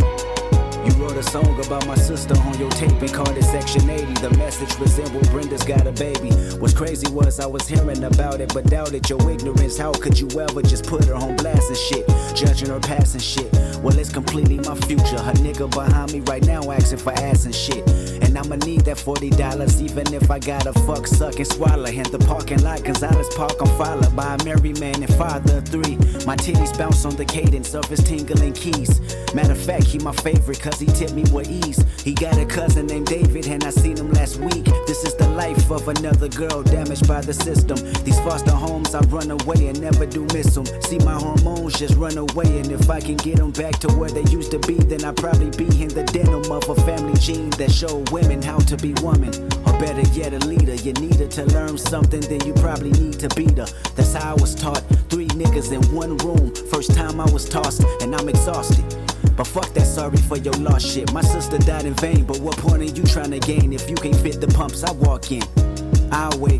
you wrote a song about my sister on your tape and called it Section eighty. The message resembled Brenda's got a baby. What's crazy was I was hearing about it but doubted your ignorance. How could you ever just put her on blast and shit, judging her past and shit? Well, it's completely my future. Her nigga behind me right now asking for ass and shit. And I'ma need that forty dollars even if I gotta fuck, suck, and swallow. In the parking lot, Gonzalez Park, I'm followed by a married man and father of three. My titties bounce on the cadence of his tingling keys. Matter of fact, he my favorite cause he tipped me with ease. He got a cousin named David and I seen him last week. This is the life of another girl damaged by the system. These foster homes I run away and never do miss them. See my hormones just run away, and if I can get them back to where they used to be, then I'd probably be in the denim of a family gene that showed women how to be woman. Or better yet, a leader. You need her to learn something, then you probably need to beat her. That's how I was taught. Three niggas in one room. First time I was tossed and I'm exhausted. But fuck that sorry for your lost shit. My sister died in vain, but what point are you trying to gain if you can't fit the pumps I walk in? I'll wait.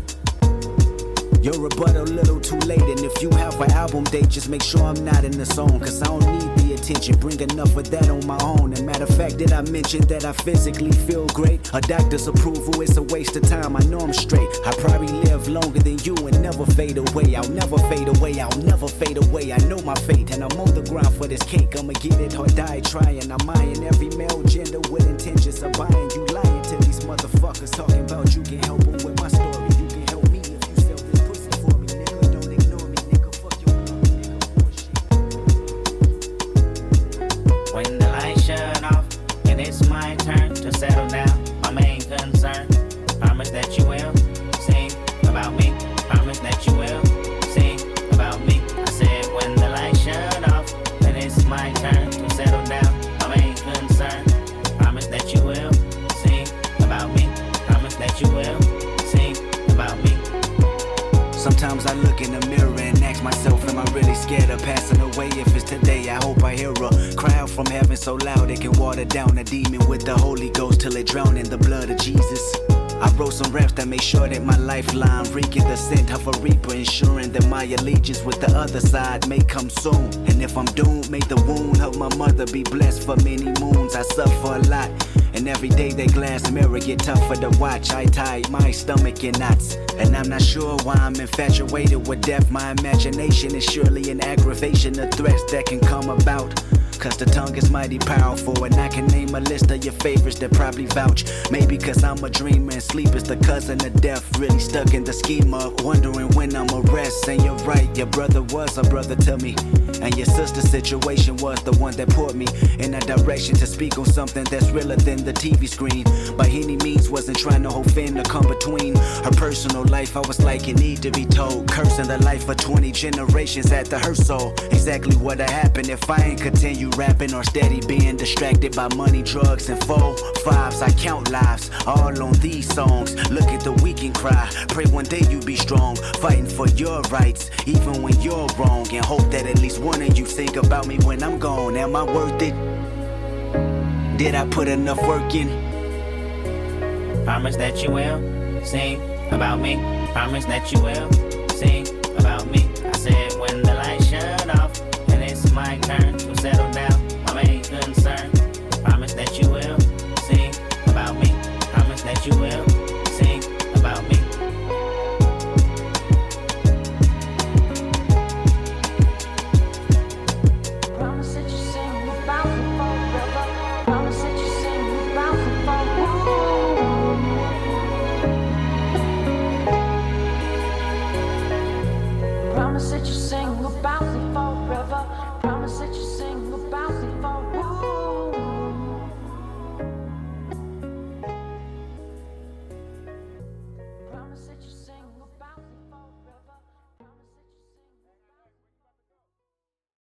Your rebuttal a little too late, and if you have an album date, just make sure I'm not in the zone, cause I don't need the attention, bring enough of that on my own. And matter of fact, did I mention that I physically feel great? A doctor's approval is a waste of time, I know I'm straight. I probably live longer than you and never fade away. I'll never fade away, I'll never fade away. I know my fate, and I'm on the ground for this cake. I'ma get it or die trying. I'm eyeing every male gender with intentions of buying. You lying to these motherfuckers talking about you can help them with my story. You can help me if you sell this pussy for me, nigga. Don't ignore me, nigga. Fuck your club, nigga. Bullshit. When the lights shut off and it's my turn to settle down, my main concern, promise that you will sing about me, promise that you will sing about me. I said when the lights shut off and it's my turn even so loud it can water down a demon with the Holy Ghost till it drown in the blood of Jesus. I wrote some raps that make sure that my lifeline reeking the scent of a reaper, ensuring that my allegiance with the other side may come soon. And if I'm doomed, may the wound of my mother be blessed for many moons. I suffer a lot, and every day that glass mirror get tougher to watch. I tie my stomach in knots, and I'm not sure why I'm infatuated with death. My imagination is surely an aggravation of threats that can come about. Cause the tongue is mighty powerful, and I can name a list of your favorites that probably vouch. Maybe cause I'm a dreamer and sleep is the cousin of death. Really stuck in the scheme of wondering when I'ma rest. And you're right, your brother was a brother to me, and your sister's situation was the one that put me in a direction to speak on something that's realer than the T V screen. By any means wasn't trying to hold fin to come between her personal life. I was like, it need to be told. Cursing the life of twenty generations at the hurt soul. Exactly what'd happen if I ain't continue rapping or steady being distracted by money, drugs, and four fives. I count lives all on these songs. Look at the weak and cry. Pray one day you be strong, fighting for your rights, even when you're wrong. And hope that at least one of you think about me when I'm gone. Am I worth it? Did I put enough work in? Promise that you will sing about me. Promise that you will sing about me. I said when the light